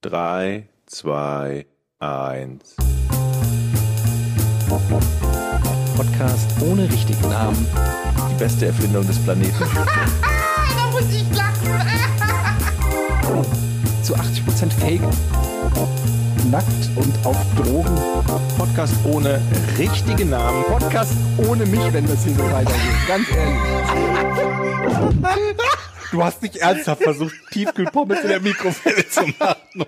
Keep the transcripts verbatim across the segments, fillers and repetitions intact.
drei, zwei, eins. Podcast ohne richtigen Namen. Die beste Erfindung des Planeten. Da muss ich lachen. Zu achtzig Prozent Fake. Nackt und auf Drogen. Podcast ohne richtigen Namen. Podcast ohne mich, wenn das hier so weitergeht. Ganz ehrlich. Du hast nicht ernsthaft versucht, Tiefkühlpommes in der Mikrowelle zu machen.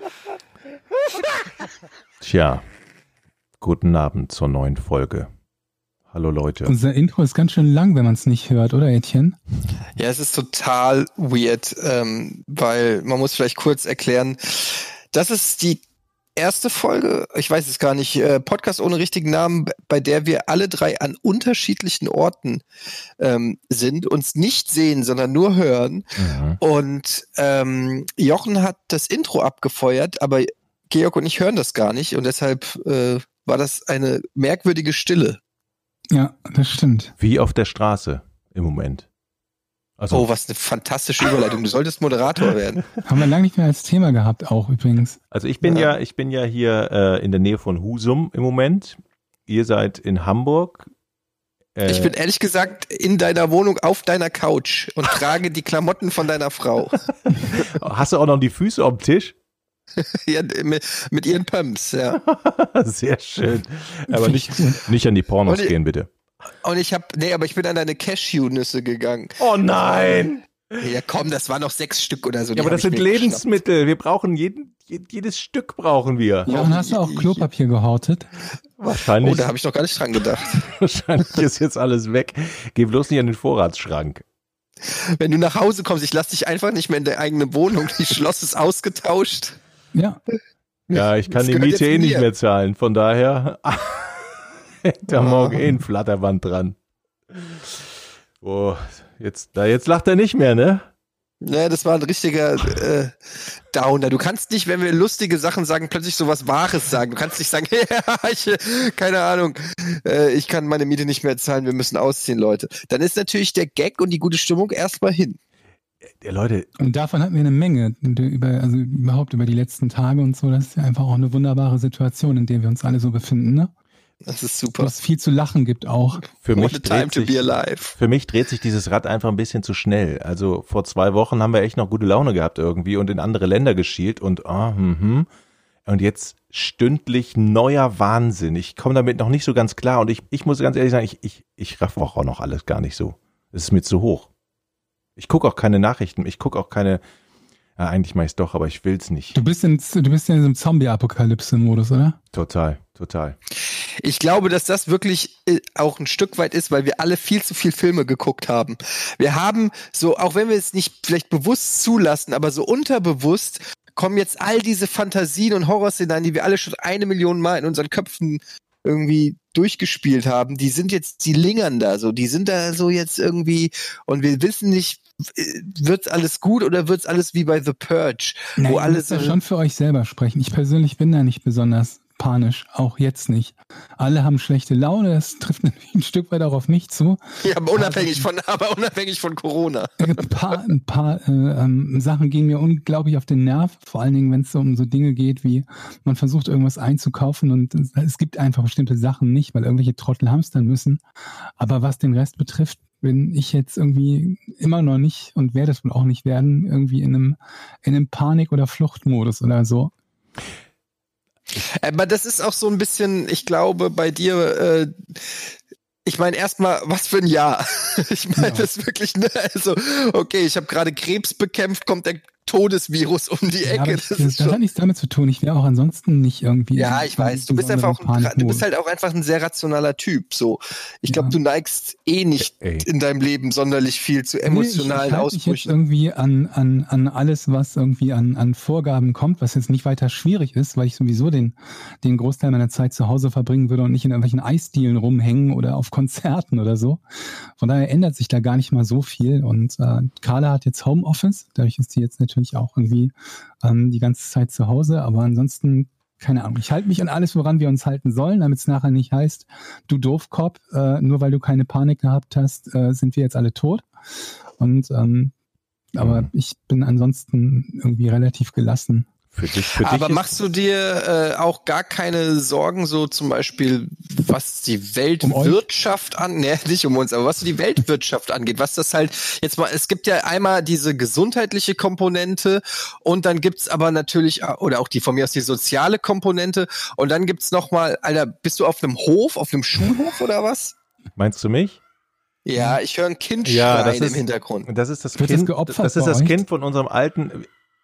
Tja, guten Abend zur neuen Folge. Hallo Leute. Unser Intro ist ganz schön lang, wenn man es nicht hört, oder Etienne? Ja, es ist total weird, ähm, weil man muss vielleicht kurz erklären, das ist die erste Folge, ich weiß es gar nicht, äh, Podcast ohne richtigen Namen, bei der wir alle drei an unterschiedlichen Orten ähm, sind, uns nicht sehen, sondern nur hören. Mhm. Und ähm, Jochen hat das Intro abgefeuert, aber Georg und ich hören das gar nicht und deshalb äh, war das eine merkwürdige Stille. Ja, das stimmt. Wie auf der Straße im Moment. Also, oh, was eine fantastische Überleitung. Du solltest Moderator werden. Haben wir lange nicht mehr als Thema gehabt, auch übrigens. Also ich bin ja, ja ich bin ja hier äh, in der Nähe von Husum im Moment. Ihr seid in Hamburg. Äh, ich bin ehrlich gesagt in deiner Wohnung auf deiner Couch und trage die Klamotten von deiner Frau. Hast du auch noch die Füße auf dem Tisch? Ja, mit, mit ihren Pumps, ja. Sehr schön. Aber nicht, nicht an die Pornos ich, gehen, bitte. Und ich hab, nee, aber ich bin an deine Cashew-Nüsse gegangen. Oh nein! Ja komm, das waren noch sechs Stück oder so. Ja, aber das sind Lebensmittel. Geschnappt. Wir brauchen jeden, jedes Stück brauchen wir. Ja, und hast du auch Klopapier gehortet? Wahrscheinlich. Oh, da habe ich noch gar nicht dran gedacht. Wahrscheinlich ist jetzt alles weg. Geh bloß nicht an den Vorratsschrank. Wenn du nach Hause kommst, ich lass dich einfach nicht mehr in der eigenen Wohnung. Die Schloss ist ausgetauscht. Ja. Ja, ich kann das die Miete eh nicht mehr zahlen. Von daher hängt da morgen eh ein Flatterband dran. Oh, jetzt, da, jetzt lacht er nicht mehr, ne? Ja, das war ein richtiger äh, Downer. Du kannst nicht, wenn wir lustige Sachen sagen, plötzlich sowas Wahres sagen. Du kannst nicht sagen, ja, ich, keine Ahnung, äh, ich kann meine Miete nicht mehr zahlen, wir müssen ausziehen, Leute. Dann ist natürlich der Gag und die gute Stimmung erstmal hin. Der Leute. Und davon hatten wir eine Menge, über, also überhaupt über die letzten Tage und so. Das ist ja einfach auch eine wunderbare Situation, in der wir uns alle so befinden, ne? Das ist super. Wo es viel zu lachen gibt auch. Für mich, time to sich, be alive. für mich dreht sich dieses Rad einfach ein bisschen zu schnell. Also vor zwei Wochen haben wir echt noch gute Laune gehabt irgendwie und in andere Länder geschielt und oh, hm, und jetzt stündlich neuer Wahnsinn. Ich komme damit noch nicht so ganz klar und ich, ich muss ganz ehrlich sagen, ich, ich, ich raff auch noch alles gar nicht so. Es ist mir zu hoch. Ich gucke auch keine Nachrichten, ich gucke auch keine, ja, eigentlich mache ich es doch, aber ich will es nicht. Du bist in, du bist ja in diesem Zombie-Apokalypse-Modus, oder? Total, total. Ich glaube, dass das wirklich auch ein Stück weit ist, weil wir alle viel zu viel Filme geguckt haben. Wir haben so, auch wenn wir es nicht vielleicht bewusst zulassen, aber so unterbewusst kommen jetzt all diese Fantasien und Horrorszenarien, die wir alle schon eine Million Mal in unseren Köpfen irgendwie durchgespielt haben, die sind jetzt, die lingern da so, die sind da so jetzt irgendwie und wir wissen nicht, wird's alles gut oder wird's alles wie bei The Purge? Nein, wo alles ja schon für euch selber sprechen. Ich persönlich bin da nicht besonders panisch, auch jetzt nicht. Alle haben schlechte Laune, das trifft natürlich ein Stück weit auch auf mich zu. Ja, aber unabhängig von, aber unabhängig von Corona. Ein paar, ein paar äh, ähm, Sachen gehen mir unglaublich auf den Nerv, vor allen Dingen, wenn es so um so Dinge geht, wie man versucht, irgendwas einzukaufen und es, es gibt einfach bestimmte Sachen nicht, weil irgendwelche Trottel hamstern müssen. Aber was den Rest betrifft, bin ich jetzt irgendwie immer noch nicht und werde es wohl auch nicht werden, irgendwie in einem, in einem Panik- oder Fluchtmodus oder so. Aber das ist auch so ein bisschen, ich glaube, bei dir, äh, ich meine erstmal, was für ein Jahr. Ich meine, ja. Das ist wirklich, ne, also, okay, ich habe gerade Krebs bekämpft, kommt der Todesvirus um die Ecke. Ja, das das, ist das hat nichts damit zu tun. Ich wäre auch ansonsten nicht irgendwie. Ja, ich weiß. Du bist einfach auch ein, du bist halt auch einfach ein sehr rationaler Typ. So, ich glaube, ja. Du neigst eh nicht Ey. in deinem Leben sonderlich viel zu emotionalen nee, ich, ich Ausbrüchen. Ich jetzt irgendwie an an an alles, was irgendwie an an Vorgaben kommt, was jetzt nicht weiter schwierig ist, weil ich sowieso den den Großteil meiner Zeit zu Hause verbringen würde und nicht in irgendwelchen Eisdielen rumhängen oder auf Konzerten oder so. Von daher ändert sich da gar nicht mal so viel. Und äh, Carla hat jetzt Homeoffice, dadurch ist sie jetzt natürlich auch irgendwie ähm, die ganze Zeit zu Hause, aber ansonsten, keine Ahnung, ich halte mich an alles, woran wir uns halten sollen, damit es nachher nicht heißt, du Doofkopf, äh, nur weil du keine Panik gehabt hast, äh, sind wir jetzt alle tot. Und ähm, aber ich bin ansonsten irgendwie relativ gelassen. Für dich, für Aber dich machst du dir äh, auch gar keine Sorgen, so zum Beispiel, was die Weltwirtschaft um an, ne, nicht um uns, aber was so die Weltwirtschaft angeht, was das halt jetzt mal, es gibt ja einmal diese gesundheitliche Komponente und dann gibt's aber natürlich, oder auch die von mir aus die soziale Komponente und dann gibt's nochmal, Alter, bist du auf einem Hof, auf einem Schulhof oder was? Meinst du mich? Ja, ich höre ein Kind ja, schreien das ist, im Hintergrund. Das ist das Wird Kind, das, das, ist das Kind von unserem alten...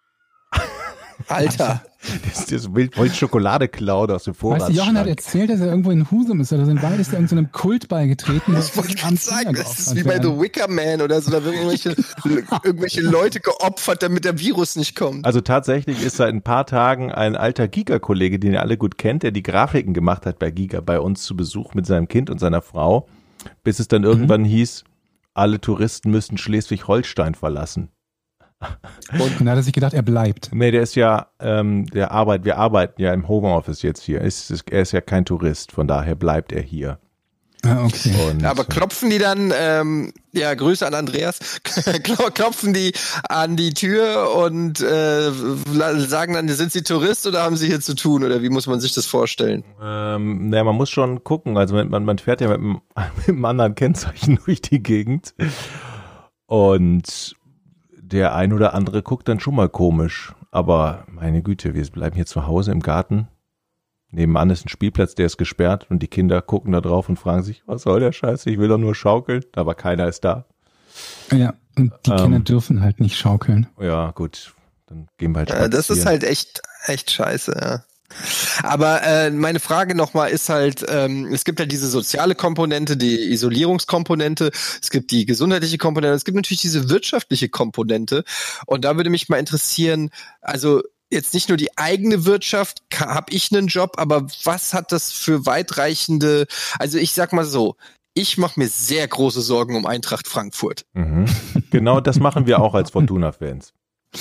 Alter. Das, das will, wollte Schokolade klauen aus dem Vorratsschrank. Weißt du, Jochen hat erzählt, dass er irgendwo in Husum ist oder sind beides da irgendeinem Kult beigetreten. Ich wollte gerade sagen, das ist wie bei The Wicker Man oder so, da werden irgendwelche, irgendwelche Leute geopfert, damit der Virus nicht kommt. Also tatsächlich ist seit ein paar Tagen ein alter Giga-Kollege, den ihr alle gut kennt, der die Grafiken gemacht hat bei Giga, bei uns zu Besuch mit seinem Kind und seiner Frau, bis es dann irgendwann mhm. hieß, alle Touristen müssten Schleswig-Holstein verlassen. Und dann hat er sich gedacht, er bleibt. Nee, der ist ja, ähm, der Arbeit, wir arbeiten ja im Homeoffice jetzt hier. Ist, ist, er ist ja kein Tourist, von daher bleibt er hier. Ah, okay. Und, aber klopfen die dann, ähm, ja, Grüße an Andreas, klopfen die an die Tür und äh, sagen dann, sind sie Tourist oder haben sie hier zu tun oder wie muss man sich das vorstellen? Ähm, naja, man muss schon gucken, also man, man fährt ja mit einem, mit einem anderen Kennzeichen durch die Gegend und der ein oder andere guckt dann schon mal komisch, aber meine Güte, wir bleiben hier zu Hause im Garten. Nebenan ist ein Spielplatz, der ist gesperrt und die Kinder gucken da drauf und fragen sich, was soll der Scheiß? Ich will doch nur schaukeln, aber keiner ist da. Ja, und die ähm, Kinder dürfen halt nicht schaukeln. Ja, gut, dann gehen wir halt spazieren. Ja, das ist halt echt, echt scheiße, ja. Aber äh, meine Frage nochmal ist halt, ähm, es gibt ja diese soziale Komponente, die Isolierungskomponente, es gibt die gesundheitliche Komponente, es gibt natürlich diese wirtschaftliche Komponente und da würde mich mal interessieren, also jetzt nicht nur die eigene Wirtschaft, habe ich einen Job, aber was hat das für weitreichende, also ich sag mal so, ich mache mir sehr große Sorgen um Eintracht Frankfurt. Mhm. Genau das machen wir auch als Fortuna-Fans.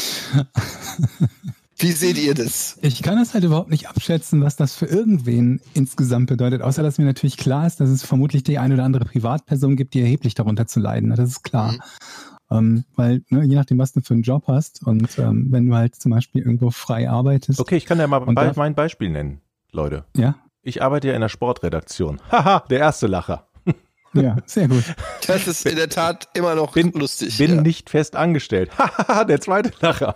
Wie seht ihr das? Ich kann das halt überhaupt nicht abschätzen, was das für irgendwen insgesamt bedeutet, außer dass mir natürlich klar ist, dass es vermutlich die eine oder andere Privatperson gibt, die erheblich darunter zu leiden hat. Das ist klar. Mhm. Ähm, weil, ne, je nachdem, was du für einen Job hast und ähm, wenn du halt zum Beispiel irgendwo frei arbeitest. Okay, ich kann ja mal be- mein Beispiel nennen, Leute. Ja. Ich arbeite ja in der Sportredaktion. Haha, der erste Lacher. Ja, sehr gut. Das ist in der Tat immer noch bin, lustig. Bin ja. nicht fest angestellt. Haha, der zweite Lacher.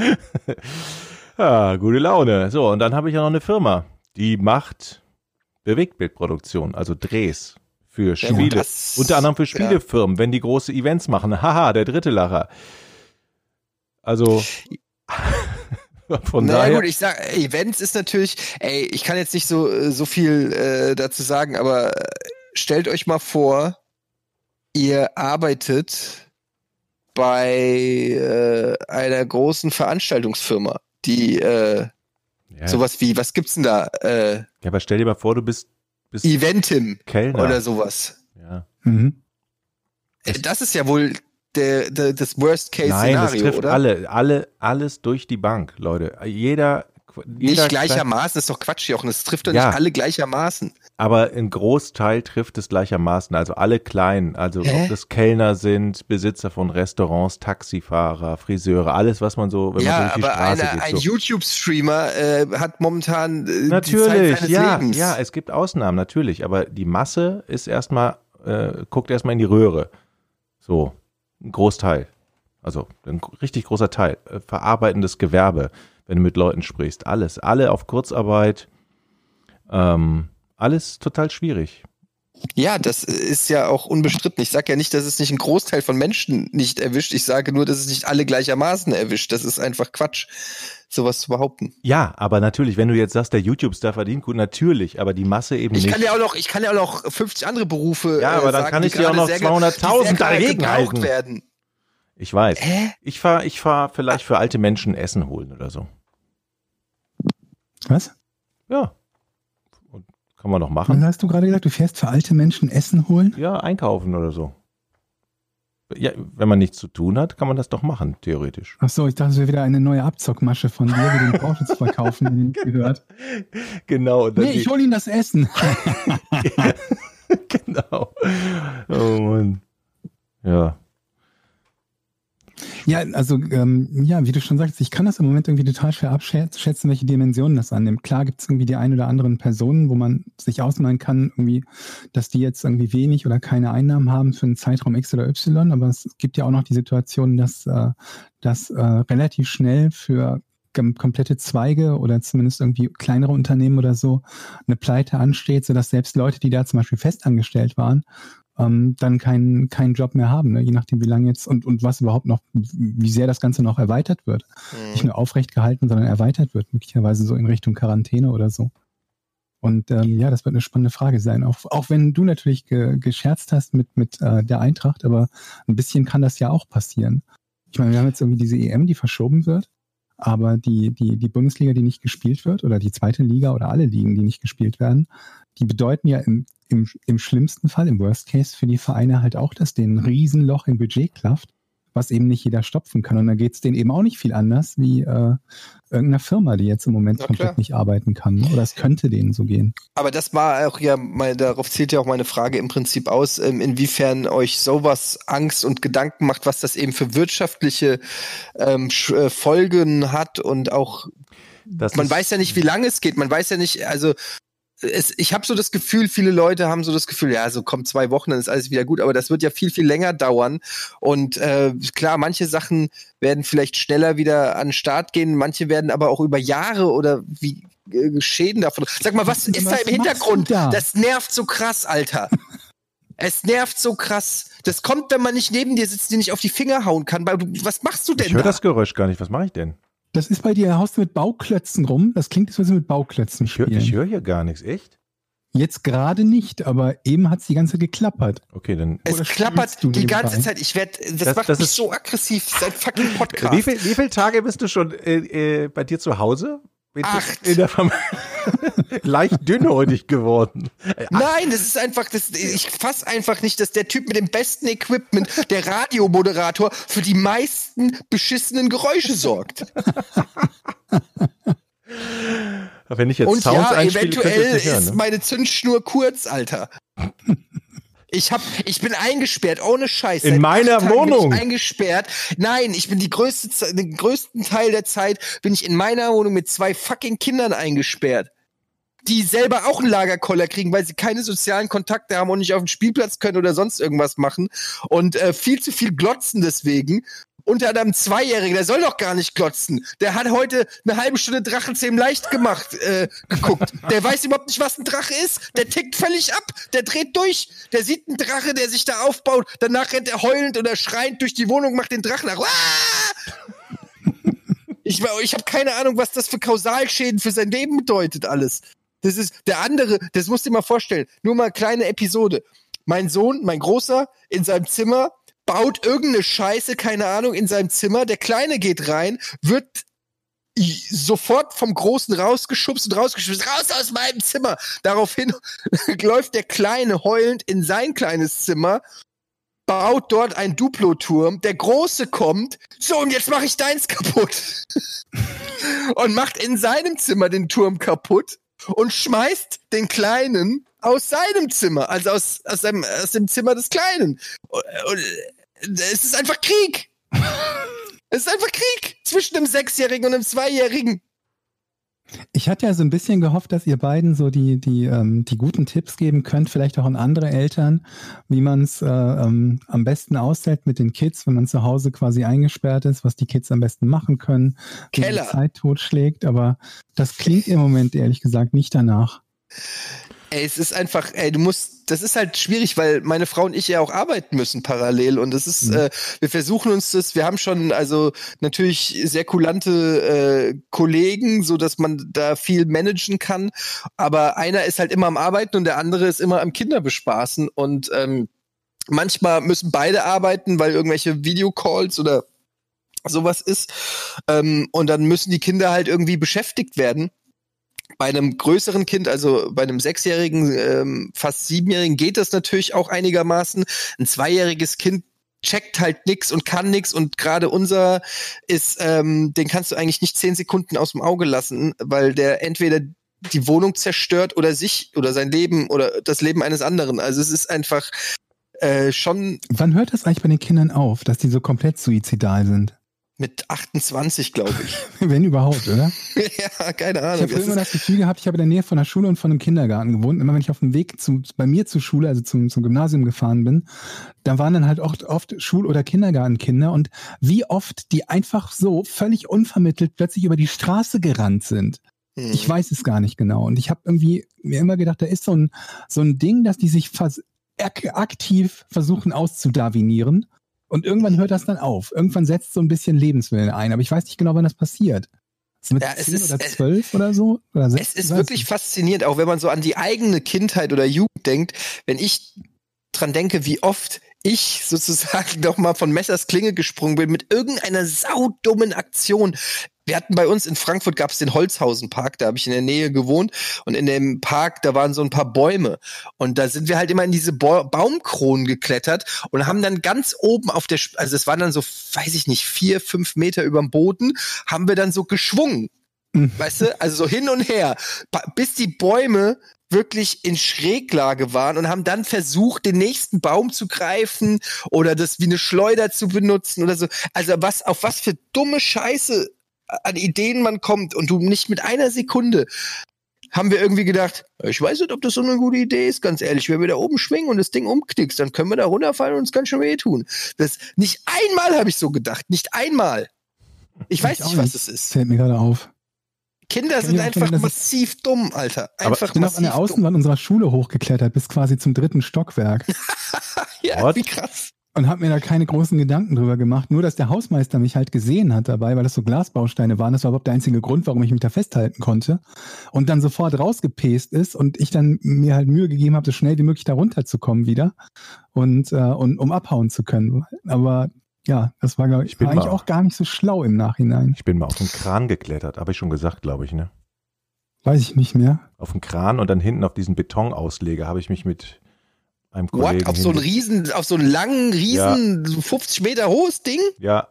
Ja, gute Laune. So, und dann habe ich ja noch eine Firma, die macht Bewegtbildproduktion, also Drehs für Spiele. Ja, das, unter anderem für Spielefirmen, ja. wenn die große Events machen. Haha, der dritte Lacher. Also von naja, daher. Gut, ich sag, Events ist natürlich, ey, ich kann jetzt nicht so, so viel äh, dazu sagen, aber stellt euch mal vor, ihr arbeitet bei äh, einer großen Veranstaltungsfirma, die äh, ja. sowas wie, was gibt's denn da? Äh, ja, aber stell dir mal vor, du bist, bist Eventim Kellner oder sowas. Ja. Mhm. Das ist ja wohl der, der, das Worst-Case-Szenario, Nein, das trifft oder? alle, alle, alles durch die Bank, Leute. Jeder, jeder nicht gleichermaßen, das ist doch Quatsch, Jochen. Es trifft doch ja. nicht alle gleichermaßen. Aber ein Großteil trifft es gleichermaßen, also alle Kleinen, also Hä? ob das Kellner sind, Besitzer von Restaurants, Taxifahrer, Friseure, alles, was man so, wenn ja, man so durch die aber Straße eine, geht. ein So. YouTube-Streamer äh, hat momentan äh, natürlich, die Zeit seines ja, Lebens. ja, es gibt Ausnahmen, natürlich, aber die Masse ist erstmal, äh, guckt erstmal in die Röhre. So, ein Großteil, also ein richtig großer Teil, äh, verarbeitendes Gewerbe, wenn du mit Leuten sprichst, alles, alle auf Kurzarbeit, ähm, alles total schwierig. Ja, das ist ja auch unbestritten. Ich sage ja nicht, dass es nicht einen Großteil von Menschen nicht erwischt. Ich sage nur, dass es nicht alle gleichermaßen erwischt. Das ist einfach Quatsch, sowas zu behaupten. Ja, aber natürlich, wenn du jetzt sagst, der YouTube-Star verdient gut, natürlich, aber die Masse eben ich nicht. Kann ja auch noch, ich kann ja auch noch fünfzig andere Berufe Ja, aber äh, dann sagen, kann ich dir auch noch zweihunderttausend dagegen halten. Werden. Ich weiß. Hä? Ich fahre ich fahr vielleicht für alte Menschen Essen holen oder so. Was? Ja. Und kann man noch machen. Was hast du gerade gesagt? Du fährst für alte Menschen Essen holen? Ja, einkaufen oder so. Ja, wenn man nichts zu tun hat, kann man das doch machen, theoretisch. Ach so, ich dachte, es wäre wieder eine neue Abzockmasche von dir, wie den Porsche zu verkaufen, den ich gehört. Genau. Nee, ich hole Ihnen das Essen. Genau. Oh Mann. Ja. Ja, also ähm, ja, wie du schon sagst, ich kann das im Moment irgendwie total schwer abschätzen, welche Dimensionen das annimmt. Klar gibt es irgendwie die ein oder anderen Personen, wo man sich ausmalen kann, irgendwie, dass die jetzt irgendwie wenig oder keine Einnahmen haben für einen Zeitraum X oder Y, aber es gibt ja auch noch die Situation, dass äh, das äh, relativ schnell für komplette Zweige oder zumindest irgendwie kleinere Unternehmen oder so eine Pleite ansteht, sodass selbst Leute, die da zum Beispiel festangestellt waren, ähm, dann keinen keinen Job mehr haben, ne? Je nachdem, wie lange jetzt und, und was überhaupt noch, wie sehr das Ganze noch erweitert wird. Mhm. Nicht nur aufrecht gehalten, sondern erweitert wird, möglicherweise so in Richtung Quarantäne oder so. Und ähm, ja, das wird eine spannende Frage sein. Auch, auch wenn du natürlich ge, gescherzt hast mit, mit äh, der Eintracht, aber ein bisschen kann das ja auch passieren. Ich meine, wir haben jetzt irgendwie diese E M, die verschoben wird, aber die, die, die Bundesliga, die nicht gespielt wird, oder die zweite Liga oder alle Ligen, die nicht gespielt werden, die bedeuten ja im, im, im schlimmsten Fall, im Worst Case für die Vereine halt auch, dass denen ein Riesenloch im Budget klafft, was eben nicht jeder stopfen kann. Und dann geht es denen eben auch nicht viel anders wie äh, irgendeiner Firma, die jetzt im Moment Na komplett klar. nicht arbeiten kann. Oder es könnte denen so gehen. Aber das war auch ja, mal, darauf zielt ja auch meine Frage im Prinzip aus, ähm, inwiefern euch sowas Angst und Gedanken macht, was das eben für wirtschaftliche ähm, Sch- Folgen hat und auch, das man weiß ja nicht, wie lange es geht. Man weiß ja nicht, also Es, ich habe so das Gefühl, viele Leute haben so das Gefühl, ja, so kommt zwei Wochen, dann ist alles wieder gut, aber das wird ja viel, viel länger dauern und äh, klar, manche Sachen werden vielleicht schneller wieder an den Start gehen, manche werden aber auch über Jahre oder wie äh, Schäden davon. Sag mal, was ist was da im Hintergrund? Da? Das nervt so krass, Alter. Es nervt so krass. Das kommt, wenn man nicht neben dir sitzt, dir nicht auf die Finger hauen kann. Was machst du denn Ich höre da? das Geräusch gar nicht. Was mache ich denn? Das ist bei dir, haust du mit Bauklötzen rum? Das klingt, als würde sie mit Bauklötzen spielen. Ich höre hör hier gar nichts, echt? Jetzt gerade nicht, aber eben hat es die ganze geklappert. Okay, dann. Es Oder klappert die ganze Zeit. Ich werde, das, das macht das mich ist, so aggressiv seit fucking Podcast. Wie, viel, wie viele Tage bist du schon äh, äh, bei dir zu Hause? Acht. In der Leicht dünnhäutig geworden. Acht. Nein, das ist einfach, das, ich fass einfach nicht, dass der Typ mit dem besten Equipment, der Radiomoderator, für die meisten beschissenen Geräusche sorgt. Wenn ich jetzt Und Sounds ja, einspiele, eventuell nicht hören, ist ne? meine Zündschnur kurz, Alter. Ich hab, ich bin eingesperrt, ohne Scheiß. In meiner Wohnung? Bin ich eingesperrt. Nein, ich bin die größte, den größten Teil der Zeit bin ich in meiner Wohnung mit zwei fucking Kindern eingesperrt. Die selber auch einen Lagerkoller kriegen, weil sie keine sozialen Kontakte haben und nicht auf den Spielplatz können oder sonst irgendwas machen. Und äh, viel zu viel glotzen deswegen. Unter anderem Zweijähriger, der soll doch gar nicht glotzen. Der hat heute eine halbe Stunde Drachenzähmen leicht gemacht, äh, geguckt. Der weiß überhaupt nicht, was ein Drache ist. Der tickt völlig ab. Der dreht durch. Der sieht einen Drache, der sich da aufbaut. Danach rennt er heulend oder schreiend durch die Wohnung, macht den Drachen nach. Ich, ich habe keine Ahnung, was das für Kausalschäden für sein Leben bedeutet alles. Das ist der andere, das musst du dir mal vorstellen. Nur mal kleine Episode. Mein Sohn, mein Großer, in seinem Zimmer, baut irgendeine Scheiße, keine Ahnung, in seinem Zimmer. Der Kleine geht rein, wird sofort vom Großen rausgeschubst und rausgeschubst. Raus aus meinem Zimmer! Daraufhin läuft der Kleine heulend in sein kleines Zimmer, baut dort einen Duplo-Turm. Der Große kommt, so, und jetzt mache ich deins kaputt. Und macht in seinem Zimmer den Turm kaputt und schmeißt den Kleinen aus seinem Zimmer, also aus, aus, seinem, aus dem Zimmer des Kleinen. Und, und, es ist einfach Krieg. Es ist einfach Krieg zwischen einem Sechsjährigen und einem Zweijährigen. Ich hatte ja so ein bisschen gehofft, dass ihr beiden so die, die, ähm, die guten Tipps geben könnt, vielleicht auch an andere Eltern, wie man es äh, ähm, am besten aushält mit den Kids, wenn man zu Hause quasi eingesperrt ist, was die Kids am besten machen können, wie die Zeit totschlägt. Aber das klingt im Moment ehrlich gesagt nicht danach. Ey, es ist einfach, ey, du musst, das ist halt schwierig, weil meine Frau und ich ja auch arbeiten müssen parallel und das ist, mhm. äh, wir versuchen uns das, wir haben schon also natürlich sehr kulante äh, Kollegen, so dass man da viel managen kann, aber einer ist halt immer am Arbeiten und der andere ist immer am Kinderbespaßen und ähm, manchmal müssen beide arbeiten, weil irgendwelche Videocalls oder sowas ist ähm, und dann müssen die Kinder halt irgendwie beschäftigt werden. Bei einem größeren Kind, also bei einem Sechsjährigen, ähm, fast Siebenjährigen, geht das natürlich auch einigermaßen. Ein zweijähriges Kind checkt halt nix und kann nix und gerade unser ist, ähm, den kannst du eigentlich nicht zehn Sekunden aus dem Auge lassen, weil der entweder die Wohnung zerstört oder sich oder sein Leben oder das Leben eines anderen. Also es ist einfach äh, schon... Wann hört das eigentlich bei den Kindern auf, dass die so komplett suizidal sind? Mit achtundzwanzig, glaube ich. Wenn überhaupt, oder? Ja, keine Ahnung. Ich habe immer das Gefühl gehabt, ich habe in der Nähe von der Schule und von einem Kindergarten gewohnt. Immer wenn ich auf dem Weg zu, bei mir zur Schule, also zum, zum Gymnasium gefahren bin, da waren dann halt oft, oft Schul- oder Kindergartenkinder und wie oft die einfach so völlig unvermittelt plötzlich über die Straße gerannt sind. Hm. Ich weiß es gar nicht genau. Und ich habe irgendwie mir immer gedacht, da ist so ein, so ein Ding, dass die sich vers- aktiv versuchen auszudarwinieren. Und irgendwann hört das dann auf. Irgendwann setzt so ein bisschen Lebenswillen ein. Aber ich weiß nicht genau, wann das passiert. Ist mit ja, es zehn ist, oder zwölf oder so? Oder sechzehn, es ist wirklich faszinierend, auch wenn man so an die eigene Kindheit oder Jugend denkt. Wenn ich dran denke, wie oft ich sozusagen doch mal von Messers Klinge gesprungen bin mit irgendeiner saudummen Aktion. Wir hatten bei uns in Frankfurt, gab es den Holzhausen-Park, da habe ich in der Nähe gewohnt und in dem Park, da waren so ein paar Bäume und da sind wir halt immer in diese Ba- Baumkronen geklettert und haben dann ganz oben auf der, also es waren dann so, weiß ich nicht, vier, fünf Meter überm Boden, haben wir dann so geschwungen, mhm. weißt du, also so hin und her, bis die Bäume wirklich in Schräglage waren und haben dann versucht, den nächsten Baum zu greifen oder das wie eine Schleuder zu benutzen oder so. Also was, auf was für dumme Scheiße an Ideen man kommt und du nicht mit einer Sekunde haben wir irgendwie gedacht, ich weiß nicht, ob das so eine gute Idee ist, ganz ehrlich, wenn wir da oben schwingen und das Ding umknickst, dann können wir da runterfallen und uns ganz schön wehtun. Das, nicht einmal habe ich so gedacht, nicht einmal. Ich weiß nicht, was es ist. Fällt mir gerade auf. Kinder sind einfach massiv dumm, Alter. Einfach ich bin auch an der Außenwand unserer Schule hochgeklettert, bis quasi zum dritten Stockwerk. Ja, What? Wie krass. Und habe mir da keine großen Gedanken drüber gemacht. Nur, dass der Hausmeister mich halt gesehen hat dabei, weil das so Glasbausteine waren. Das war überhaupt der einzige Grund, warum ich mich da festhalten konnte. Und dann sofort rausgepest ist und ich dann mir halt Mühe gegeben habe, so schnell wie möglich da runterzukommen wieder und, äh, und um abhauen zu können. Aber ja, das war, glaube ich, war eigentlich auch gar nicht so schlau im Nachhinein. Ich bin mal auf den Kran geklettert, habe ich schon gesagt, glaube ich, ne? Weiß ich nicht mehr. Auf den Kran und dann hinten auf diesen Betonausleger habe ich mich mit einem Kollegen... What? Auf so einen riesen, auf so einen langen, riesen, ja. fünfzig Meter hohes Ding? Ja.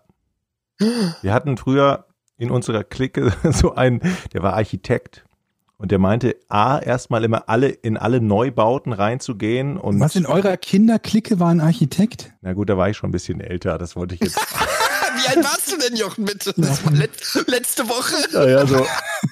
Wir hatten früher in unserer Clique so einen, der war Architekt. Und der meinte, A, erstmal immer alle in alle Neubauten reinzugehen. Und was, in eurer Kinderclique war ein Architekt? Na gut, da war ich schon ein bisschen älter, das wollte ich jetzt. Wie alt warst du denn, Jochen, bitte? Das war let- letzte Woche. Naja, so.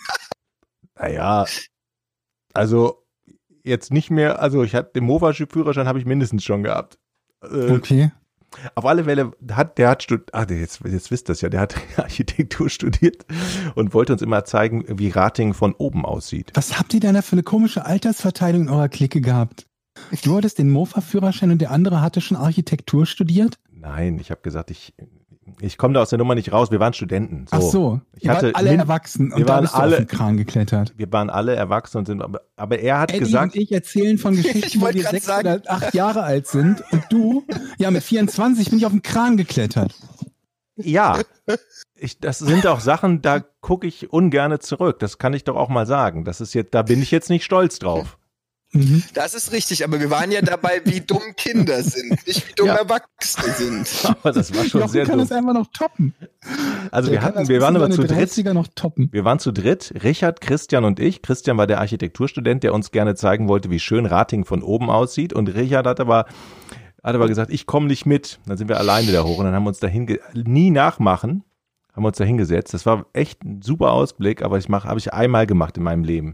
Naja, also jetzt nicht mehr, also ich hatte den Mofa-Führerschein habe ich mindestens schon gehabt. Äh, okay. Auf alle Fälle hat der hat studiert, ah, jetzt, jetzt wisst ihr das ja, der hat Architektur studiert und wollte uns immer zeigen, wie Ratingen von oben aussieht. Was habt ihr denn da für eine komische Altersverteilung in eurer Clique gehabt? Du hattest den Mofa-Führerschein und der andere hatte schon Architektur studiert? Nein, ich habe gesagt, ich ich komme da aus der Nummer nicht raus. Wir waren Studenten. So. Ach so, ich ihr hatte wart alle min- erwachsen und wir da waren bist du alle, auf den Kran geklettert. Wir waren alle erwachsen und sind, aber, aber er hat Eddie gesagt, und ich erzählen von Geschichten, wo wir sechs sagen. oder acht Jahre alt sind und du, ja mit vierundzwanzig bin ich auf den Kran geklettert. Ja, ich, das sind auch Sachen, da gucke ich ungerne zurück. Das kann ich doch auch mal sagen. Das ist jetzt, da bin ich jetzt nicht stolz drauf. Mhm. Das ist richtig, aber wir waren ja dabei, wie dumm Kinder sind, nicht wie dumm ja. Erwachsene sind. Aber das war schon Jochen sehr kann dumm. das einfach noch toppen. Also Der wir hatten, wir waren aber zu dritt. Noch toppen. Wir waren zu dritt, Richard, Christian und ich. Christian war der Architekturstudent, der uns gerne zeigen wollte, wie schön Ratingen von oben aussieht. Und Richard hat aber, hat aber gesagt, ich komme nicht mit. Dann sind wir alleine da hoch und dann haben wir uns dahin, ge- nie nachmachen, haben wir uns da hingesetzt. Das war echt ein super Ausblick, aber ich mach, habe ich einmal gemacht in meinem Leben.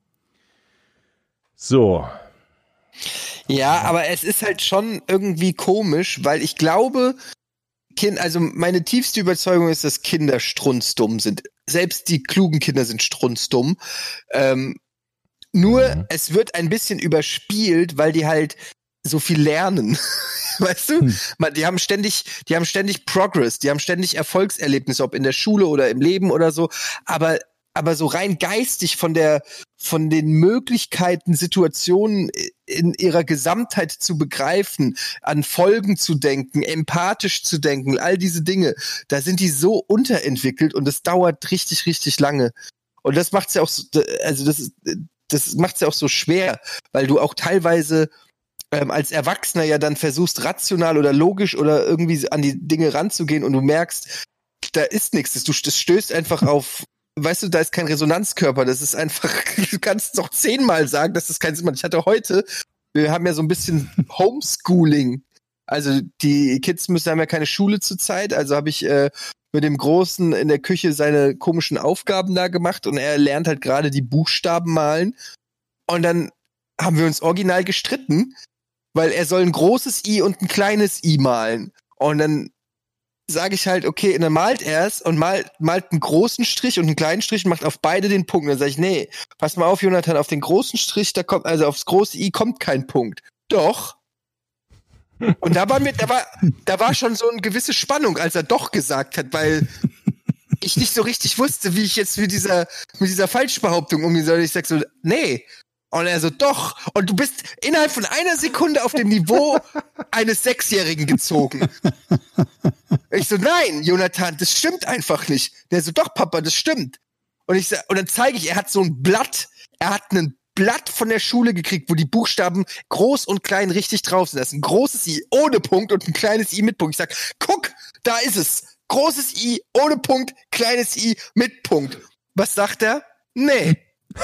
So. Ja, aber es ist halt schon irgendwie komisch, weil ich glaube, kind, also meine tiefste Überzeugung ist, dass Kinder strunzdumm sind. Selbst die klugen Kinder sind strunzdumm. Ähm, nur mhm. es wird ein bisschen überspielt, weil die halt so viel lernen. Weißt du? Hm. Man, die haben ständig, die haben ständig Progress, die haben ständig Erfolgserlebnisse, ob in der Schule oder im Leben oder so. Aber aber so rein geistig von der, von den Möglichkeiten, Situationen in ihrer Gesamtheit zu begreifen, an Folgen zu denken, empathisch zu denken, all diese Dinge, da sind die so unterentwickelt und es dauert richtig, richtig lange. Und das macht's ja auch so, also das, das macht's ja auch so schwer, weil du auch teilweise ähm, als Erwachsener ja dann versuchst, rational oder logisch oder irgendwie an die Dinge ranzugehen und du merkst, da ist nichts, das, du, das stößt einfach auf, weißt du, da ist kein Resonanzkörper, das ist einfach, du kannst es doch zehnmal sagen, dass das keinen Sinn macht. Ich hatte heute, wir haben ja so ein bisschen Homeschooling Also die Kids müssen haben ja keine Schule zurzeit, also habe ich äh, mit dem Großen in der Küche seine komischen Aufgaben da gemacht und er lernt halt gerade die Buchstaben malen. Und dann haben wir uns original gestritten, weil er soll ein großes I und ein kleines I malen. Und dann sage ich halt, okay, und dann malt er es und malt, malt einen großen Strich und einen kleinen Strich und macht auf beide den Punkt. Und dann sage ich, nee, pass mal auf, Jonathan, auf den großen Strich, da kommt, also aufs große I kommt kein Punkt. Doch. Und da war mir, da war, da war schon so eine gewisse Spannung, als er doch gesagt hat, weil ich nicht so richtig wusste, wie ich jetzt mit dieser, mit dieser Falschbehauptung umgehen soll. Ich sag so, nee. Und er so, doch. Und du bist innerhalb von einer Sekunde auf dem Niveau eines Sechsjährigen gezogen. Ich so, nein, Jonathan, das stimmt einfach nicht. Der so, doch, Papa, das stimmt. Und ich sag, und dann zeige ich, er hat so ein Blatt, er hat einen Blatt von der Schule gekriegt, wo die Buchstaben groß und klein richtig drauf sind. Das ist ein großes I ohne Punkt und ein kleines I mit Punkt. Ich sag, guck, da ist es. Großes I ohne Punkt, kleines I mit Punkt. Was sagt er? Nee.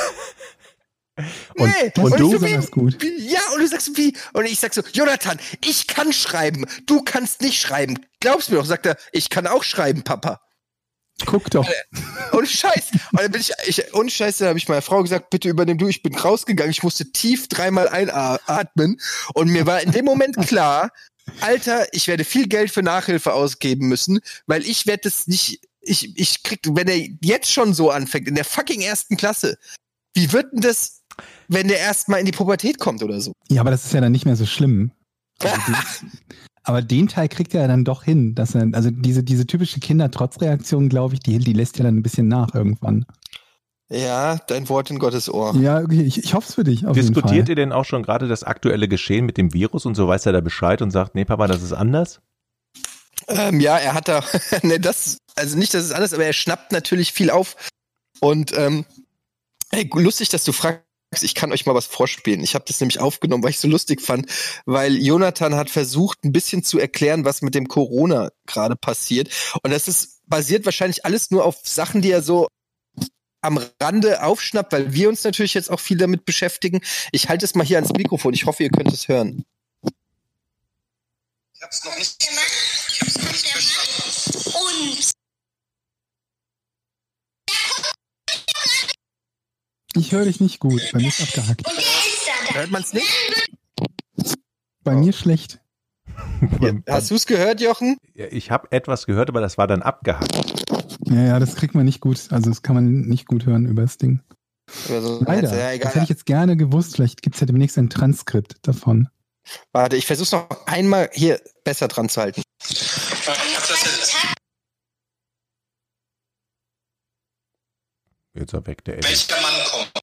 Und, nee. und, und du? So, wie, gut. Wie, ja, und du sagst, wie? Und ich sag so, Jonathan, ich kann schreiben, du kannst nicht schreiben. Glaubst mir doch, sagt er, ich kann auch schreiben, Papa. Guck doch. Ohne Scheiß. Und dann bin ich, ich ohne Scheiß, dann habe ich meiner Frau gesagt, bitte übernimm du, ich bin rausgegangen, ich musste tief dreimal einatmen und mir war in dem Moment klar, Alter, ich werde viel Geld für Nachhilfe ausgeben müssen, weil ich werde das nicht, ich, ich krieg, wenn er jetzt schon so anfängt, in der fucking ersten Klasse, wie wird denn das, wenn der erst mal in die Pubertät kommt oder so? Ja, aber das ist ja dann nicht mehr so schlimm. Also die, aber den Teil kriegt er ja dann doch hin, dass er, also diese, diese typische Kindertrotzreaktion, glaube ich, die, die lässt ja dann ein bisschen nach irgendwann. Ja, dein Wort in Gottes Ohr. Ja, okay, ich, ich hoffe es für dich. Auf Diskutiert jeden Fall. ihr denn auch schon gerade das aktuelle Geschehen mit dem Virus und so, weiß er da Bescheid und sagt, nee, Papa, das ist anders? Ähm, ja, er hat da, ne, das, also nicht, dass es anders, aber er schnappt natürlich viel auf. Und ähm, hey, lustig, dass du fragst, ich kann euch mal was vorspielen. Ich habe das nämlich aufgenommen, weil ich so lustig fand, weil Jonathan hat versucht, ein bisschen zu erklären, was mit dem Corona gerade passiert. Und das ist basiert wahrscheinlich alles nur auf Sachen, die er so am Rande aufschnappt, weil wir uns natürlich jetzt auch viel damit beschäftigen. Ich halte es mal hier ans Mikrofon. Ich hoffe, ihr könnt es hören. Ich hab's noch nicht gemacht. Ich hab's noch nicht verstanden. Und ich höre dich nicht gut. Bei mir ist abgehackt. Hört man's nicht? Bei mir schlecht. Ja, hast du's gehört, Jochen? Ja, ich habe etwas gehört, aber das war dann abgehackt. Ja, ja, das kriegt man nicht gut. Also das kann man nicht gut hören über das Ding. Also, Leider. Ja, egal. Das hätte ich jetzt gerne gewusst. Vielleicht gibt es ja demnächst ein Transkript davon. Warte, ich versuch's noch einmal hier besser dran zu halten. Jetzt er weg, der Eddie. Welcher Mann kommt?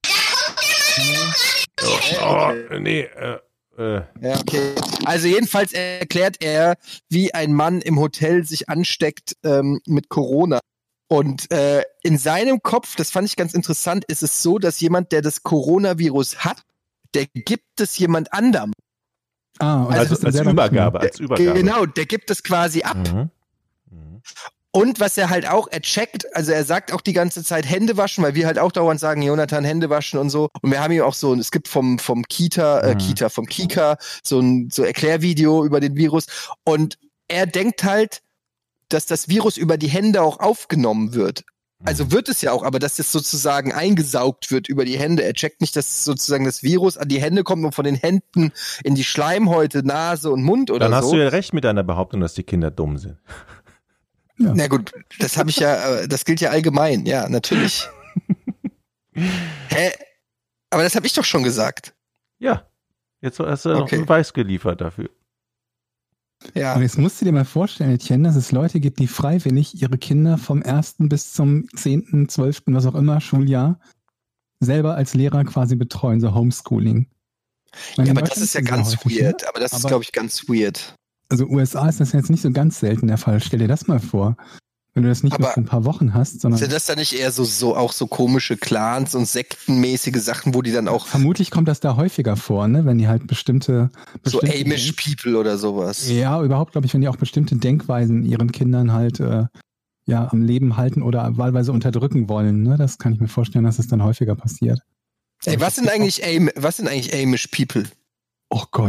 Oh, oh, nee, äh, äh. Ja, okay. Also jedenfalls erklärt er, wie ein Mann im Hotel sich ansteckt ähm, mit Corona. Und äh, in seinem Kopf, das fand ich ganz interessant, ist es so, dass jemand, der das Coronavirus hat, der gibt es jemand anderem. Ah, und also, also als Übergabe, als Übergabe. Genau, der gibt es quasi ab. Mhm. Mhm. Und was er halt auch, er checkt, also er sagt auch die ganze Zeit Hände waschen, weil wir halt auch dauernd sagen, Jonathan, Hände waschen und so. Und wir haben ihm auch so, es gibt vom vom Kita, äh, mhm. Kita, vom Kika so ein so Erklärvideo über den Virus. Und er denkt halt, dass das Virus über die Hände auch aufgenommen wird. Also wird es ja auch, aber dass es sozusagen eingesaugt wird über die Hände. Er checkt nicht, dass sozusagen das Virus an die Hände kommt und von den Händen in die Schleimhäute, Nase und Mund oder so. Dann hast du ja recht mit deiner Behauptung, dass die Kinder dumm sind. Ja. Na gut, das habe ich ja, das gilt ja allgemein, ja, natürlich. Hä? Aber das habe ich doch schon gesagt. Ja, jetzt hast du okay. noch einen Beweis geliefert dafür. Ja. Und jetzt musst du dir mal vorstellen, Etienne, dass es Leute gibt, die freiwillig ihre Kinder vom ersten bis zum zehnten, zwölften, was auch immer, Schuljahr selber als Lehrer quasi betreuen, so Homeschooling. Ja, aber das ist ja ganz häufig, weird. Ne? Aber das aber ist, glaube ich, ganz weird. Also U S A ist das jetzt nicht so ganz selten der Fall. Stell dir das mal vor. Wenn du das nicht nur für ein paar Wochen hast, sondern... Sind das dann nicht eher so, so auch so komische Clans und sektenmäßige Sachen, wo die dann auch... Vermutlich kommt das da häufiger vor, ne? Wenn die halt bestimmte... bestimmte so Amish Denk- People oder sowas. Ja, überhaupt, glaube ich, wenn die auch bestimmte Denkweisen ihren Kindern halt äh, ja am Leben halten oder wahlweise unterdrücken wollen. Ne? Das kann ich mir vorstellen, dass es dann häufiger passiert. Ey, was sind eigentlich Am- was sind eigentlich Amish People? Oh Gott.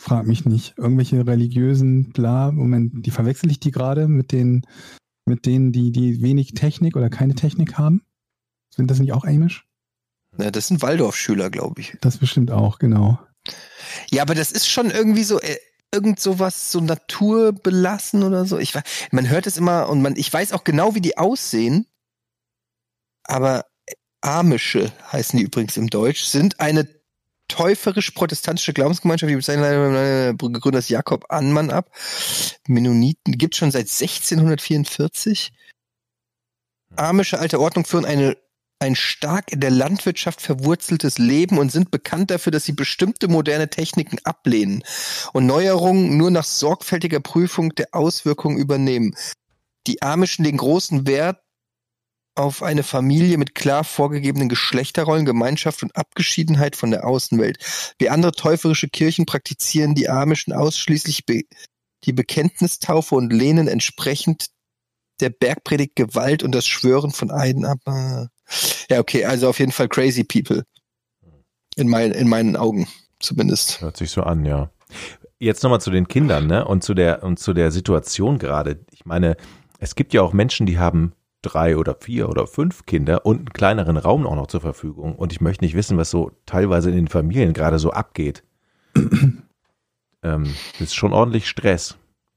Frag mich nicht. Irgendwelche religiösen, bla, Moment, die verwechsel ich die gerade mit den, mit denen, die, die wenig Technik oder keine Technik haben? Sind das nicht auch Amish? Ja, das sind Waldorfschüler, glaube ich. Das bestimmt auch, genau. Ja, aber das ist schon irgendwie so, äh, irgend sowas, so naturbelassen oder so. Ich, man hört es immer und man, ich weiß auch genau, wie die aussehen, aber Amische heißen die übrigens im Deutsch, sind eine täuferisch-protestantische Glaubensgemeinschaft, die bezeichnet Gründer ist Jakob Annmann ab. Mennoniten gibt es schon seit sechzehnhundertvierundvierzig. Amische alte Ordnung führen eine ein stark in der Landwirtschaft verwurzeltes Leben und sind bekannt dafür, dass sie bestimmte moderne Techniken ablehnen und Neuerungen nur nach sorgfältiger Prüfung der Auswirkungen übernehmen. Die Amischen legen großen Wert auf eine Familie mit klar vorgegebenen Geschlechterrollen, Gemeinschaft und Abgeschiedenheit von der Außenwelt. Wie andere täuferische Kirchen praktizieren die Amischen ausschließlich be- die Bekenntnistaufe und lehnen entsprechend der Bergpredigt Gewalt und das Schwören von Eiden ab. Ja, okay, also auf jeden Fall crazy people. In, mein, in meinen Augen zumindest. Hört sich so an, ja. Jetzt nochmal zu den Kindern, ne? Und zu der, und zu der Situation gerade. Ich meine, es gibt ja auch Menschen, die haben drei oder vier oder fünf Kinder und einen kleineren Raum auch noch zur Verfügung. Und ich möchte nicht wissen, was so teilweise in den Familien gerade so abgeht. ähm, das ist schon ordentlich Stress.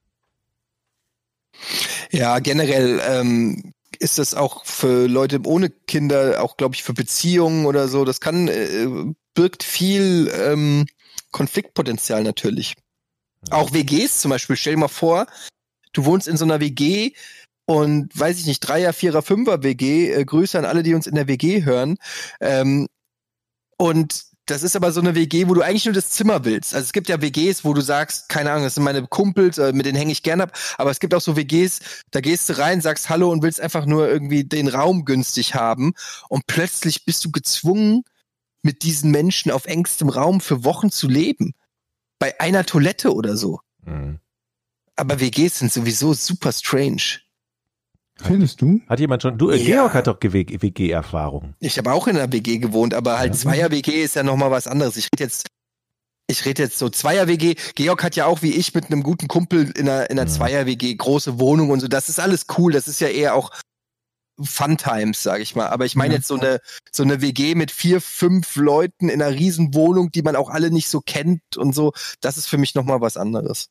Ja, generell ähm, ist das auch für Leute ohne Kinder, auch glaube ich für Beziehungen oder so, das kann, äh, birgt viel ähm, Konfliktpotenzial natürlich. Ja. Auch W Gs zum Beispiel, stell dir mal vor, du wohnst in so einer W G und weiß ich nicht, Dreier, Vierer, Fünfer W G, äh, Grüße an alle, die uns in der W G hören, ähm, und das ist aber so eine W G, wo du eigentlich nur das Zimmer willst. Also es gibt ja W Gs, wo du sagst, keine Ahnung, das sind meine Kumpels, mit denen hänge ich gern ab. Aber es gibt auch so W Gs, da gehst du rein, sagst Hallo und willst einfach nur irgendwie den Raum günstig haben. Und plötzlich bist du gezwungen, mit diesen Menschen auf engstem Raum für Wochen zu leben. Bei einer Toilette oder so. Mhm. Aber W Gs sind sowieso super strange. Findest du? Hat jemand schon, du, ja. Georg hat doch W G-Erfahrung. Ich habe auch in einer W G gewohnt, aber halt ja. Zweier-W G ist ja nochmal was anderes. Ich rede jetzt, ich rede jetzt so Zweier-W G. Georg hat ja auch wie ich mit einem guten Kumpel in einer, in einer ja. Zweier-W G, große Wohnung und so. Das ist alles cool. Das ist ja eher auch Fun Times, sag ich mal. Aber ich meine ja. jetzt so eine, so eine W G mit vier, fünf Leuten in einer riesen Wohnung, die man auch alle nicht so kennt und so. Das ist für mich nochmal was anderes.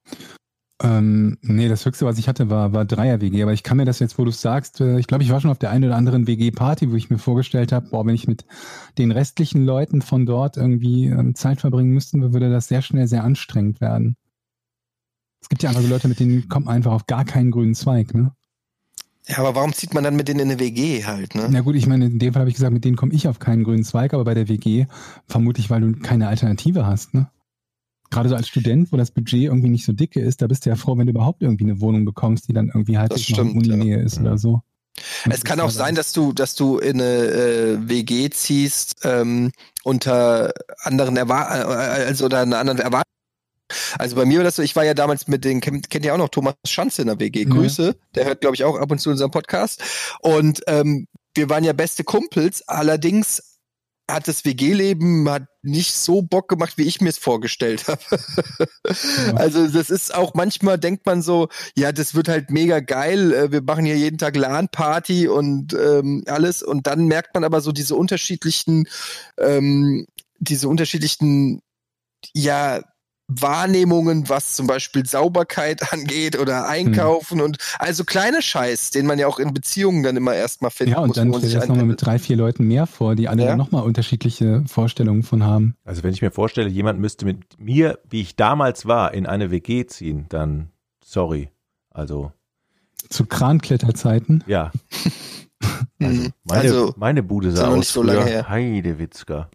Ähm, nee, das Höchste, was ich hatte, war, war Dreier-W G, aber ich kann mir das jetzt, wo du es sagst, äh, ich glaube, ich war schon auf der einen oder anderen W G-Party, wo ich mir vorgestellt habe, boah, wenn ich mit den restlichen Leuten von dort irgendwie ähm, Zeit verbringen müsste, würde das sehr schnell sehr anstrengend werden. Es gibt ja einfach so Leute, mit denen kommt man einfach auf gar keinen grünen Zweig, ne? Ja, aber warum zieht man dann mit denen in eine W G halt, ne? Na gut, ich meine, in dem Fall habe ich gesagt, mit denen komme ich auf keinen grünen Zweig, aber bei der W G vermutlich, weil du keine Alternative hast, ne? Gerade so als Student, wo das Budget irgendwie nicht so dicke ist, da bist du ja froh, wenn du überhaupt irgendwie eine Wohnung bekommst, die dann irgendwie halt in Uninähe ja. ist oder so. Und es kann auch sein, dass du, dass du in eine äh, W G ziehst ähm, unter anderen Erwartungen, also unter einer anderen Erwartung. Also bei mir war das so, ich war ja damals mit den, kennt, kennt ihr auch noch Thomas Schanze in der W G, Grüße, ja. Der hört glaube ich auch ab und zu unseren Podcast und ähm, wir waren ja beste Kumpels, allerdings hat das W G-Leben hat nicht so Bock gemacht, wie ich mir es vorgestellt habe. Ja. Also das ist auch, manchmal denkt man so, ja, das wird halt mega geil, wir machen hier jeden Tag LAN-Party und ähm, alles und dann merkt man aber so diese unterschiedlichen, ähm, diese unterschiedlichen, ja, Wahrnehmungen, was zum Beispiel Sauberkeit angeht oder Einkaufen hm. und also kleiner Scheiß, den man ja auch in Beziehungen dann immer erstmal finden muss. Ja, und muss, dann stell dir das nochmal mit drei, vier Leuten mehr vor, die alle ja. nochmal unterschiedliche Vorstellungen von haben. Also wenn ich mir vorstelle, jemand müsste mit mir, wie ich damals war, in eine W G ziehen, dann sorry, also. Zu Krankletterzeiten? Ja. Also meine, also, meine Bude sah aus so lange her. Heidewitzka.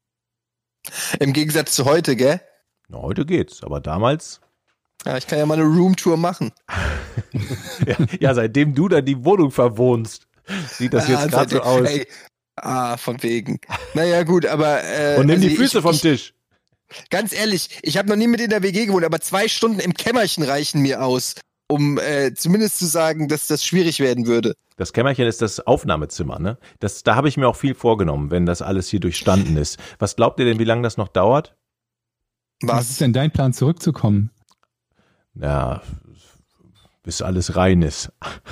Im Gegensatz zu heute, gell? Na, heute geht's, aber damals. Ja, ich kann ja mal eine Roomtour machen. ja, ja, seitdem du dann die Wohnung verwohnst, sieht das jetzt ah, gerade so aus. Ey, ah, von wegen. Naja, gut, aber. Äh, Und nimm also die Füße ich, vom ich, Tisch. Ganz ehrlich, ich habe noch nie mit in der W G gewohnt, aber zwei Stunden im Kämmerchen reichen mir aus, um äh, zumindest zu sagen, dass das schwierig werden würde. Das Kämmerchen ist das Aufnahmezimmer, ne? Das, da habe ich mir auch viel vorgenommen, wenn das alles hier durchstanden ist. Was glaubt ihr denn, wie lange das noch dauert? Was? Was ist denn dein Plan, zurückzukommen? Ja, bis alles rein ist.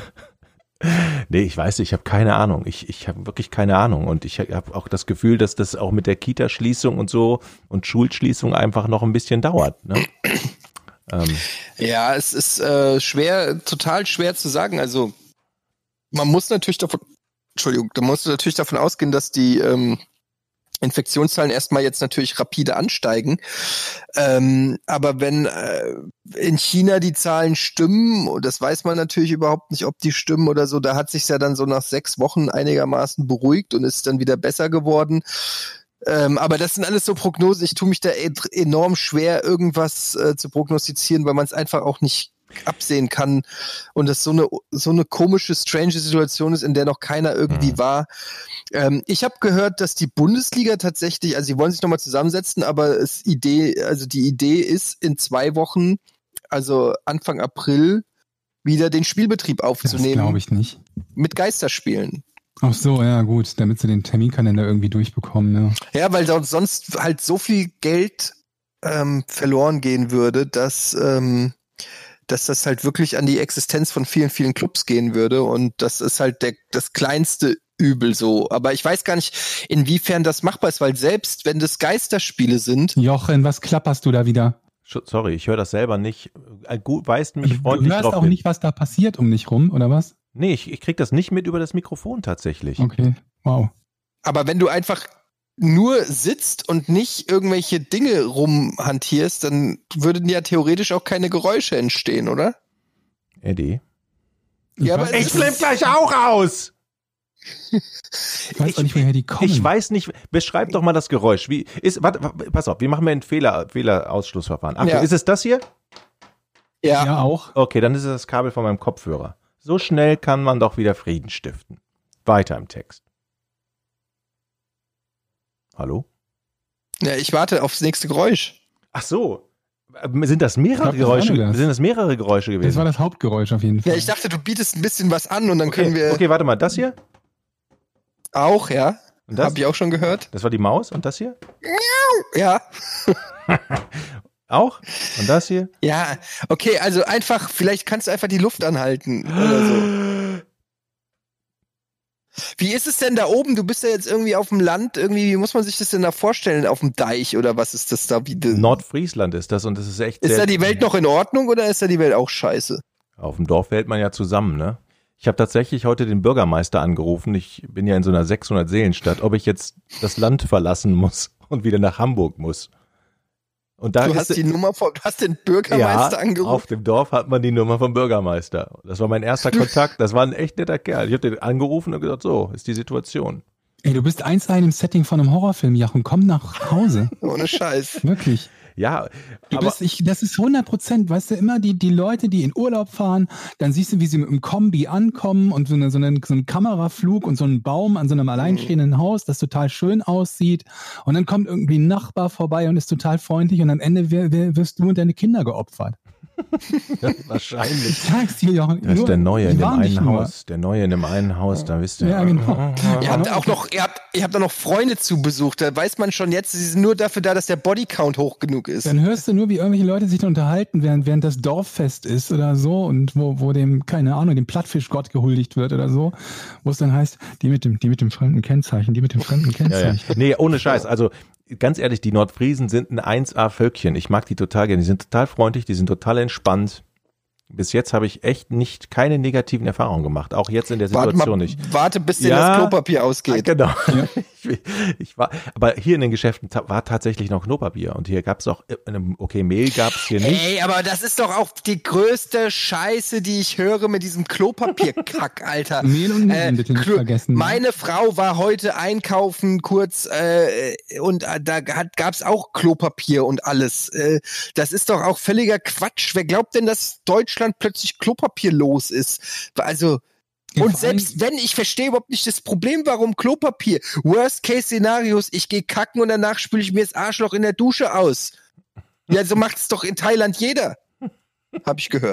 Nee, ich weiß nicht, ich habe keine Ahnung. Ich, ich habe wirklich keine Ahnung. Und ich habe auch das Gefühl, dass das auch mit der Kita-Schließung und so und Schulschließung einfach noch ein bisschen dauert. Ne? ähm. Ja, es ist äh, schwer, total schwer zu sagen. Also man muss natürlich davon, Entschuldigung, da musst du natürlich davon ausgehen, dass die ähm, Infektionszahlen erstmal jetzt natürlich rapide ansteigen. Ähm, aber wenn äh, in China die Zahlen stimmen, und das weiß man natürlich überhaupt nicht, ob die stimmen oder so, da hat sich ja dann so nach sechs Wochen einigermaßen beruhigt und ist dann wieder besser geworden. Ähm, aber das sind alles so Prognosen. Ich tue mich da enorm schwer, irgendwas äh, zu prognostizieren, weil man es einfach auch nicht absehen kann und das so eine so eine komische, strange Situation ist, in der noch keiner irgendwie mhm. war. Ähm, ich habe gehört, dass die Bundesliga tatsächlich, also sie wollen sich nochmal zusammensetzen, aber es Idee, also die Idee ist, in zwei Wochen, also Anfang April, wieder den Spielbetrieb aufzunehmen. Das glaube ich nicht. Mit Geisterspielen. Ach so, ja gut, damit sie den Terminkalender irgendwie durchbekommen. Ja, ja, weil sonst halt so viel Geld ähm, verloren gehen würde, dass ähm, dass das halt wirklich an die Existenz von vielen, vielen Clubs gehen würde und das ist halt der, das kleinste Übel so. Aber ich weiß gar nicht, inwiefern das machbar ist, weil selbst wenn das Geisterspiele sind... Jochen, was klapperst du da wieder? Sorry, ich höre das selber nicht. Gut, weist mich freundlich drauf hin. Du hörst auch nicht, was da passiert um dich rum, oder was? Nee, ich, ich krieg das nicht mit über das Mikrofon tatsächlich. Okay, wow. Aber wenn du einfach nur sitzt und nicht irgendwelche Dinge rumhantierst, dann würden ja theoretisch auch keine Geräusche entstehen, oder? Eddie? Ja, aber ich flippe gleich auch aus! Ich weiß auch nicht, woher die kommen. Ich weiß nicht, beschreib doch mal das Geräusch. Wie ist, warte, pass auf, wir machen mal ein Fehler, Fehlerausschlussverfahren. Achtung, ja. Ist es das hier? Ja. Ja, auch. Okay, dann ist es das Kabel von meinem Kopfhörer. So schnell kann man doch wieder Frieden stiften. Weiter im Text. Hallo? Ja, ich warte aufs nächste Geräusch. Ach so. Sind das mehrere glaub, Geräusche? Das. Sind das mehrere Geräusche gewesen? Das war das Hauptgeräusch auf jeden Fall. Ja, ich dachte, du bietest ein bisschen was an und dann okay. können wir... Okay, warte mal, das hier? Auch, ja. Und das? Hab ich auch schon gehört. Das war die Maus und das hier? Ja. Auch? Und das hier? Ja, okay, also einfach, vielleicht kannst du einfach die Luft anhalten oder so. Wie ist es denn da oben? Du bist ja jetzt irgendwie auf dem Land, irgendwie, wie muss man sich das denn da vorstellen? Auf dem Deich oder was ist das da? Wie Nordfriesland ist das und das ist echt... Ist da die Welt noch in Ordnung oder ist da die Welt auch scheiße? Auf dem Dorf hält man ja zusammen, ne? Ich habe tatsächlich heute den Bürgermeister angerufen, ich bin ja in so einer sechshundert-Seelenstadt, ob ich jetzt das Land verlassen muss und wieder nach Hamburg muss. Und da du hast die Nummer vom, du hast den Bürgermeister ja, angerufen? Auf dem Dorf hat man die Nummer vom Bürgermeister. Das war mein erster Kontakt, das war ein echt netter Kerl. Ich habe den angerufen und gesagt, so ist die Situation. Ey, du bist eins ein im Setting von einem Horrorfilm, Jochen, komm nach Hause. Ohne Scheiß. Wirklich. Ja, du aber bist, ich, das ist hundert Prozent, weißt du, immer die, die Leute, die in Urlaub fahren, dann siehst du, wie sie mit einem Kombi ankommen und so, eine, so, einen, so einen Kameraflug und so einen Baum an so einem alleinstehenden Haus, das total schön aussieht und dann kommt irgendwie ein Nachbar vorbei und ist total freundlich und am Ende wirst du und deine Kinder geopfert. Wahrscheinlich. Ich sag's dir, Jochen. Das ist der Neue in dem einen Haus. Der Neue in dem einen Haus, da wisst ihr. Ja, genau. Ihr habt auch noch, ihr habt, ihr habt auch noch Freunde zu Besuch. Da weiß man schon jetzt, sie sind nur dafür da, dass der Bodycount hoch genug ist. Dann hörst du nur, wie irgendwelche Leute sich unterhalten, während, während das Dorffest ist oder so und wo, wo dem, keine Ahnung, dem Plattfischgott gehuldigt wird oder so, wo es dann heißt, die mit dem, die mit dem fremden Kennzeichen, die mit dem fremden Kennzeichen. Ja, ja. Nee, ohne Scheiß. Also, ganz ehrlich, die Nordfriesen sind ein eins A-Völkchen. Ich mag die total gerne. Die sind total freundlich, die sind total entspannt. Bis jetzt habe ich echt nicht keine negativen Erfahrungen gemacht, auch jetzt in der Situation warte mal, nicht. Warte, bis dir ja, das Klopapier ausgeht. Genau. Ja. Ich, ich war, aber hier in den Geschäften war tatsächlich noch Klopapier und hier gab es auch, okay, Mehl gab es hier nicht. Ey, aber das ist doch auch die größte Scheiße, die ich höre mit diesem Klopapierkack, Alter. Mehl und Mehl, äh, bitte nicht Klo- vergessen. Meine Frau war heute einkaufen kurz äh, und äh, da gab es auch Klopapier und alles. Äh, das ist doch auch völliger Quatsch. Wer glaubt denn, dass Deutschland plötzlich klopapierlos ist? Also ja, und selbst wenn, ich verstehe überhaupt nicht das Problem, warum Klopapier. Worst-Case-Szenarios, ich gehe kacken und danach spüle ich mir das Arschloch in der Dusche aus. Ja, so macht es doch in Thailand jeder. Hab ich gehört.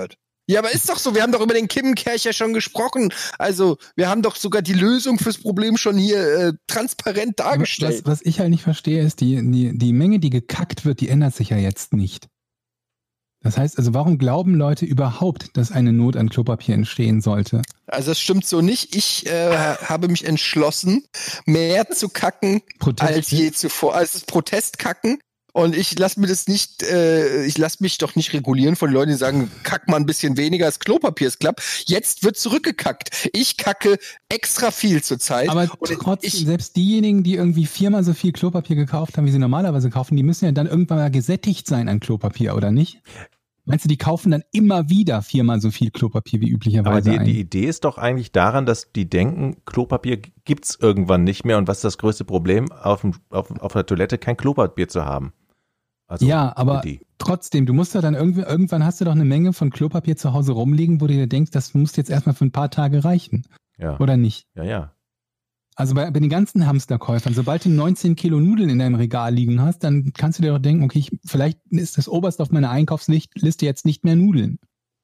Ja, aber ist doch so, wir haben doch über den Kippenkercher schon gesprochen. Also, wir haben doch sogar die Lösung fürs Problem schon hier äh, transparent dargestellt. Was, was ich halt nicht verstehe, ist, die, die, die Menge, die gekackt wird, die ändert sich ja jetzt nicht. Das heißt, also warum glauben Leute überhaupt, dass eine Not an Klopapier entstehen sollte? Also das stimmt so nicht. Ich äh, habe mich entschlossen, mehr zu kacken Protest als je zuvor. Also es ist Protestkacken. Und ich lasse mir das nicht, äh, ich lasse mich doch nicht regulieren von den Leuten, die sagen, kack mal ein bisschen weniger, das Klopapier ist klapp. Jetzt wird zurückgekackt. Ich kacke extra viel zurzeit. Aber und trotzdem, ich, selbst diejenigen, die irgendwie viermal so viel Klopapier gekauft haben, wie sie normalerweise kaufen, die müssen ja dann irgendwann mal gesättigt sein an Klopapier, oder nicht? Meinst du, die kaufen dann immer wieder viermal so viel Klopapier wie üblicherweise? Aber die, die Idee ist doch eigentlich daran, dass die denken, Klopapier gibt's irgendwann nicht mehr und was ist das größte Problem, auf, dem, auf, auf der Toilette kein Klopapier zu haben? Also ja, aber trotzdem, du musst ja dann irgendwie, irgendwann hast du doch eine Menge von Klopapier zu Hause rumliegen, wo du dir denkst, das muss jetzt erstmal für ein paar Tage reichen. Ja. Oder nicht? Ja, ja. Also bei, bei den ganzen Hamsterkäufern, sobald du neunzehn Kilo Nudeln in deinem Regal liegen hast, dann kannst du dir doch denken, okay, ich, vielleicht ist das oberst auf meiner Einkaufsliste jetzt nicht mehr Nudeln.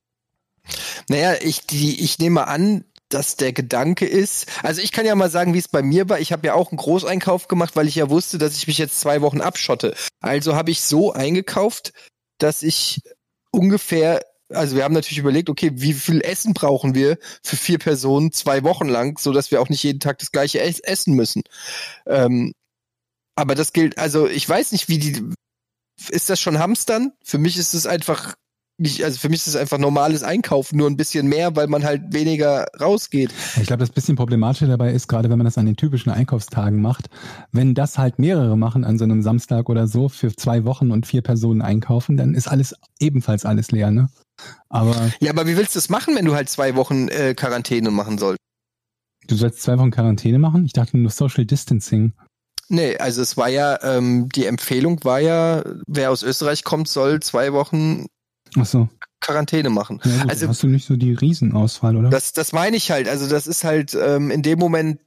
Naja, ich, die, ich nehme an, dass der Gedanke ist, also ich kann ja mal sagen, wie es bei mir war. Ich habe ja auch einen Großeinkauf gemacht, weil ich ja wusste, dass ich mich jetzt zwei Wochen abschotte. Also habe ich so eingekauft, dass ich ungefähr, also wir haben natürlich überlegt, okay, wie viel Essen brauchen wir für vier Personen zwei Wochen lang, so dass wir auch nicht jeden Tag das gleiche essen müssen. Ähm, aber das gilt, also ich weiß nicht, wie die, ist das schon Hamstern? Für mich ist es einfach nicht, also für mich ist es einfach normales Einkaufen, nur ein bisschen mehr, weil man halt weniger rausgeht. Ich glaube, das bisschen Problematische dabei ist, gerade wenn man das an den typischen Einkaufstagen macht, wenn das halt mehrere machen an so einem Samstag oder so für zwei Wochen und vier Personen einkaufen, dann ist alles ebenfalls alles leer, ne? Aber ja, aber wie willst du das machen, wenn du halt zwei Wochen äh, Quarantäne machen sollst? Du sollst zwei Wochen Quarantäne machen? Ich dachte nur Social Distancing. Nee, also es war ja, ähm, die Empfehlung war ja, wer aus Österreich kommt, soll zwei Wochen Ach so. Quarantäne machen. Ja, gut, also hast du nicht so die Riesenauswahl, oder? Das, das meine ich halt. Also das ist halt ähm, in dem Moment,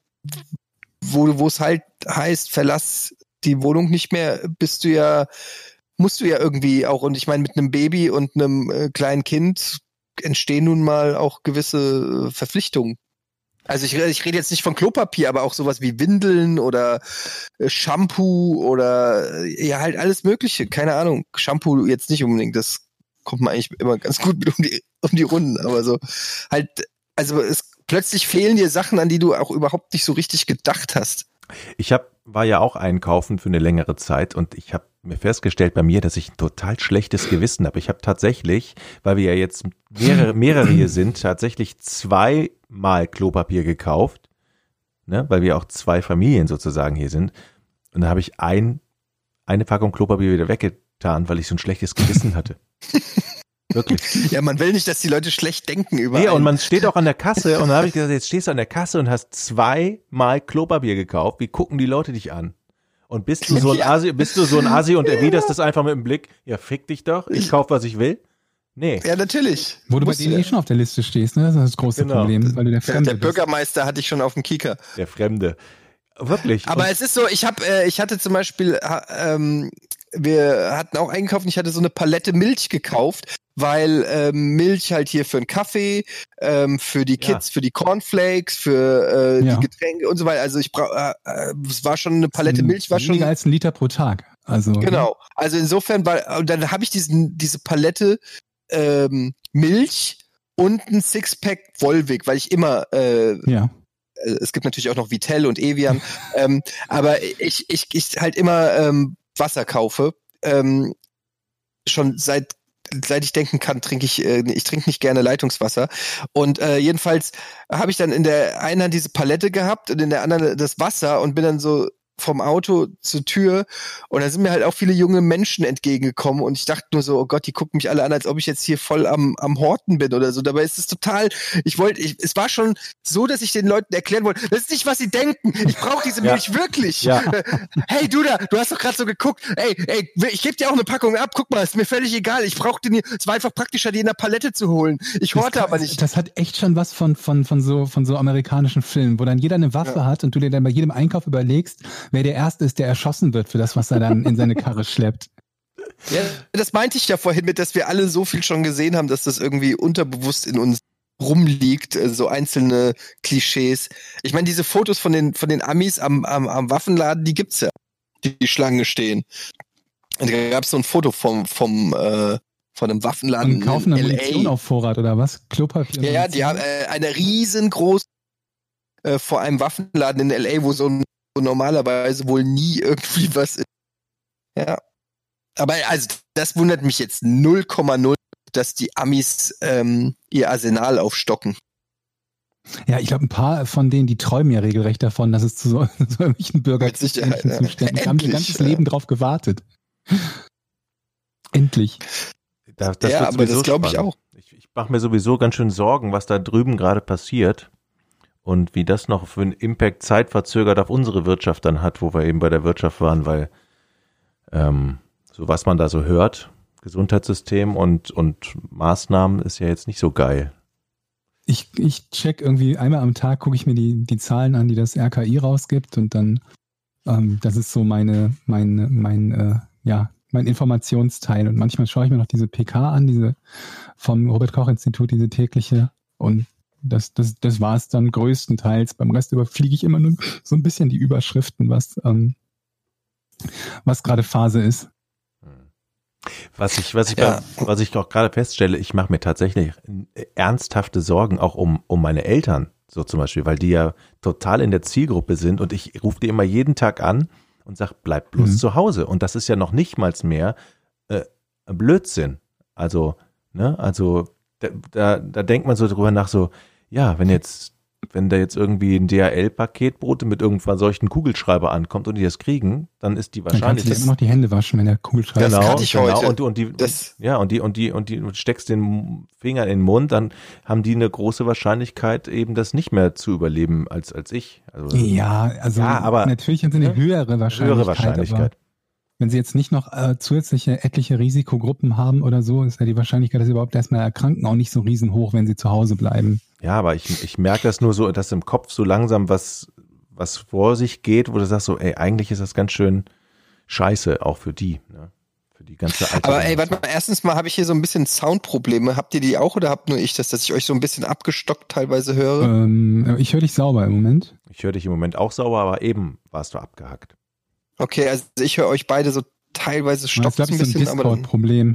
wo wo es halt heißt, verlass die Wohnung nicht mehr, bist du ja, musst du ja irgendwie auch, und ich meine, mit einem Baby und einem äh, kleinen Kind entstehen nun mal auch gewisse äh, Verpflichtungen. Also ich, ich rede jetzt nicht von Klopapier, aber auch sowas wie Windeln oder äh, Shampoo oder äh, ja halt alles Mögliche. Keine Ahnung. Shampoo jetzt nicht unbedingt, das kommt man eigentlich immer ganz gut mit um die, um die Runden, aber so halt, also es plötzlich fehlen dir Sachen, an die du auch überhaupt nicht so richtig gedacht hast. Ich hab, war ja auch einkaufen für eine längere Zeit und ich habe mir festgestellt bei mir, dass ich ein total schlechtes Gewissen habe. Ich habe tatsächlich, weil wir ja jetzt mehrere, mehrere hier sind, tatsächlich zweimal Klopapier gekauft, ne, weil wir auch zwei Familien sozusagen hier sind. Und da habe ich ein, eine Packung Klopapier wieder weggetan, weil ich so ein schlechtes Gewissen hatte. Wirklich. Ja, man will nicht, dass die Leute schlecht denken über Nee, einen. und man steht auch an der Kasse und dann habe ich gesagt, jetzt stehst du an der Kasse und hast zweimal Klopapier gekauft. Wie gucken die Leute dich an? Und bist du so ein ja. Asi, bist du so ein Asi und erwiderst das einfach mit dem Blick, ja, fick dich doch, ich kauf, was ich will? Nee. Ja, natürlich. Wo du bei denen eh schon auf der Liste stehst, ne? Das ist das große genau. Problem, weil du der Fremde Der, der Bürgermeister hatte ich schon auf dem Kieker. Der Fremde. Wirklich. Aber und es ist so, ich hab, äh, ich hatte zum Beispiel, äh, ähm, wir hatten auch eingekauft und ich hatte so eine Palette Milch gekauft, weil ähm, Milch halt hier für einen Kaffee, ähm, für die Kids, ja. für die Cornflakes, für äh, ja. die Getränke und so weiter. Also ich brauche, äh, es war schon eine Palette Milch, war schon weniger als ein Liter pro Tag. Also genau. Also insofern war, und dann habe ich diesen diese Palette ähm, Milch und ein Sixpack Volvic, weil ich immer äh, ja. es gibt natürlich auch noch Vitell und Evian, ähm, aber ich ich ich halt immer ähm, Wasser kaufe. Ähm, schon seit seit ich denken kann, trinke ich, äh, ich trinke nicht gerne Leitungswasser. Und äh, jedenfalls habe ich dann in der einen Hand diese Palette gehabt und in der anderen das Wasser und bin dann so vom Auto zur Tür und da sind mir halt auch viele junge Menschen entgegengekommen und ich dachte nur so, oh Gott, die gucken mich alle an, als ob ich jetzt hier voll am am Horten bin oder so. Dabei ist es total, ich wollte, ich, es war schon so, dass ich den Leuten erklären wollte, das ist nicht, was sie denken. Ich brauche diese Milch ja. wirklich. Ja. Hey, du da, du hast doch gerade so geguckt. Ey, ey, ich gebe dir auch eine Packung ab. Guck mal, ist mir völlig egal. Ich brauche den hier. Es war einfach praktischer, die in der Palette zu holen. Ich horte aber nicht. Das hat echt schon was von von von so von so amerikanischen Filmen, wo dann jeder eine Waffe ja. hat und du dir dann bei jedem Einkauf überlegst, wer der Erste ist, der erschossen wird für das, was er dann in seine Karre schleppt. Ja, das meinte ich ja vorhin mit, dass wir alle so viel schon gesehen haben, dass das irgendwie unterbewusst in uns rumliegt, so einzelne Klischees. Ich meine, diese Fotos von den von den Amis am, am, am Waffenladen, die gibt's ja, die, die Schlange stehen. Und da gab's so ein Foto vom vom äh, von einem Waffenladen und kaufen in eine Munition auf Vorrat oder was? Klopapier? Ja, ja, die haben äh, eine riesengroße äh, vor einem Waffenladen in L A, wo so, ein, so normalerweise wohl nie irgendwie was ist. Ja. Aber also das wundert mich jetzt null Komma null, dass die Amis ähm, ihr Arsenal aufstocken. Ja, ich glaube, ein paar von denen, die träumen ja regelrecht davon, dass es zu so, so irgendwelchen Bürgerkriegen ja. Zuständen. Die haben ihr ganzes ja. Leben drauf gewartet. Endlich. Das, das ja, aber das glaube ich auch. Ich, ich mache mir sowieso ganz schön Sorgen, was da drüben gerade passiert und wie das noch für einen Impact zeitverzögert auf unsere Wirtschaft dann hat, wo wir eben bei der Wirtschaft waren, weil ähm, so was man da so hört, Gesundheitssystem und, und Maßnahmen ist ja jetzt nicht so geil. Ich, ich check irgendwie einmal am Tag, gucke ich mir die, die Zahlen an, die das R K I rausgibt und dann, ähm, das ist so meine, meine, mein, äh, ja, mein Informationsteil und manchmal schaue ich mir noch diese P K an, diese vom Robert-Koch-Institut, diese tägliche und das, das, das war es dann größtenteils. Beim Rest überfliege ich immer nur so ein bisschen die Überschriften, was, ähm, was gerade Phase ist. Was ich, was ich, ja. bei, was ich auch gerade feststelle, ich mache mir tatsächlich ernsthafte Sorgen auch um, um meine Eltern, so zum Beispiel, weil die ja total in der Zielgruppe sind und ich rufe die immer jeden Tag an und sage, bleib bloß mhm. zu Hause. Und das ist ja noch nicht mal mehr äh, Blödsinn. Also, ne, also da, da, da denkt man so drüber nach, so, ja, wenn jetzt, wenn da jetzt irgendwie ein D H L-Paketbote mit irgendwann solchen Kugelschreiber ankommt und die das kriegen, dann ist die wahrscheinlich. Dann kannst du immer noch die Hände waschen, wenn der Kugelschreiber. Genau, das kann ich genau. heute. Und, und die, das ja, und die, und die, und die, und steckst den Finger in den Mund, dann haben die eine große Wahrscheinlichkeit, eben das nicht mehr zu überleben als, als ich. Also, ja, also ja, aber, natürlich haben sie eine ne? höhere Wahrscheinlichkeit. Höhere Wahrscheinlichkeit. Wenn sie jetzt nicht noch äh, zusätzliche etliche Risikogruppen haben oder so, ist ja die Wahrscheinlichkeit, dass sie überhaupt erstmal erkranken, auch nicht so riesenhoch, wenn sie zu Hause bleiben. Ja, aber ich, ich merke das nur so, dass im Kopf so langsam was, was vor sich geht, wo du sagst so, ey, eigentlich ist das ganz schön scheiße, auch für die, ne? Für die ganze Alte. Aber ey, warte mal, erstens mal habe ich hier so ein bisschen Soundprobleme. Habt ihr die auch oder habt nur ich das, dass ich euch so ein bisschen abgestockt teilweise höre? Ähm, ich höre dich sauber im Moment. Ich höre dich im Moment auch sauber, aber eben warst du abgehackt. Okay, also ich höre euch beide so teilweise stockt es ein bisschen. Das ist ein Discord-Problem.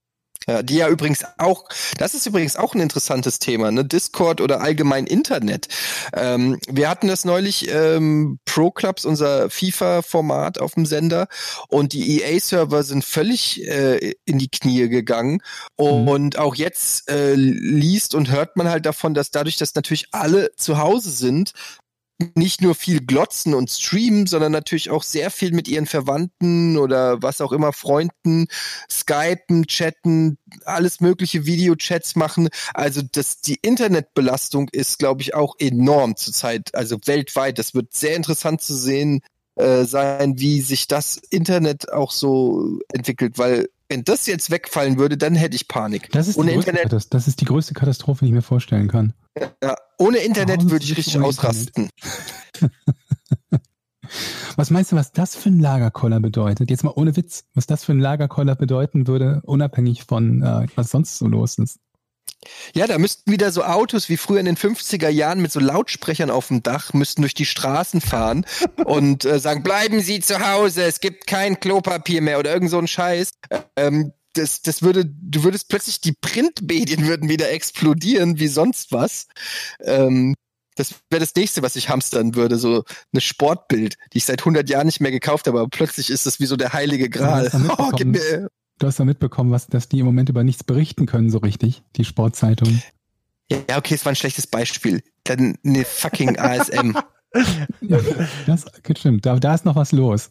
Ja, die ja übrigens auch, das ist übrigens auch ein interessantes Thema, ne? Discord oder allgemein Internet. Ähm, wir hatten das neulich, ähm, Pro Clubs, unser FIFA-Format auf dem Sender und die E A-Server sind völlig äh, in die Knie gegangen und, mhm. und auch jetzt äh, liest und hört man halt davon, dass dadurch, dass natürlich alle zu Hause sind, nicht nur viel glotzen und streamen, sondern natürlich auch sehr viel mit ihren Verwandten oder was auch immer, Freunden, skypen, chatten, alles mögliche Videochats machen. Also das, die Internetbelastung ist, glaube ich, auch enorm zurzeit, also weltweit. Das wird sehr interessant zu sehen äh, sein, wie sich das Internet auch so entwickelt, weil wenn das jetzt wegfallen würde, dann hätte ich Panik. Das ist, ohne die, Internet, größte, das ist die größte Katastrophe, die ich mir vorstellen kann. Ja, ohne Internet Warum würde ich richtig ausrasten. Was meinst du, was das für ein Lagerkoller bedeutet? Jetzt mal ohne Witz, was das für ein Lagerkoller bedeuten würde, unabhängig von äh, was sonst so los ist. Ja, da müssten wieder so Autos wie früher in den fünfziger Jahren mit so Lautsprechern auf dem Dach, müssten durch die Straßen fahren und äh, sagen, bleiben Sie zu Hause, es gibt kein Klopapier mehr oder irgend so ein Scheiß. Ähm, das, das würde, du würdest plötzlich, die Printmedien würden wieder explodieren wie sonst was. Ähm, das wäre das nächste, was ich hamstern würde, so eine Sportbild, die ich seit hundert Jahren nicht mehr gekauft habe, aber plötzlich ist das wie so der heilige Gral. Oh, gib mir... Du hast ja mitbekommen, was, dass die im Moment über nichts berichten können, so richtig, die Sportzeitungen. Ja, okay, es war ein schlechtes Beispiel. Dann eine fucking A S M. Ja, das stimmt, da, da ist noch was los.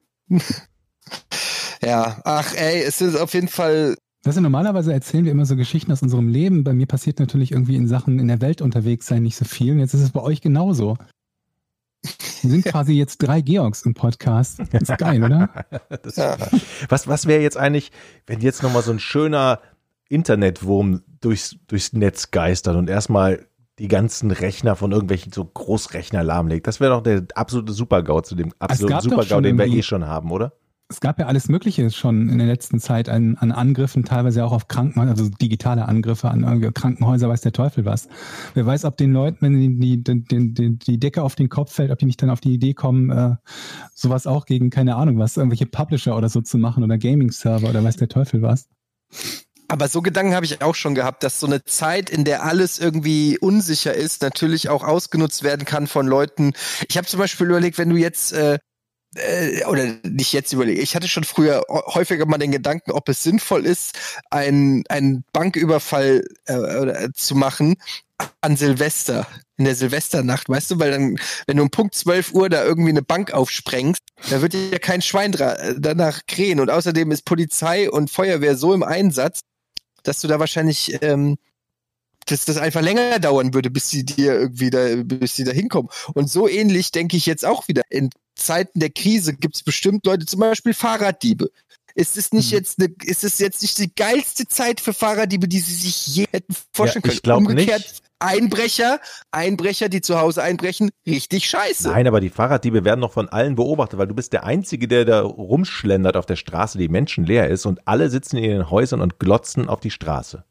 Ja, ach ey, es ist auf jeden Fall... Das ist, normalerweise erzählen wir immer so Geschichten aus unserem Leben. Bei mir passiert natürlich irgendwie in Sachen in der Welt unterwegs sein nicht so viel. Und jetzt ist es bei euch genauso. Wir sind quasi jetzt drei Georgs im Podcast. Das ist geil, oder? Das, ja. Was, was wäre jetzt eigentlich, wenn jetzt nochmal so ein schöner Internetwurm durchs, durchs Netz geistert und erstmal die ganzen Rechner von irgendwelchen so Großrechner lahmlegt? Das wäre doch der absolute Super-GAU zu dem absoluten Super-GAU, den wir eh schon haben, oder? es gab ja alles Mögliche schon in der letzten Zeit an, an Angriffen, teilweise auch auf Krankenhäuser, also digitale Angriffe an Krankenhäuser, weiß der Teufel was. Wer weiß, ob den Leuten, wenn die, die, die, die, die Decke auf den Kopf fällt, ob die nicht dann auf die Idee kommen, äh, sowas auch gegen, keine Ahnung was, irgendwelche Publisher oder so zu machen oder Gaming-Server oder weiß der Teufel was. Aber so Gedanken habe ich auch schon gehabt, dass so eine Zeit, in der alles irgendwie unsicher ist, natürlich auch ausgenutzt werden kann von Leuten. Ich habe zum Beispiel überlegt, wenn du jetzt äh, Äh, oder nicht jetzt überlege, ich hatte schon früher häufiger mal den Gedanken, ob es sinnvoll ist, einen, einen Banküberfall äh, zu machen an Silvester, in der Silvesternacht, weißt du, weil dann, wenn du um Punkt zwölf Uhr da irgendwie eine Bank aufsprengst, da wird ja kein Schwein dra- danach krähen und außerdem ist Polizei und Feuerwehr so im Einsatz, dass du da wahrscheinlich ähm, dass das einfach länger dauern würde, bis sie dir irgendwie da, bis sie da hinkommen. Und so ähnlich denke ich jetzt auch wieder. In Zeiten der Krise gibt es bestimmt Leute, zum Beispiel Fahrraddiebe. Ist es nicht mhm. jetzt eine, ist es jetzt nicht die geilste Zeit für Fahrraddiebe, die sie sich je hätten vorstellen ja, ich können? Umgekehrt, nicht. Einbrecher, Einbrecher, die zu Hause einbrechen, richtig scheiße. Nein, aber die Fahrraddiebe werden noch von allen beobachtet, weil du bist der Einzige, der da rumschlendert auf der Straße, die menschenleer ist und alle sitzen in ihren Häusern und glotzen auf die Straße.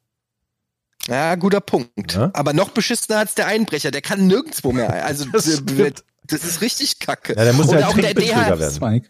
Ja, guter Punkt. Ja? Aber noch beschissener als der Einbrecher, der kann nirgendwo mehr. Also das, das ist richtig kacke. Ja, der muss Oder ja auch der D H werden.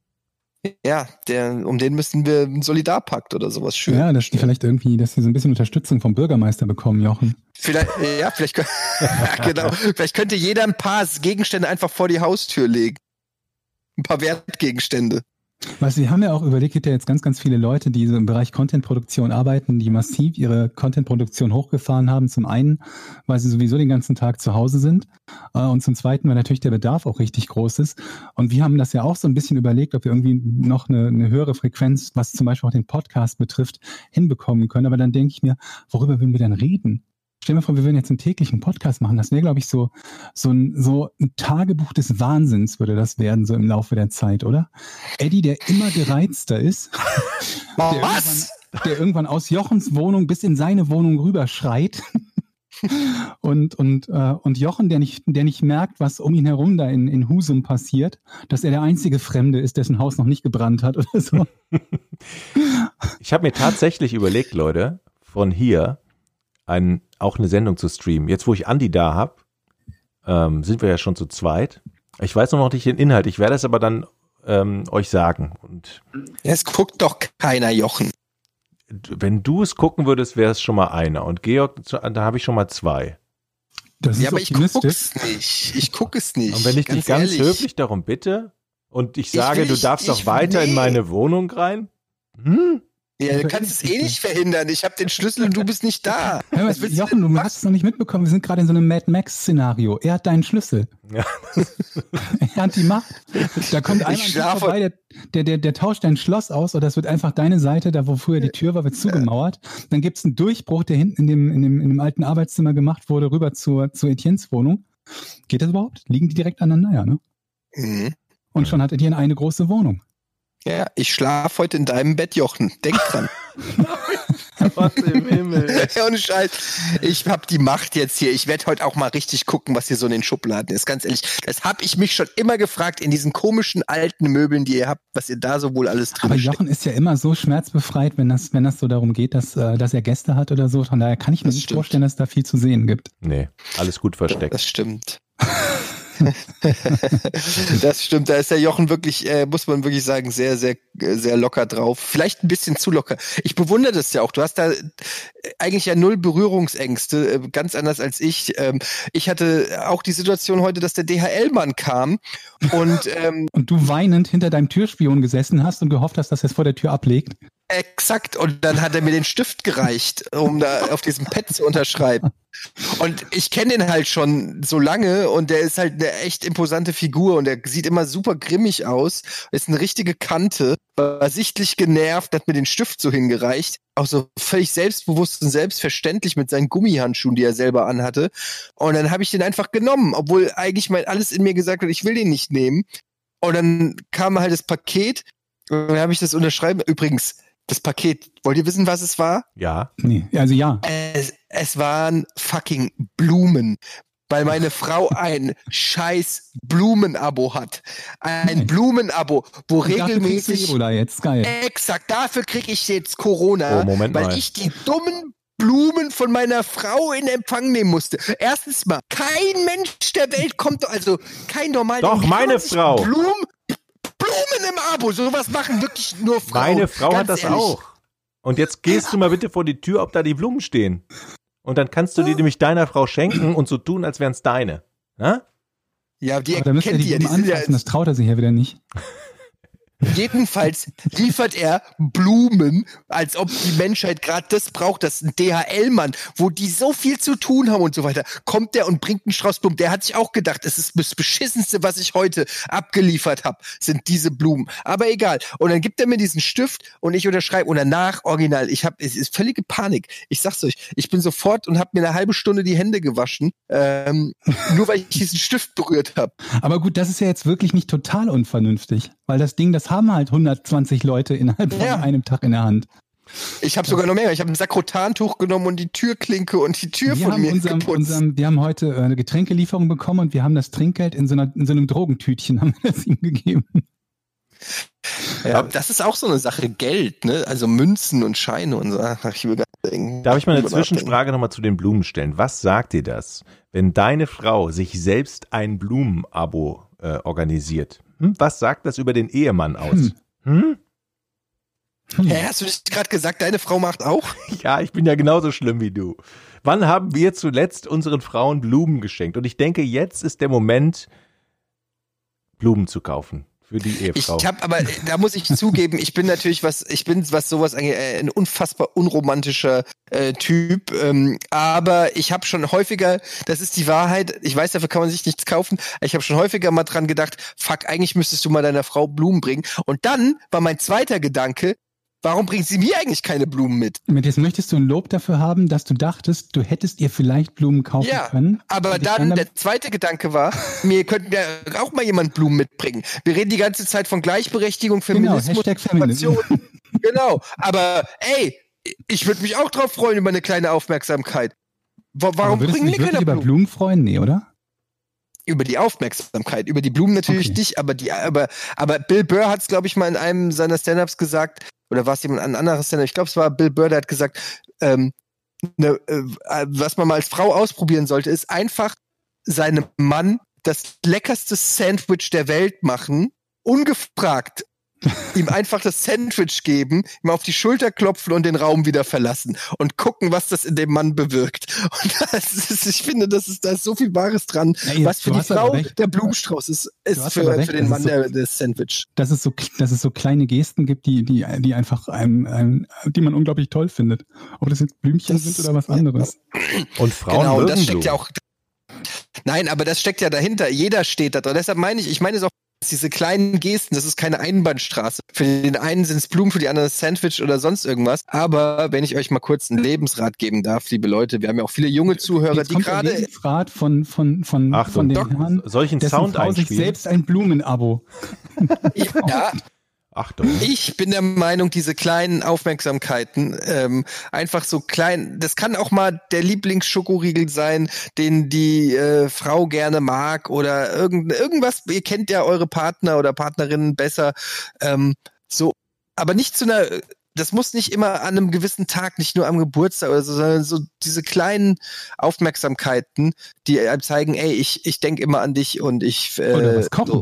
Ja, der, um den müssen wir einen Solidarpakt oder sowas schön. Ja, dass die vielleicht irgendwie, dass sie so ein bisschen Unterstützung vom Bürgermeister bekommen, Jochen. Vielleicht, ja, vielleicht, ja, genau. Vielleicht könnte jeder ein paar Gegenstände einfach vor die Haustür legen. Ein paar Wertgegenstände. Was Sie haben ja auch überlegt, gibt ja jetzt ganz, ganz viele Leute, die so im Bereich Content-Produktion arbeiten, die massiv ihre Content-Produktion hochgefahren haben. Zum einen, weil sie sowieso den ganzen Tag zu Hause sind äh, und zum zweiten, weil natürlich der Bedarf auch richtig groß ist. Und wir haben das ja auch so ein bisschen überlegt, ob wir irgendwie noch eine, eine höhere Frequenz, was zum Beispiel auch den Podcast betrifft, hinbekommen können. Aber dann denke ich mir, worüber würden wir denn reden? Stell dir mal vor, wir würden jetzt einen täglichen Podcast machen. Das wäre, glaube ich, so, so, ein, so ein Tagebuch des Wahnsinns würde das werden, so im Laufe der Zeit, oder? Eddie, der immer gereizter ist. der, Was? Irgendwann, der irgendwann aus Jochens Wohnung bis in seine Wohnung rüber schreit. und, und, äh, und Jochen, der nicht, der nicht merkt, was um ihn herum da in, in Husum passiert, dass er der einzige Fremde ist, dessen Haus noch nicht gebrannt hat oder so. Ich habe mir tatsächlich überlegt, Leute, von hier ein, auch eine Sendung zu streamen. Jetzt, wo ich Andi da habe, ähm, sind wir ja schon zu zweit. Ich weiß noch nicht den Inhalt, ich werde es aber dann ähm, euch sagen. Und es guckt doch keiner, Jochen. Wenn du es gucken würdest, wäre es schon mal einer. Und Georg, da habe ich schon mal zwei. Das ist ja, aber ich gucke es nicht. Ich gucke es nicht. Und wenn ich ganz dich ganz ehrlich. höflich darum bitte und ich sage, ich will, du darfst ich, doch weiter nee. in meine Wohnung rein? Hm? Ja, du kannst es eh nicht verhindern. Ich habe den Schlüssel und du bist nicht da. Ja, was willst Jochen, du, du hast es noch nicht mitbekommen. Wir sind gerade in so einem Mad Max-Szenario. Er hat deinen Schlüssel. Ja. Er hat die Macht. Da kommt einer vorbei, der, der, der, der tauscht dein Schloss aus oder es wird einfach deine Seite, da wo früher die Tür war, wird zugemauert. Dann gibt es einen Durchbruch, der hinten in dem, in dem, in dem alten Arbeitszimmer gemacht wurde, rüber zur, zu Etiennes Wohnung. Geht das überhaupt? Liegen die direkt aneinander, ja, ne? Mhm. Und schon hat Etienne eine große Wohnung. Ja, ich schlafe heute in deinem Bett, Jochen. Denk dran. Was im Himmel. Ja, ohne Scheiß. Ich hab die Macht jetzt hier. Ich werde heute auch mal richtig gucken, was hier so in den Schubladen ist. Ganz ehrlich, das habe ich mich schon immer gefragt in diesen komischen alten Möbeln, die ihr habt, was ihr da so wohl alles drin Aber steckt. Jochen ist ja immer so schmerzbefreit, wenn das, wenn das so darum geht, dass, dass er Gäste hat oder so. Von daher kann ich mir Das nicht stimmt. vorstellen, dass es da viel zu sehen gibt. Nee, alles gut versteckt. Das stimmt. Das stimmt, da ist der Jochen wirklich, äh, muss man wirklich sagen, sehr, sehr, sehr locker drauf. Vielleicht ein bisschen zu locker. Ich bewundere das ja auch. Du hast da eigentlich ja null Berührungsängste, äh, ganz anders als ich. Ähm, ich hatte auch die Situation heute, dass der D H L-Mann kam und ähm, Und du weinend hinter deinem Türspion gesessen hast und gehofft hast, dass er es vor der Tür ablegt. exakt, und dann hat er mir den Stift gereicht, um da auf diesem Pad zu unterschreiben. Und ich kenne den halt schon so lange und der ist halt eine echt imposante Figur und der sieht immer super grimmig aus, ist eine richtige Kante, war sichtlich genervt, hat mir den Stift so hingereicht, auch so völlig selbstbewusst und selbstverständlich mit seinen Gummihandschuhen, die er selber anhatte. Und dann habe ich den einfach genommen, obwohl eigentlich mein alles in mir gesagt hat, ich will den nicht nehmen. Und dann kam halt das Paket und dann habe ich das unterschreiben. Übrigens, das Paket, wollt ihr wissen, was es war? Ja. Nee, also ja. Es, es waren fucking Blumen. weil meine Frau ein scheiß Blumenabo hat. Ein Blumenabo, wo Und regelmäßig... Dafür kriegst du jetzt geil. Exakt, dafür kriege ich jetzt Corona, Oh, Moment weil mal. ich die dummen Blumen von meiner Frau in Empfang nehmen musste. Erstens mal, kein Mensch der Welt kommt, also kein normaler Doch, Mensch meine kann sich Frau. Blumen, Blumen im Abo, sowas machen wirklich nur Frauen. Meine Frau Ganz hat das ehrlich. auch. Und jetzt gehst du mal bitte vor die Tür, ob da die Blumen stehen. Und dann kannst du die nämlich deiner Frau schenken und so tun, als wären es deine. Na? Ja, die Aber da müsst ihr erkennt die die ja, die Blumen sind ja anfassen, das traut er sich ja wieder nicht. Jedenfalls liefert er Blumen, als ob die Menschheit gerade das braucht, das ist ein D H L-Mann, wo die so viel zu tun haben und so weiter. Kommt der und bringt einen Strauß Blumen. Der hat sich auch gedacht, es ist das Beschissenste, was ich heute abgeliefert habe, sind diese Blumen. Aber egal. Und dann gibt er mir diesen Stift und ich unterschreibe und danach original. Ich habe, es ist völlige Panik. Ich sag's euch, ich bin sofort und habe mir eine halbe Stunde die Hände gewaschen, ähm, nur weil ich diesen Stift berührt habe. Aber gut, das ist ja jetzt wirklich nicht total unvernünftig, weil das Ding, das haben halt hundertzwanzig Leute innerhalb von Ja. einem Tag in der Hand. Ich habe sogar noch mehr. Ich habe ein Sakrotantuch genommen und die Türklinke und die Tür Wir von haben, mir unserem, geputzt. unserem, wir haben heute äh, eine Getränkelieferung bekommen und wir haben das Trinkgeld in so, einer, in so einem Drogentütchen haben wir das ihm gegeben. Ja, das ist auch so eine Sache, Geld, ne? Also Münzen und Scheine und so. Ach, ich will gar nicht denken. Darf ich mal eine Drüber nachdenken. Zwischenfrage nochmal zu den Blumen stellen? Was sagt dir das, wenn deine Frau sich selbst ein Blumenabo äh, organisiert? Hm? Was sagt das über den Ehemann aus? Hm. Hm? Hä, hast du nicht gerade gesagt, deine Frau macht auch? Ja, ich bin ja genauso schlimm wie du. Wann haben wir zuletzt unseren Frauen Blumen geschenkt? Und ich denke, jetzt ist der Moment, Blumen zu kaufen für die Ehefrau. Ich habe aber, da muss ich zugeben, ich bin natürlich was, ich bin was sowas angeht, äh, ein unfassbar unromantischer äh, Typ. Ähm, aber ich habe schon häufiger, das ist die Wahrheit. Ich weiß, dafür kann man sich nichts kaufen. Ich habe schon häufiger mal dran gedacht, fuck, eigentlich müsstest du mal deiner Frau Blumen bringen. Und dann war mein zweiter Gedanke, warum bringt sie mir eigentlich keine Blumen mit? Mit jetzt möchtest du ein Lob dafür haben, dass du dachtest, du hättest ihr vielleicht Blumen kaufen Ja, können. aber Und dich dann, damit- der zweite Gedanke war, mir könnten ja auch mal jemand Blumen mitbringen. Wir reden die ganze Zeit von Gleichberechtigung, Genau, Feminismus, Hashtag Feminism. Innovation. Genau, aber ey, ich würde mich auch drauf freuen über eine kleine Aufmerksamkeit. Wa- Warum Aber würdest du bringen mir dich wirklich keiner über Blumen? Blumen freuen? Nee, oder? Über die Aufmerksamkeit, über die Blumen natürlich Okay. nicht, aber die, aber, aber Bill Burr hat es, glaube ich, mal in einem seiner Stand-Ups gesagt, oder war es jemand ein anderes Stand-Up? Ich glaube, es war Bill Burr, der hat gesagt, ähm, ne, äh, was man mal als Frau ausprobieren sollte, ist einfach seinem Mann das leckerste Sandwich der Welt machen, ungefragt. Ihm einfach das Sandwich geben, ihm auf die Schulter klopfen und den Raum wieder verlassen und gucken, was das in dem Mann bewirkt. Und das ist, ich finde, das ist, da ist so viel Wahres dran. Ja, jetzt, was für du die hast aber Frau recht. der Blumenstrauß ist, Du ist hast für, aber recht, für den das Mann ist so- der, das Sandwich. Dass es so, dass es so kleine Gesten gibt, die, die, die einfach einem, einem, die man unglaublich toll findet. Ob das jetzt Blümchen Das- sind oder was anderes. Und Frauen Genau, und mögen das steckt Blumen. ja auch. Nein, aber das steckt ja dahinter. Jeder steht da drin. Deshalb meine ich, ich meine es auch, diese kleinen Gesten, das ist keine Einbahnstraße. Für den einen sind es Blumen, für die anderen Sandwich oder sonst irgendwas. Aber wenn ich euch mal kurz einen Lebensrat geben darf, liebe Leute, wir haben ja auch viele junge Zuhörer, Jetzt die kommt der gerade. Lebensrat von, von, von, Achtung, von den Doc, Herren, soll ich einen dessen Sound Frau sich einspielen? selbst ein Blumenabo. Ja, Achtung. ich bin der Meinung, diese kleinen Aufmerksamkeiten, ähm, einfach so klein, das kann auch mal der Lieblingsschokoriegel sein, den die äh, Frau gerne mag oder irgend, irgendwas, ihr kennt ja eure Partner oder Partnerinnen besser, ähm, so, aber nicht zu einer, das muss nicht immer an einem gewissen Tag, nicht nur am Geburtstag oder so, sondern so diese kleinen Aufmerksamkeiten, die einem zeigen, ey, ich, ich denke immer an dich und ich äh, Oder was kochen. so.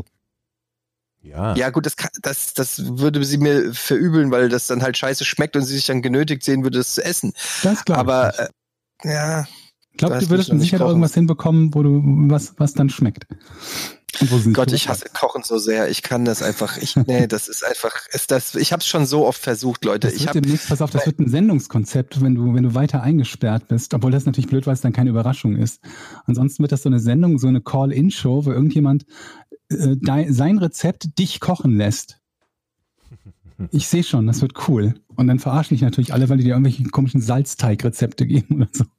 Ja. Ja, gut, das, kann, das, das würde sie mir verübeln, weil das dann halt scheiße schmeckt und sie sich dann genötigt sehen würde, das zu essen. Das glaube ich. Aber, nicht. äh, ja, Ich glaube, du du hast würdest mich noch mit nicht Sicherheit kochen. irgendwas hinbekommen, wo du was, was dann schmeckt. Und wo sie nicht Gott, ich Lust hasse Kochen so sehr. Ich kann das einfach, ich, nee, das ist einfach, ist das, ich habe es schon so oft versucht, Leute. Das Ich wird habe, demnächst, pass auf, das wird ein Sendungskonzept, wenn du, wenn du weiter eingesperrt bist, obwohl das natürlich blöd, weil es dann keine Überraschung ist. Ansonsten wird das so eine Sendung, so eine Call-In-Show, wo irgendjemand äh, dein, sein Rezept dich kochen lässt. Ich sehe schon, das wird cool. Und dann verarschen dich natürlich alle, weil die dir irgendwelche komischen Salzteigrezepte geben oder so.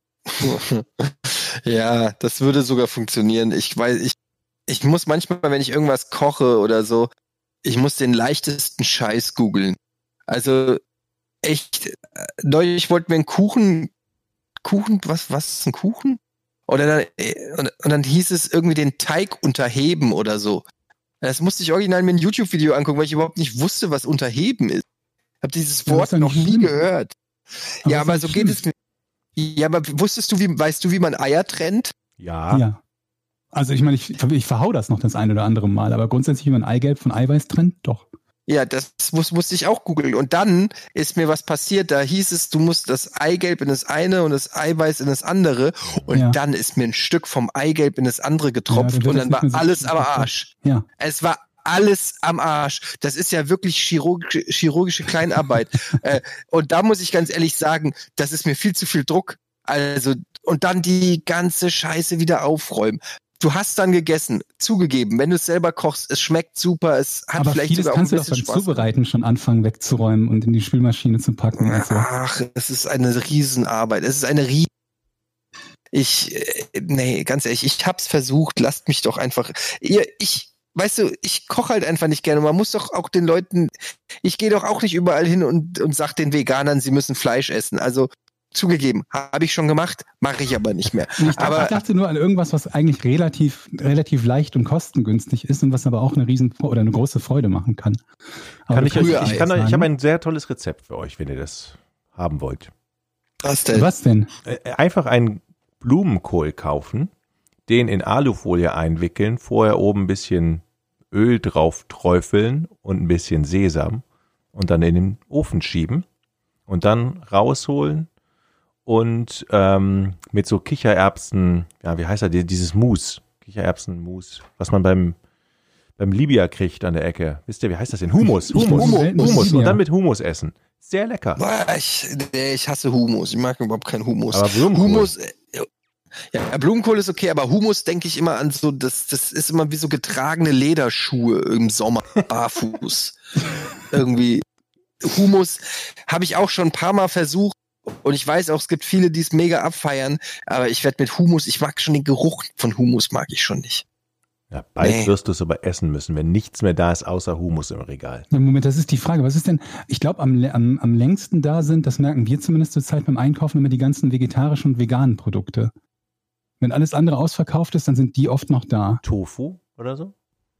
ja, das würde sogar funktionieren. Ich weiß, ich, ich muss manchmal, wenn ich irgendwas koche oder so, ich muss den leichtesten Scheiß googeln. Also echt, äh, neulich wollten wir einen Kuchen, Kuchen, was, was ist ein Kuchen? Oder dann, und, und dann hieß es irgendwie den Teig unterheben oder so. Das musste ich original mir ein YouTube-Video angucken, weil ich überhaupt nicht wusste, was unterheben ist. Ich habe dieses Wort noch nie schlimm. gehört. Aber ja, aber so schlimm. geht es mir. Ja, aber wusstest du, wie, weißt du, wie man Eier trennt? Ja. Ja. Also ich meine, ich, ich verhau das noch das ein oder andere Mal, aber grundsätzlich, wie man Eigelb von Eiweiß trennt, doch. Ja, das muss, musste ich auch googeln. Und dann ist mir was passiert. Da hieß es, du musst das Eigelb in das eine und das Eiweiß in das andere. Und ja. dann ist mir ein Stück vom Eigelb in das andere getropft. Ja, und dann war alles am Arsch. Ja. Es war alles am Arsch. Das ist ja wirklich chirurgische, chirurgische Kleinarbeit. äh, und da muss ich ganz ehrlich sagen, das ist mir viel zu viel Druck. Also, und dann die ganze Scheiße wieder aufräumen. Du hast dann gegessen, zugegeben, wenn du es selber kochst, es schmeckt super, es hat aber vielleicht sogar auch ein bisschen Spaß. Aber kannst du doch beim Zubereiten schon anfangen wegzuräumen und in die Spülmaschine zu packen. Und so. Ach, es ist eine Riesenarbeit, es ist eine Riesen... Ich, nee, ganz ehrlich, ich hab's versucht, lasst mich doch einfach... Ihr, ich, weißt du, ich koche halt einfach nicht gerne, man muss doch auch den Leuten... Ich gehe doch auch nicht überall hin und, und sag den Veganern, sie müssen Fleisch essen, also... Zugegeben, habe ich schon gemacht, mache ich aber nicht mehr. Ich dachte, aber, ich dachte nur an irgendwas, was eigentlich relativ, relativ leicht und kostengünstig ist und was aber auch eine riesen oder eine große Freude machen kann. kann ich, ich, ich, kann, ich habe ein sehr tolles Rezept für euch, wenn ihr das haben wollt. Was denn? Was denn? Einfach einen Blumenkohl kaufen, den in Alufolie einwickeln, vorher oben ein bisschen Öl drauf träufeln und ein bisschen Sesam und dann in den Ofen schieben und dann rausholen. Und ähm, mit so Kichererbsen, ja, wie heißt er, dieses Mousse, Kichererbsen-Mousse, was man beim beim Libya kriegt an der Ecke. Wisst ihr, wie heißt das denn? Hummus, Hummus, Hummus, Hummus. Und dann mit Hummus essen. Sehr lecker. Ich, nee, ich hasse Hummus. Ich mag überhaupt keinen Hummus. Aber Blumenkohl. Hummus, ja, Blumenkohl ist okay, aber Hummus denke ich immer an so, das, das ist immer wie so getragene Lederschuhe im Sommer, barfuß. Irgendwie. Hummus habe ich auch schon ein paar Mal versucht. Und ich weiß auch, es gibt viele, die es mega abfeiern, aber ich werde mit Hummus, ich mag schon den Geruch von Hummus, mag ich schon nicht. Ja, bald nee. wirst du es aber essen müssen, wenn nichts mehr da ist, außer Hummus im Regal. Moment, das ist die Frage. Was ist denn, ich glaube, am, am, am längsten da sind, das merken wir zumindest zur Zeit beim Einkaufen, immer die ganzen vegetarischen und veganen Produkte. Wenn alles andere ausverkauft ist, dann sind die oft noch da. Tofu oder so?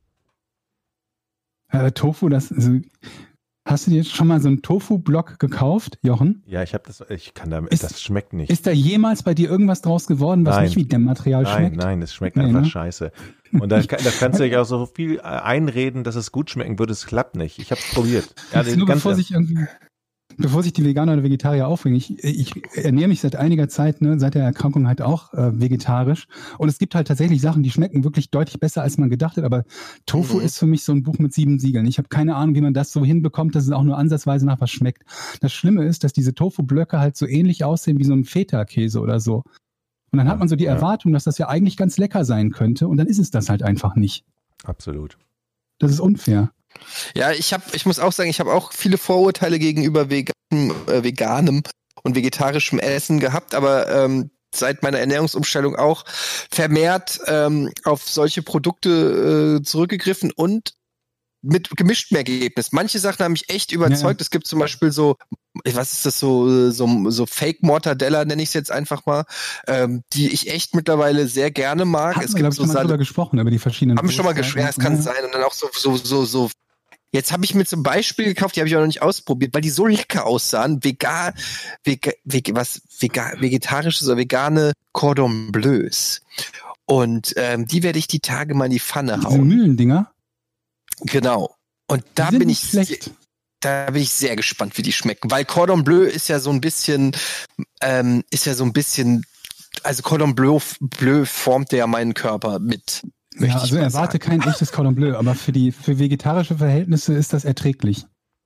Äh, Tofu, das... Also, hast du dir schon mal so einen Tofu-Block gekauft, Jochen? Ja, ich habe das, ich kann damit, ist, das schmeckt nicht. Ist da jemals bei dir irgendwas draus geworden, was nein. nicht wie Dämmmaterial nein, schmeckt? Nein, nein, es schmeckt nee, einfach ne? scheiße. Und da, da kannst du dich auch so viel einreden, dass es gut schmecken würde, es klappt nicht. Ich habe es probiert. Ja, nur bevor sich irgendwie... Bevor sich die Veganer oder Vegetarier aufregen, ich, ich ernähre mich seit einiger Zeit, ne, seit der Erkrankung halt auch äh, vegetarisch. Und es gibt halt tatsächlich Sachen, die schmecken wirklich deutlich besser, als man gedacht hat. Aber Tofu mhm. ist für mich so ein Buch mit sieben Siegeln. Ich habe keine Ahnung, wie man das so hinbekommt, dass es auch nur ansatzweise nach was schmeckt. Das Schlimme ist, dass diese Tofu-Blöcke halt so ähnlich aussehen wie so ein Feta-Käse oder so. Und dann ja, hat man so die ja. Erwartung, dass das ja eigentlich ganz lecker sein könnte. Und dann ist es das halt einfach nicht. Absolut. Das ist unfair. Ja, ich habe, ich muss auch sagen, ich habe auch viele Vorurteile gegenüber veganem, äh, veganem und vegetarischem Essen gehabt, aber ähm, seit meiner Ernährungsumstellung auch vermehrt ähm, auf solche Produkte äh, zurückgegriffen und mit gemischtem Ergebnis. Manche Sachen haben mich echt überzeugt. Ja. Es gibt zum Beispiel so, was ist das, so so, so Fake Mortadella, nenne ich es jetzt einfach mal, ähm, die ich echt mittlerweile sehr gerne mag. Hatten es wir, gibt so mal drüber gesprochen, über die verschiedenen. Haben wir schon mal gesprochen, ja, es kann ja. sein. Und dann auch so, so, so, so. Jetzt habe ich mir zum Beispiel gekauft, die habe ich auch noch nicht ausprobiert, weil die so lecker aussahen. Vegan, Vega, Vega, was, Vega, vegetarisches oder vegane Cordon Bleus. Und ähm, die werde ich die Tage mal in die Pfanne hauen. Diese Mühlendinger? Genau. Und da bin ich schlecht. Da bin ich sehr gespannt, wie die schmecken, weil Cordon Bleu ist ja so ein bisschen, ähm, ist ja so ein bisschen, also Cordon Bleu, Bleu formt ja meinen Körper mit. Ja, also erwarte sagen. kein echtes Cordon Bleu, aber für die für vegetarische Verhältnisse ist das erträglich.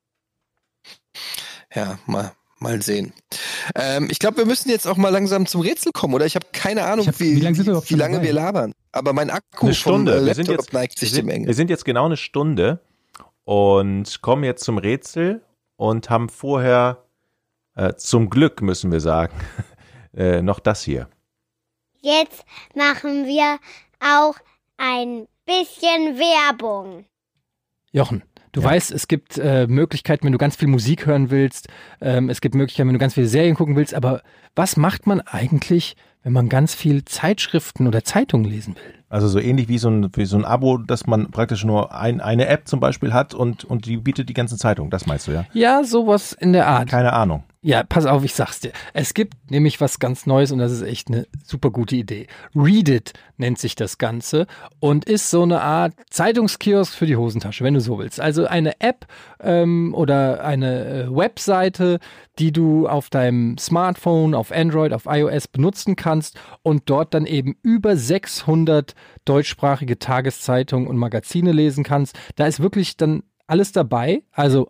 Ja, mal mal sehen. Ähm, ich glaube, wir müssen jetzt auch mal langsam zum Rätsel kommen, oder? Ich habe keine Ahnung, hab, wie, wie, lange, wir, wie lange wir labern. Aber mein Akku eine Stunde. vom äh, Laptop wir sind jetzt, neigt sich wir sind, dem Ende. Wir sind jetzt genau eine Stunde und kommen jetzt zum Rätsel und haben vorher, äh, zum Glück müssen wir sagen, äh, noch das hier. Jetzt machen wir auch ein bisschen Werbung. Jochen, du ja. weißt, es gibt äh, Möglichkeiten, wenn du ganz viel Musik hören willst. Ähm, es gibt Möglichkeiten, wenn du ganz viele Serien gucken willst. Aber was macht man eigentlich, wenn man ganz viel Zeitschriften oder Zeitungen lesen will. Also so ähnlich wie so ein, wie so ein Abo, dass man praktisch nur ein, eine App zum Beispiel hat und, und die bietet die ganzen Zeitungen. Das meinst du, ja? Ja, sowas in der Art. Keine Ahnung. Ja, pass auf, ich sag's dir. Es gibt nämlich was ganz Neues und das ist echt eine super gute Idee. Readit nennt sich das Ganze und ist so eine Art Zeitungskiosk für die Hosentasche, wenn du so willst. Also eine App ähm, oder eine äh, Webseite, die du auf deinem Smartphone, auf Android, auf iOS benutzen kannst und dort dann eben über sechshundert deutschsprachige Tageszeitungen und Magazine lesen kannst. Da ist wirklich dann alles dabei, also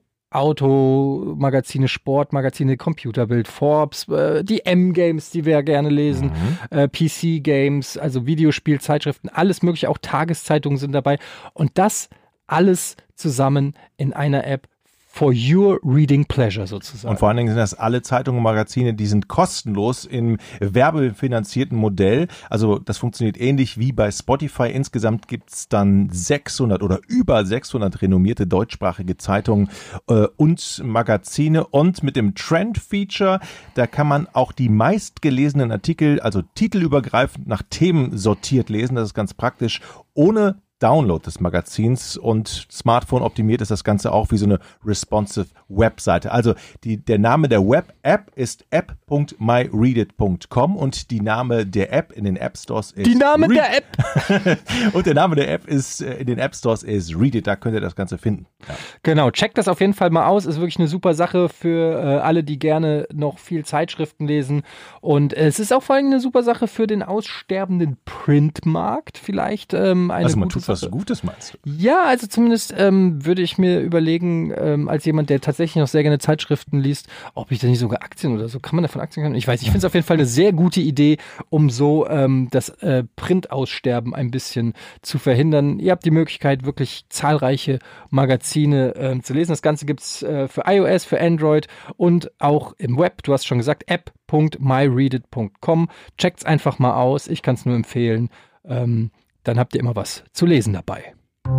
Automagazine, Sportmagazine, Computerbild, Forbes, äh, die M-Games, die wir ja gerne lesen, mhm. äh, P C-Games, also Videospielzeitschriften, alles mögliche, auch Tageszeitungen sind dabei. Und das alles zusammen in einer App for your reading pleasure sozusagen. Und vor allen Dingen sind das alle Zeitungen und Magazine, die sind kostenlos im werbefinanzierten Modell. Also das funktioniert ähnlich wie bei Spotify. Insgesamt gibt's dann sechshundert oder über sechshundert renommierte deutschsprachige Zeitungen äh, und Magazine. Und mit dem Trend-Feature, da kann man auch die meistgelesenen Artikel, also titelübergreifend nach Themen sortiert lesen. Das ist ganz praktisch, ohne Download des Magazins, und Smartphone optimiert ist das Ganze auch wie so eine responsive Webseite. Also die, der Name der Web-App ist app punkt my read it punkt com und die Name der App in den App Stores ist Die Name Read- der App! Und der Name der App ist in den App Stores ist Readit, da könnt ihr das Ganze finden. Ja. Genau, checkt das auf jeden Fall mal aus, ist wirklich eine super Sache für äh, alle, die gerne noch viel Zeitschriften lesen, und äh, es ist auch vor allem eine super Sache für den aussterbenden Printmarkt, vielleicht ähm, eine Also man gute tut was Sache. Gutes, meinst du? Ja, also zumindest ähm, würde ich mir überlegen, ähm, als jemand, der tatsächlich noch sehr gerne Zeitschriften liest, ob ich da nicht sogar Aktien oder so, kann man davon Aktien kaufen? Ich weiß nicht, ich finde es auf jeden Fall eine sehr gute Idee, um so ähm, das äh, Printaussterben ein bisschen zu verhindern. Ihr habt die Möglichkeit, wirklich zahlreiche Magazine äh, zu lesen. Das Ganze gibt's äh, für iOS, für Android und auch im Web. Du hast schon gesagt, app punkt my read it punkt com. Checkt's einfach mal aus. Ich kann es nur empfehlen. Ähm, dann habt ihr immer was zu lesen dabei.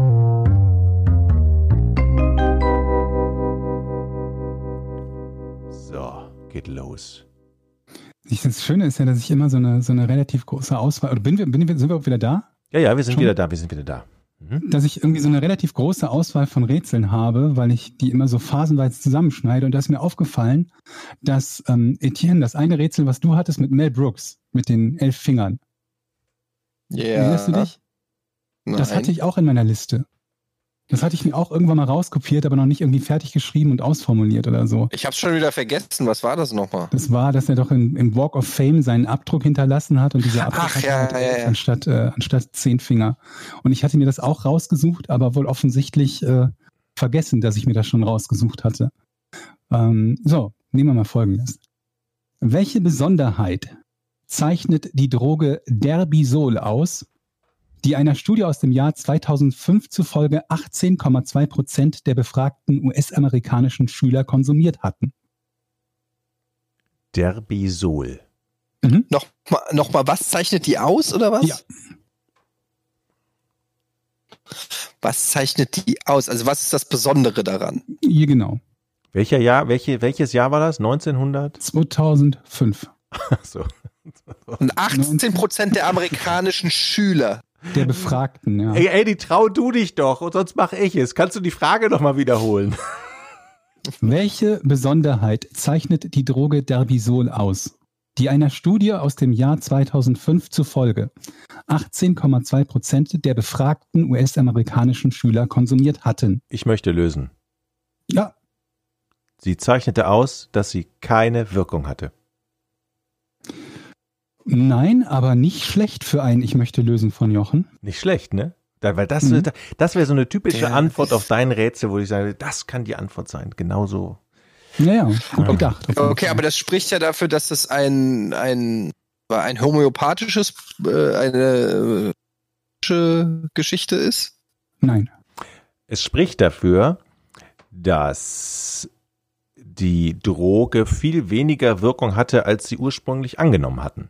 So, geht los. Das Schöne ist ja, dass ich immer so eine, so eine relativ große Auswahl, oder bin wir, bin wir, sind wir wieder da? Ja, ja, wir sind Schon? wieder da, wir sind wieder da. Mhm. Dass ich irgendwie so eine relativ große Auswahl von Rätseln habe, weil ich die immer so phasenweise zusammenschneide. Und da ist mir aufgefallen, dass ähm, Etienne, das eine Rätsel, was du hattest mit Mel Brooks, mit den elf Fingern. Ja. Erinnerst du dich? Nein. Das hatte ich auch in meiner Liste. Das hatte ich mir auch irgendwann mal rauskopiert, aber noch nicht irgendwie fertig geschrieben und ausformuliert oder so. Ich hab's schon wieder vergessen. Was war das nochmal? Das war, dass er doch in, im Walk of Fame seinen Abdruck hinterlassen hat und dieser Abdruck Ach, hatte ja, halt ja, elf ja. anstatt, äh, anstatt zehn Finger. Und ich hatte mir das auch rausgesucht, aber wohl offensichtlich äh, vergessen, dass ich mir das schon rausgesucht hatte. Ähm, so, nehmen wir mal Folgendes. Welche Besonderheit zeichnet die Droge Derbisol aus, die einer Studie aus dem Jahr zweitausendfünf zufolge achtzehn Komma zwei Prozent der befragten U S-amerikanischen Schüler konsumiert hatten? Derbisol. Mhm. Noch mal, noch mal, was zeichnet die aus, oder was? Ja. Was zeichnet die aus? Also was ist das Besondere daran? Hier genau. Welcher Jahr, welche, welches Jahr war das? neunzehnhundert? zweitausendfünf. So. Und achtzehn Prozent der amerikanischen Schüler. Der Befragten, ja. Ey, Eddie, trau du dich doch, und sonst mache ich es. Kannst du die Frage noch mal wiederholen? Welche Besonderheit zeichnet die Droge Derbisol aus, die einer Studie aus dem Jahr zweitausendfünf zufolge achtzehn Komma zwei Prozent der befragten U S-amerikanischen Schüler konsumiert hatten? Ich möchte lösen. Ja. Sie zeichnete aus, dass sie keine Wirkung hatte. Nein, aber nicht schlecht für ein Ich möchte lösen von Jochen. Nicht schlecht, ne? Da, weil das, Mhm. das wäre so eine typische Ja. Antwort auf dein Rätsel, wo ich sage, das kann die Antwort sein. Genauso. Naja, gut gedacht. auf jeden Okay, Fall. aber das spricht ja dafür, dass es ein, ein, ein homöopathisches, äh, eine äh, Geschichte ist. Nein. Es spricht dafür, dass die Droge viel weniger Wirkung hatte, als sie ursprünglich angenommen hatten.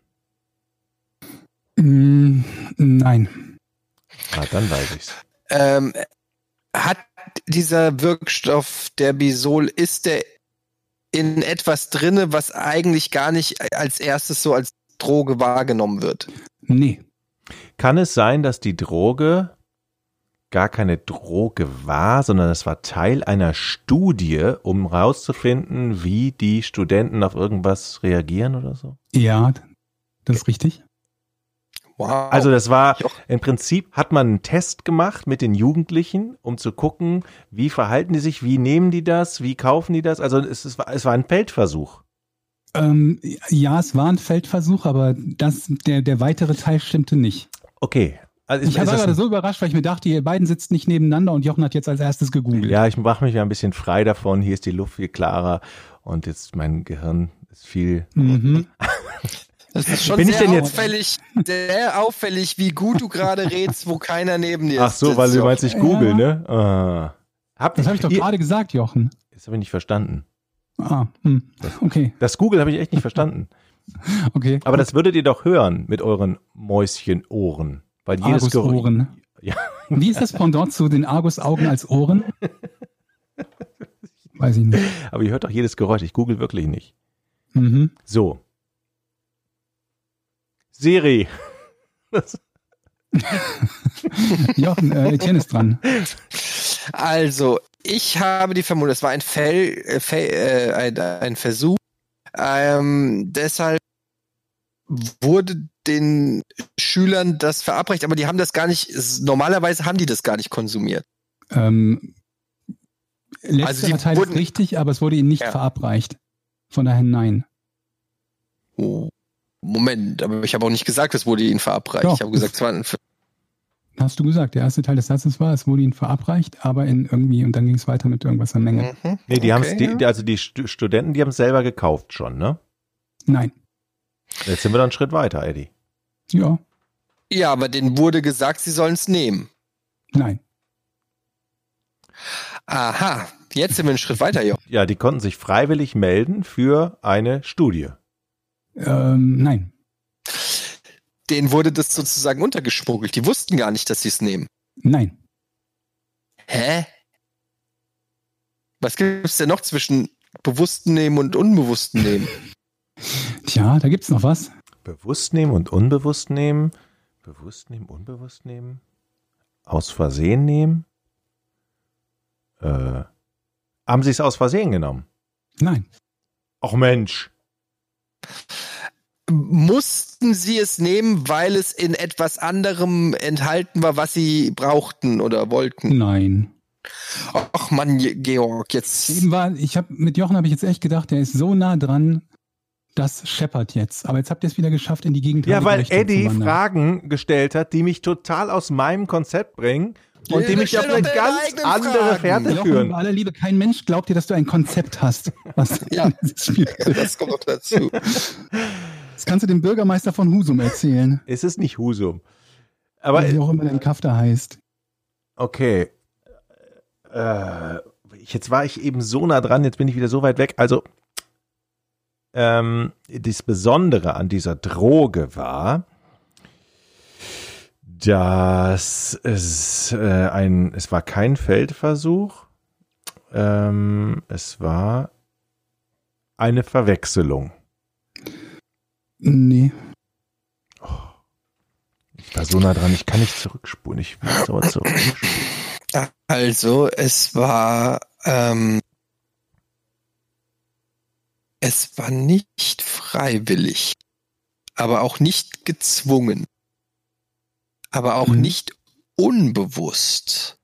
Mm, nein. Ah, dann weiß ich's. Ähm, hat dieser Wirkstoff Derbisol, ist der in etwas drinne, was eigentlich gar nicht als erstes so als Droge wahrgenommen wird. Nee. Kann es sein, dass die Droge gar keine Droge war, sondern es war Teil einer Studie, um rauszufinden, wie die Studenten auf irgendwas reagieren oder so? Ja, das ist richtig. Wow. Also das war, im Prinzip hat man einen Test gemacht mit den Jugendlichen, um zu gucken, wie verhalten die sich, wie nehmen die das, wie kaufen die das? Also es, es, war, es war ein Feldversuch. Ähm, ja, es war ein Feldversuch, aber das, der, der weitere Teil stimmte nicht. Okay. Also ich war gerade so überrascht, weil ich mir dachte, ihr beiden sitzt nicht nebeneinander und Jochen hat jetzt als erstes gegoogelt. Ja, ich mache mich ja ein bisschen frei davon. Hier ist die Luft viel klarer und jetzt mein Gehirn ist viel. Mhm. Das ist schon Bin ich sehr denn jetzt auffällig, sehr auffällig, wie gut du gerade redest, wo keiner neben dir ist. Ach so, weil du meinst, ich google, ja. ne? Ah. Hab das habe ich doch gerade gesagt, Jochen. Das habe ich nicht verstanden. Ah, hm. okay. Das Google habe ich echt nicht verstanden. Okay. Aber gut. Das würdet ihr doch hören mit euren Mäuschenohren. Weil jedes Argusohren. Ja. Wie ist das Pendant zu den Argusaugen als Ohren? Weiß ich nicht. Aber ihr hört doch jedes Geräusch. Ich google wirklich nicht. Mhm. So. Siri. Jochen, äh, Etienne ist dran. Also, ich habe die Vermutung, es war ein, Fel, äh, Fel, äh, ein, ein Versuch. Ähm, deshalb wurde den Schülern das verabreicht, aber die haben das gar nicht, normalerweise haben die das gar nicht konsumiert. Ähm, letzterer also die Teil wurden, ist richtig, aber es wurde ihnen nicht ja. verabreicht. Von daher nein. Oh, Moment, aber ich habe auch nicht gesagt, es wurde ihnen verabreicht. Doch, ich habe gesagt, es war ein hast du gesagt, der erste Teil des Satzes war, es wurde ihnen verabreicht, aber in irgendwie, und dann ging es weiter mit irgendwas an Menge. Mhm, nee, die okay, haben die, ja. also die Studenten, die haben es selber gekauft schon, ne? Nein. Jetzt sind wir dann einen Schritt weiter, Eddie. Ja. Ja, aber denen wurde gesagt, sie sollen es nehmen. Nein. Aha, jetzt sind wir einen Schritt weiter, Jo. Ja, die konnten sich freiwillig melden für eine Studie. Ähm, nein. Denen wurde das sozusagen untergeschmuggelt. Die wussten gar nicht, dass sie es nehmen. Nein. Hä? Was gibt es denn noch zwischen bewussten Nehmen und unbewussten Nehmen? Tja, da gibt's noch was. Bewusst nehmen und unbewusst nehmen. Bewusst nehmen, unbewusst nehmen. Aus Versehen nehmen. Äh, haben sie es aus Versehen genommen? Nein. Ach Mensch. Mussten sie es nehmen, weil es in etwas anderem enthalten war, was sie brauchten oder wollten? Nein. Ach Mann, Georg, jetzt. Eben war, ich habe mit Jochen habe ich jetzt echt gedacht, der ist so nah dran, das scheppert jetzt. Aber jetzt habt ihr es wieder geschafft, in die Gegenteilige Ja, weil Richtung Eddie zu wandern. Fragen gestellt hat, die mich total aus meinem Konzept bringen und Ja, die mich auf eine ganz andere Fährte Jochen, führen. bei aller Liebe, kein Mensch glaubt dir, dass du ein Konzept hast. Was Ja, dieses Spiel das kommt noch dazu. Das kannst du dem Bürgermeister von Husum erzählen. Es ist nicht Husum. Aber wie auch immer dein Kaff da heißt. Okay. Äh, jetzt war ich eben so nah dran, jetzt bin ich wieder so weit weg. Also, ähm, das Besondere an dieser Droge war, dass es äh, ein, es war kein Feldversuch, ähm, es war eine Verwechslung. Nee. Oh, ich war so nah dran, ich kann nicht zurückspulen. Ich will jetzt aber zurückspulen. Also, es war, ähm, es war nicht freiwillig, aber auch nicht gezwungen, aber auch mhm. nicht unbewusst.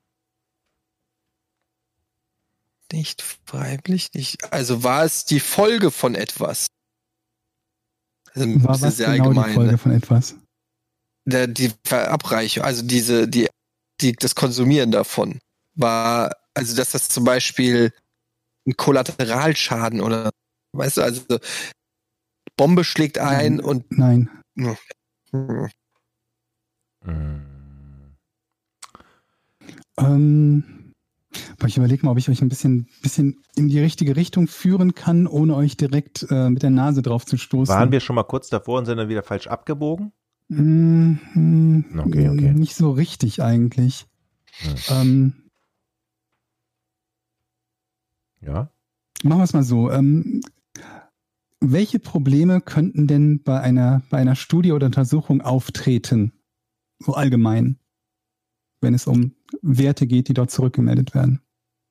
Nicht freiwillig, nicht, also war es die Folge von etwas? Also ein war bisschen was sehr genau allgemein, die Folge ne? von etwas? Der, die Verabreichung, also diese, die, die, das Konsumieren davon war, also dass das zum Beispiel ein Kollateralschaden oder, weißt du, also Bombe schlägt ein Nein. und Nein. Hm. Hm. Ähm, aber ich überlege mal, ob ich euch ein bisschen, bisschen in die richtige Richtung führen kann, ohne euch direkt äh, mit der Nase drauf zu stoßen. Waren wir schon mal kurz davor und sind dann wieder falsch abgebogen? Mhm, Okay, okay. Nicht so richtig eigentlich. Hm. Ähm, Ja. machen wir es mal so. Ähm, welche Probleme könnten denn bei einer, bei einer Studie oder Untersuchung auftreten? So allgemein, wenn es um Werte geht, die dort zurückgemeldet werden.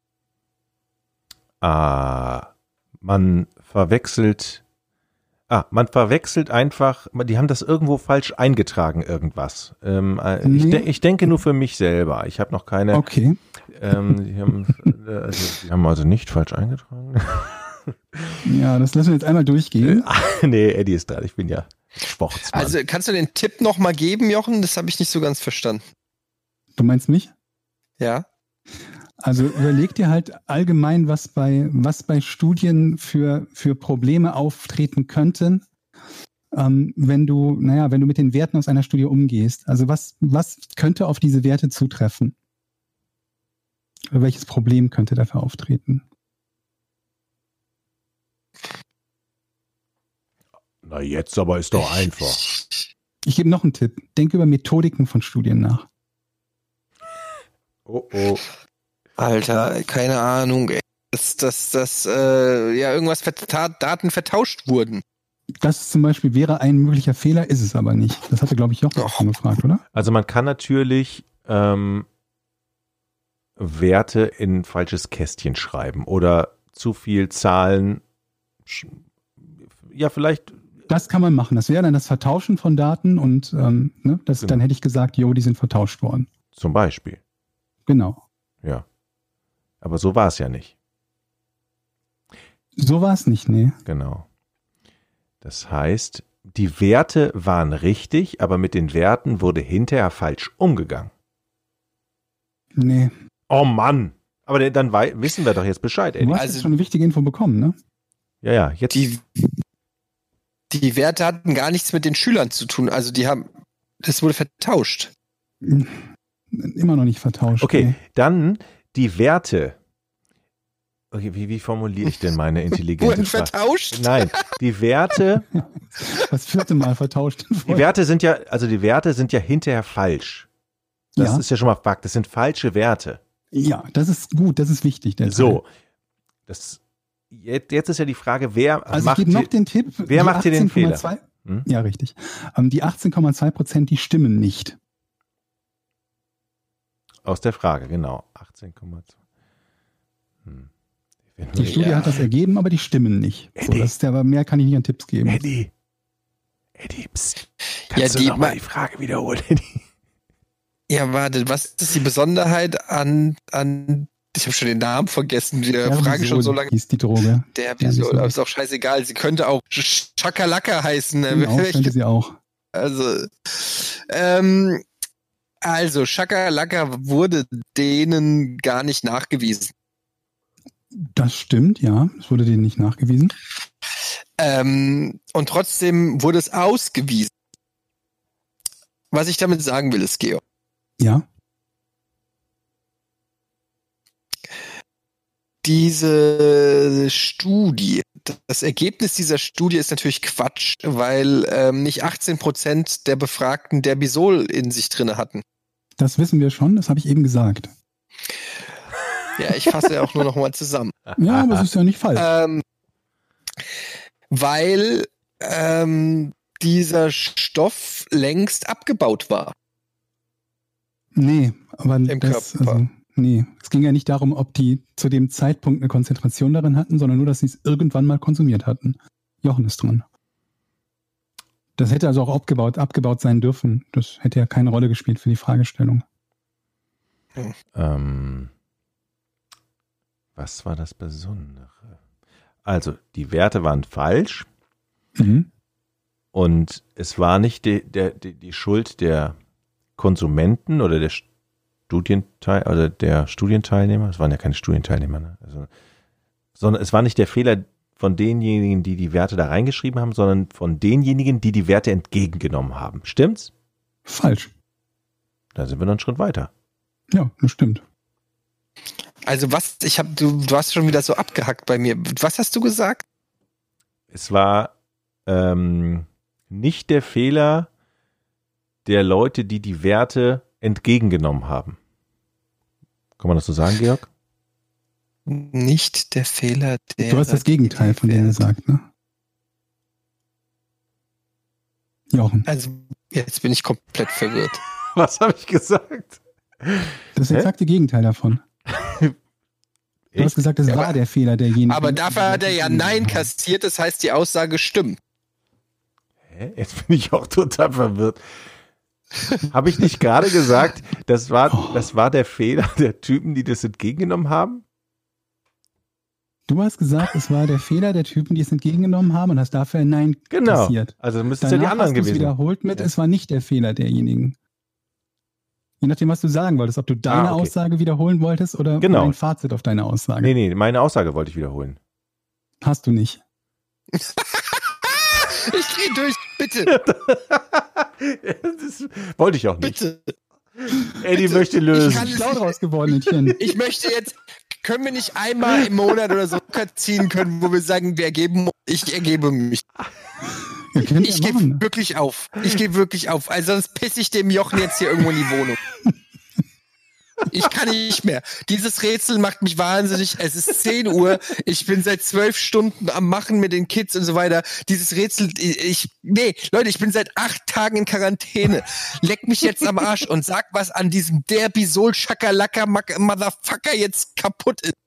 Ah, man verwechselt, ah, man verwechselt einfach, die haben das irgendwo falsch eingetragen, irgendwas. Ähm, nee. ich, de- ich denke nur für mich selber. Ich habe noch keine. Okay. Ähm, die, haben, also, die haben also nicht falsch eingetragen. Ja, das lassen wir jetzt einmal durchgehen. Nee, Eddie ist dran, ich bin ja Sportsmann. Also kannst du den Tipp nochmal geben, Jochen? Das habe ich nicht so ganz verstanden. Du meinst mich? Ja. Also überleg dir halt allgemein, was bei, was bei Studien für, für Probleme auftreten könnten, ähm, wenn du, naja, wenn du mit den Werten aus einer Studie umgehst. Also was, was könnte auf diese Werte zutreffen? Oder welches Problem könnte dafür auftreten? Na jetzt aber ist doch einfach. Ich gebe noch einen Tipp. Denk über Methodiken von Studien nach. Oh oh. Alter, keine Ahnung, ey. Dass, dass, dass äh, ja, irgendwas verta- Daten vertauscht wurden. Das zum Beispiel wäre ein möglicher Fehler, ist es aber nicht. Das hatte, glaube ich, auch noch gefragt, oder? Also man kann natürlich ähm, Werte in ein falsches Kästchen schreiben oder zu viel Zahlen. Sch- ja, vielleicht. Das kann man machen. Das wäre dann das Vertauschen von Daten und ähm, ne, das, Genau. dann hätte ich gesagt, jo, die sind vertauscht worden. Zum Beispiel. Genau. Ja. Aber so war es ja nicht. So war es nicht, nee. Genau. Das heißt, die Werte waren richtig, aber mit den Werten wurde hinterher falsch umgegangen. Nee. Oh Mann. Aber der- dann wei- wissen wir doch jetzt Bescheid, Du Eddie. hast Also- jetzt schon eine wichtige Info bekommen, ne? Ja, ja, jetzt. Die, die Werte hatten gar nichts mit den Schülern zu tun. Also die haben, das wurde vertauscht. Immer noch nicht vertauscht. Okay, Nee. dann die Werte. Okay, wie, wie formuliere ich denn meine intelligente Wurden Frage? vertauscht? Nein, die Werte, Das vierte Mal vertauscht. die Werte sind ja, also die Werte sind ja hinterher falsch. Das Ja. ist ja schon mal Fakt. Das sind falsche Werte. Ja, das ist gut, das ist wichtig. Der So, das, jetzt, jetzt ist ja die Frage, wer Also macht ich gebe noch die, den Tipp. wer die macht hier den achtzehn Komma Fehler? zwei Hm? Ja, richtig. Ähm, die achtzehn Komma zwei Prozent, die stimmen nicht. Aus der Frage, genau. achtzehn Komma zwei. Hm. Die Studie hat das ergeben, aber die stimmen nicht. So, Eddie. das ist ja, aber mehr kann ich nicht an Tipps geben. Eddie. Eddie, psst. Ja, Kannst die- du nochmal die Frage wiederholen, Eddie? Ja, warte, was ist die Besonderheit an, an ich habe schon den Namen vergessen, wir Ja, fragen schon so Visol lange. hieß die Droge. Der Ja, Visol, Visol. aber ist auch scheißegal. Sie könnte auch Sch- Chakalaka heißen. ne? Genau, könnte sie auch. Also, ähm, also Chakalaka wurde denen gar nicht nachgewiesen. Das stimmt, ja. Es wurde denen nicht nachgewiesen. Ähm, und trotzdem wurde es ausgewiesen. Was ich damit sagen will, ist, Georg, Ja. diese Studie, das Ergebnis dieser Studie ist natürlich Quatsch, weil ähm, nicht achtzehn Prozent der Befragten Derbisol in sich drinne hatten. Das wissen wir schon, das habe ich eben gesagt. Ja, ich fasse ja auch nur noch mal zusammen. Ja, aber es ist ja nicht falsch. Ähm, weil ähm, dieser Stoff längst abgebaut war. Nee, aber Im das, Körper. also, nee. Es ging ja nicht darum, ob die zu dem Zeitpunkt eine Konzentration darin hatten, sondern nur, dass sie es irgendwann mal konsumiert hatten. Jochen ist dran. Das hätte also auch abgebaut, abgebaut sein dürfen. Das hätte ja keine Rolle gespielt für die Fragestellung. Ähm, was war das Besondere? Also, die Werte waren falsch Mhm. und es war nicht die, der, die, die Schuld der Konsumenten oder der Studienteil oder der Studienteilnehmer. Es waren ja keine Studienteilnehmer, ne? Also, sondern es war nicht der Fehler von denjenigen, die die Werte da reingeschrieben haben, sondern von denjenigen, die die Werte entgegengenommen haben. Stimmt's? Falsch. Da sind wir noch einen Schritt weiter. Ja, das stimmt. Also was, ich habe, du, du hast schon wieder so abgehackt bei mir. Was hast du gesagt? Es war ähm, nicht der Fehler der Leute, die die Werte entgegengenommen haben. Kann man das so sagen, Georg? Nicht der Fehler der. Du hast das Gegenteil von denen gesagt, ne? Jochen. Also, jetzt bin ich komplett verwirrt. Was habe ich gesagt? Das exakte Gegenteil davon. Du hast gesagt, das ja, war aber, der Fehler derjenigen. Aber dafür hat er ja Nein kassiert, das heißt, die Aussage stimmt. Hä? Jetzt bin ich auch total verwirrt. Habe ich nicht gerade gesagt, das war, oh. das war der Fehler der Typen, die das entgegengenommen haben? Du hast gesagt, es war der Fehler der Typen, die es entgegengenommen haben und hast dafür ein Nein genau. kassiert. Also müssten es ja die anderen gewesen sein. Wiederholt mit, ja. Es war nicht der Fehler derjenigen. Je nachdem, was du sagen wolltest, ob du deine ah, okay. Aussage wiederholen wolltest oder genau. dein Fazit auf deine Aussage. Nee, nee, meine Aussage wollte ich wiederholen. Hast du nicht. Ich dreh durch, bitte. Das wollte ich auch nicht. Bitte. Eddie bitte. möchte lösen. Ich kann schlau draus geworden, Mädchen. Ich möchte jetzt, können wir nicht einmal im Monat oder so ziehen können, wo wir sagen, wir ergeben, ich ergebe mich. Ja, ich gebe wirklich auf. Ich gebe wirklich auf. Also sonst pisse ich dem Jochen jetzt hier irgendwo in die Wohnung. Ich kann nicht mehr. Dieses Rätsel macht mich wahnsinnig. Es ist zehn Uhr. Ich bin seit zwölf Stunden am Machen mit den Kids und so weiter. Dieses Rätsel, ich, nee, Leute, ich bin seit acht Tagen in Quarantäne. Leck mich jetzt am Arsch und sag, was an diesem Derbisol Schakalaka Motherfucker jetzt kaputt ist.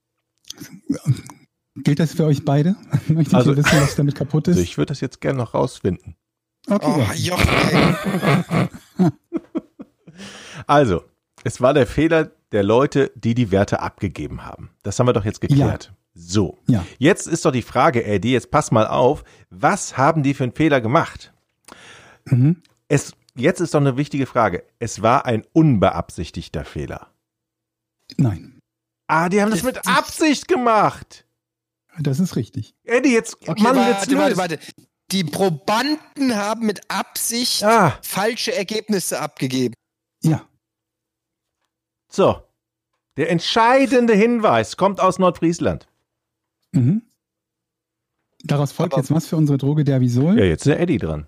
Gilt das für euch beide? Möchtet also, ihr wissen, was damit kaputt ist? Also ich würde das jetzt gerne noch rausfinden. Okay. Oh, Jochen, ey. Also, es war der Fehler der Leute, die die Werte abgegeben haben. Das haben wir doch jetzt geklärt. Ja. So, ja. Jetzt ist doch die Frage, Eddie, jetzt pass mal auf, was haben die für einen Fehler gemacht? Mhm. Es, jetzt ist doch eine wichtige Frage. Es war ein unbeabsichtigter Fehler. Nein. Ah, die haben das, das mit Absicht gemacht. Das ist richtig. Eddie, jetzt, okay, Mann, warte, jetzt warte, warte. Die Probanden haben mit Absicht ah. falsche Ergebnisse abgegeben. Ja. So. Der entscheidende Hinweis kommt aus Nordfriesland. Mhm. Daraus folgt Aber jetzt was für unsere Droge Derbisol? Ja, jetzt ist der Eddie dran.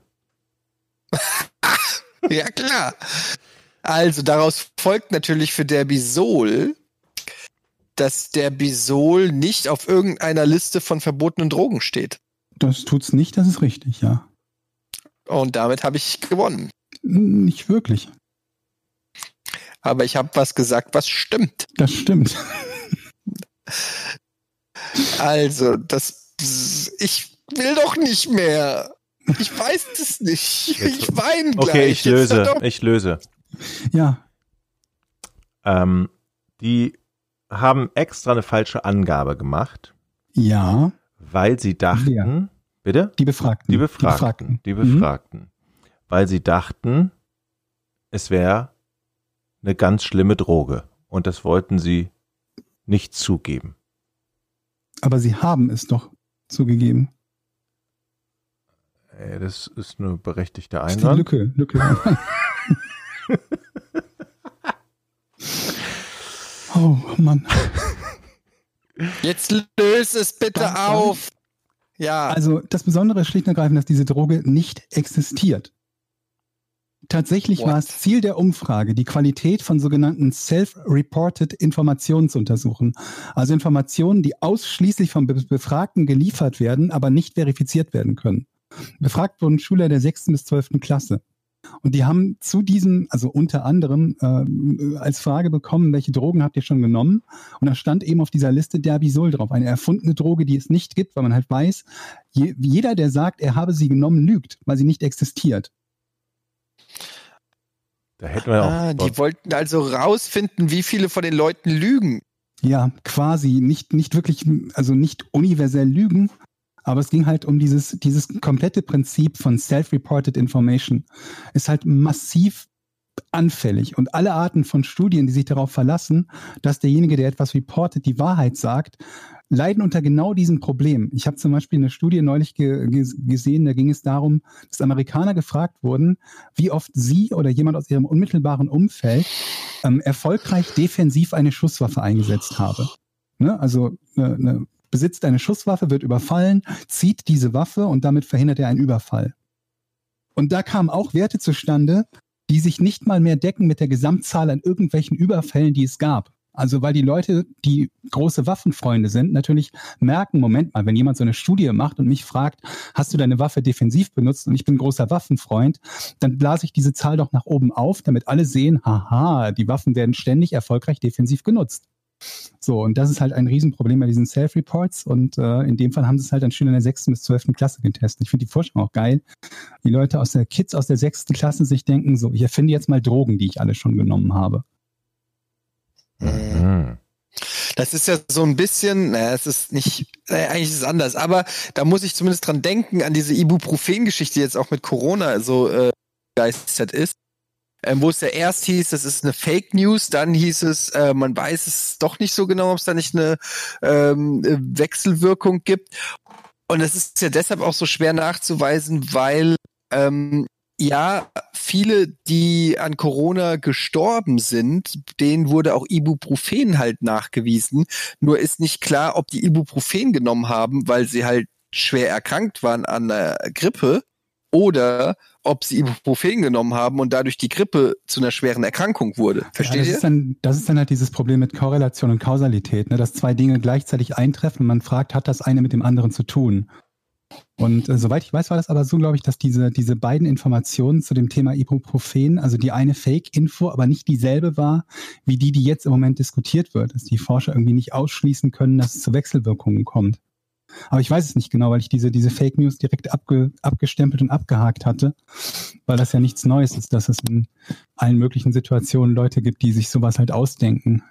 Ja, klar. Also, daraus folgt natürlich für Derbisol, dass Derbisol nicht auf irgendeiner Liste von verbotenen Drogen steht. Das tut's nicht, das ist richtig, ja. Und damit habe ich gewonnen. Nicht wirklich. Aber ich habe was gesagt, was stimmt. Das stimmt. Also, das, ich will doch nicht mehr. Ich weiß es nicht. Ich weine gleich. Okay, ich löse, ich löse. Ja. Ähm, die haben extra eine falsche Angabe gemacht. Ja. Weil sie dachten, ja. bitte? Die Befragten. Die Befragten. Die Befragten. Die Befragten. Mhm. Weil sie dachten, es wäre eine ganz schlimme Droge. Und das wollten sie nicht zugeben. Aber sie haben es doch zugegeben. Ey, das ist eine berechtigte Das ist Einwand. Lücke, Lücke. Oh Mann. Jetzt löse es bitte Ganz auf. Ja. Also das Besondere ist schlicht und ergreifend, dass diese Droge nicht existiert. Tatsächlich What? war es Ziel der Umfrage, die Qualität von sogenannten Self-Reported Informationen zu untersuchen. Also Informationen, die ausschließlich vom Be- Befragten geliefert werden, aber nicht verifiziert werden können. Befragt wurden Schüler der sechsten bis zwölften Klasse. Und die haben zu diesem, also unter anderem, äh, als Frage bekommen, welche Drogen habt ihr schon genommen? Und da stand eben auf dieser Liste Derbisol drauf, eine erfundene Droge, die es nicht gibt, weil man halt weiß, je, jeder, der sagt, er habe sie genommen, lügt, weil sie nicht existiert. Da hätten wir ah, auch die wollten also rausfinden, wie viele von den Leuten lügen. Ja, quasi, nicht, nicht wirklich, also nicht universell lügen, aber es ging halt um dieses, dieses komplette Prinzip von Self-Reported Information. Ist halt massiv anfällig. Und alle Arten von Studien, die sich darauf verlassen, dass derjenige, der etwas reportet, die Wahrheit sagt, leiden unter genau diesem Problem. Ich habe zum Beispiel eine Studie neulich ge- ge- gesehen, da ging es darum, dass Amerikaner gefragt wurden, wie oft sie oder jemand aus ihrem unmittelbaren Umfeld ähm, erfolgreich defensiv eine Schusswaffe eingesetzt habe. Ne? Also eine, eine besitzt eine Schusswaffe, wird überfallen, zieht diese Waffe und damit verhindert er einen Überfall. Und da kamen auch Werte zustande, die sich nicht mal mehr decken mit der Gesamtzahl an irgendwelchen Überfällen, die es gab. Also weil die Leute, die große Waffenfreunde sind, natürlich merken, Moment mal, wenn jemand so eine Studie macht und mich fragt, hast du deine Waffe defensiv benutzt und ich bin großer Waffenfreund, dann blase ich diese Zahl doch nach oben auf, damit alle sehen, haha, die Waffen werden ständig erfolgreich defensiv genutzt. So, und das ist halt ein Riesenproblem bei diesen Self-Reports und äh, in dem Fall haben sie es halt an Schülern der sechsten bis zwölften Klasse getestet. Ich finde die Forschung auch geil. Die Leute aus der Kids aus der sechsten Klasse sich denken so, ich erfinde jetzt mal Drogen, die ich alle schon genommen habe. Mhm. Das ist ja so ein bisschen, naja, es ist nicht, naja, eigentlich ist es anders, aber da muss ich zumindest dran denken, an diese Ibuprofen-Geschichte, die jetzt auch mit Corona so äh, geistert ist. Ähm, wo es ja erst hieß, das ist eine Fake News, dann hieß es, äh, man weiß es doch nicht so genau, ob es da nicht eine ähm, Wechselwirkung gibt. Und es ist ja deshalb auch so schwer nachzuweisen, weil ähm, ja, viele, die an Corona gestorben sind, denen wurde auch Ibuprofen halt nachgewiesen. Nur ist nicht klar, ob die Ibuprofen genommen haben, weil sie halt schwer erkrankt waren an der Grippe, oder ob sie Ibuprofen genommen haben und dadurch die Grippe zu einer schweren Erkrankung wurde. Versteht ja, das ihr? Ist dann, das ist dann halt dieses Problem mit Korrelation und Kausalität, ne? Dass zwei Dinge gleichzeitig eintreffen und man fragt, hat das eine mit dem anderen zu tun? Und äh, soweit ich weiß, war das aber so, glaube ich, dass diese, diese beiden Informationen zu dem Thema Ibuprofen, also die eine Fake-Info, aber nicht dieselbe war, wie die, die jetzt im Moment diskutiert wird, dass die Forscher irgendwie nicht ausschließen können, dass es zu Wechselwirkungen kommt. Aber ich weiß es nicht genau, weil ich diese, diese Fake News direkt abge, abgestempelt und abgehakt hatte, weil das ja nichts Neues ist, dass es in allen möglichen Situationen Leute gibt, die sich sowas halt ausdenken.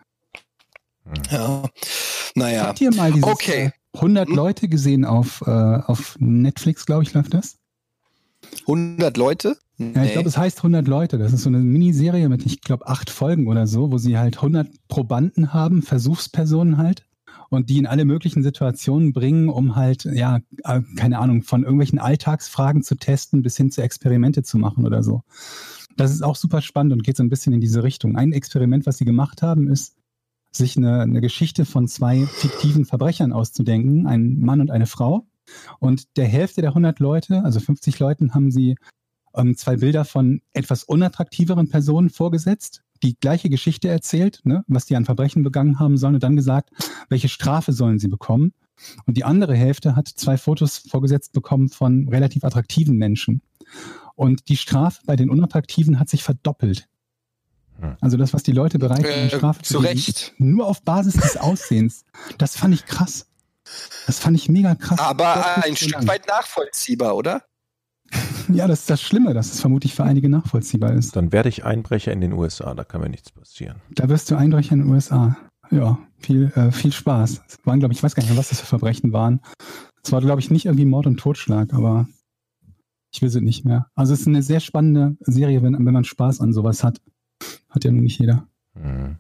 Ja, naja. Habt ihr mal dieses okay. hundert Leute gesehen auf, äh, auf Netflix, glaube ich, läuft das? hundert Leute? Nee. Ja, ich glaube, es heißt hundert Leute. Das ist so eine Miniserie mit, ich glaube, acht Folgen oder so, wo sie halt hundert Probanden haben, Versuchspersonen halt. Und die in alle möglichen Situationen bringen, um halt, ja, keine Ahnung, von irgendwelchen Alltagsfragen zu testen bis hin zu Experimente zu machen oder so. Das ist auch super spannend und geht so ein bisschen in diese Richtung. Ein Experiment, was sie gemacht haben, ist, sich eine, eine Geschichte von zwei fiktiven Verbrechern auszudenken, ein Mann und eine Frau. Und der Hälfte der hundert Leute, also fünfzig Leuten, haben sie ähm, zwei Bilder von etwas unattraktiveren Personen vorgesetzt, die gleiche Geschichte erzählt, ne, was die an Verbrechen begangen haben sollen und dann gesagt, welche Strafe sollen sie bekommen. Und die andere Hälfte hat zwei Fotos vorgesetzt bekommen von relativ attraktiven Menschen. Und die Strafe bei den Unattraktiven hat sich verdoppelt. Also das, was die Leute bereit waren, äh, Strafe zu Recht. Nur auf Basis des Aussehens. Das fand ich krass. Das fand ich mega krass. Aber ein Stück lang. weit nachvollziehbar, oder? Ja, das ist das Schlimme, dass es vermutlich für einige nachvollziehbar ist. Dann werde ich Einbrecher in den U S A, da kann mir nichts passieren. Da wirst du Einbrecher in den U S A. Ja, viel, äh, viel Spaß. Es waren, glaube ich, ich weiß gar nicht mehr, was das für Verbrechen waren. Es war, glaube ich, nicht irgendwie Mord und Totschlag, aber ich weiß es nicht mehr. Also es ist eine sehr spannende Serie, wenn, wenn man Spaß an sowas hat. Hat ja nun nicht jeder. Hm.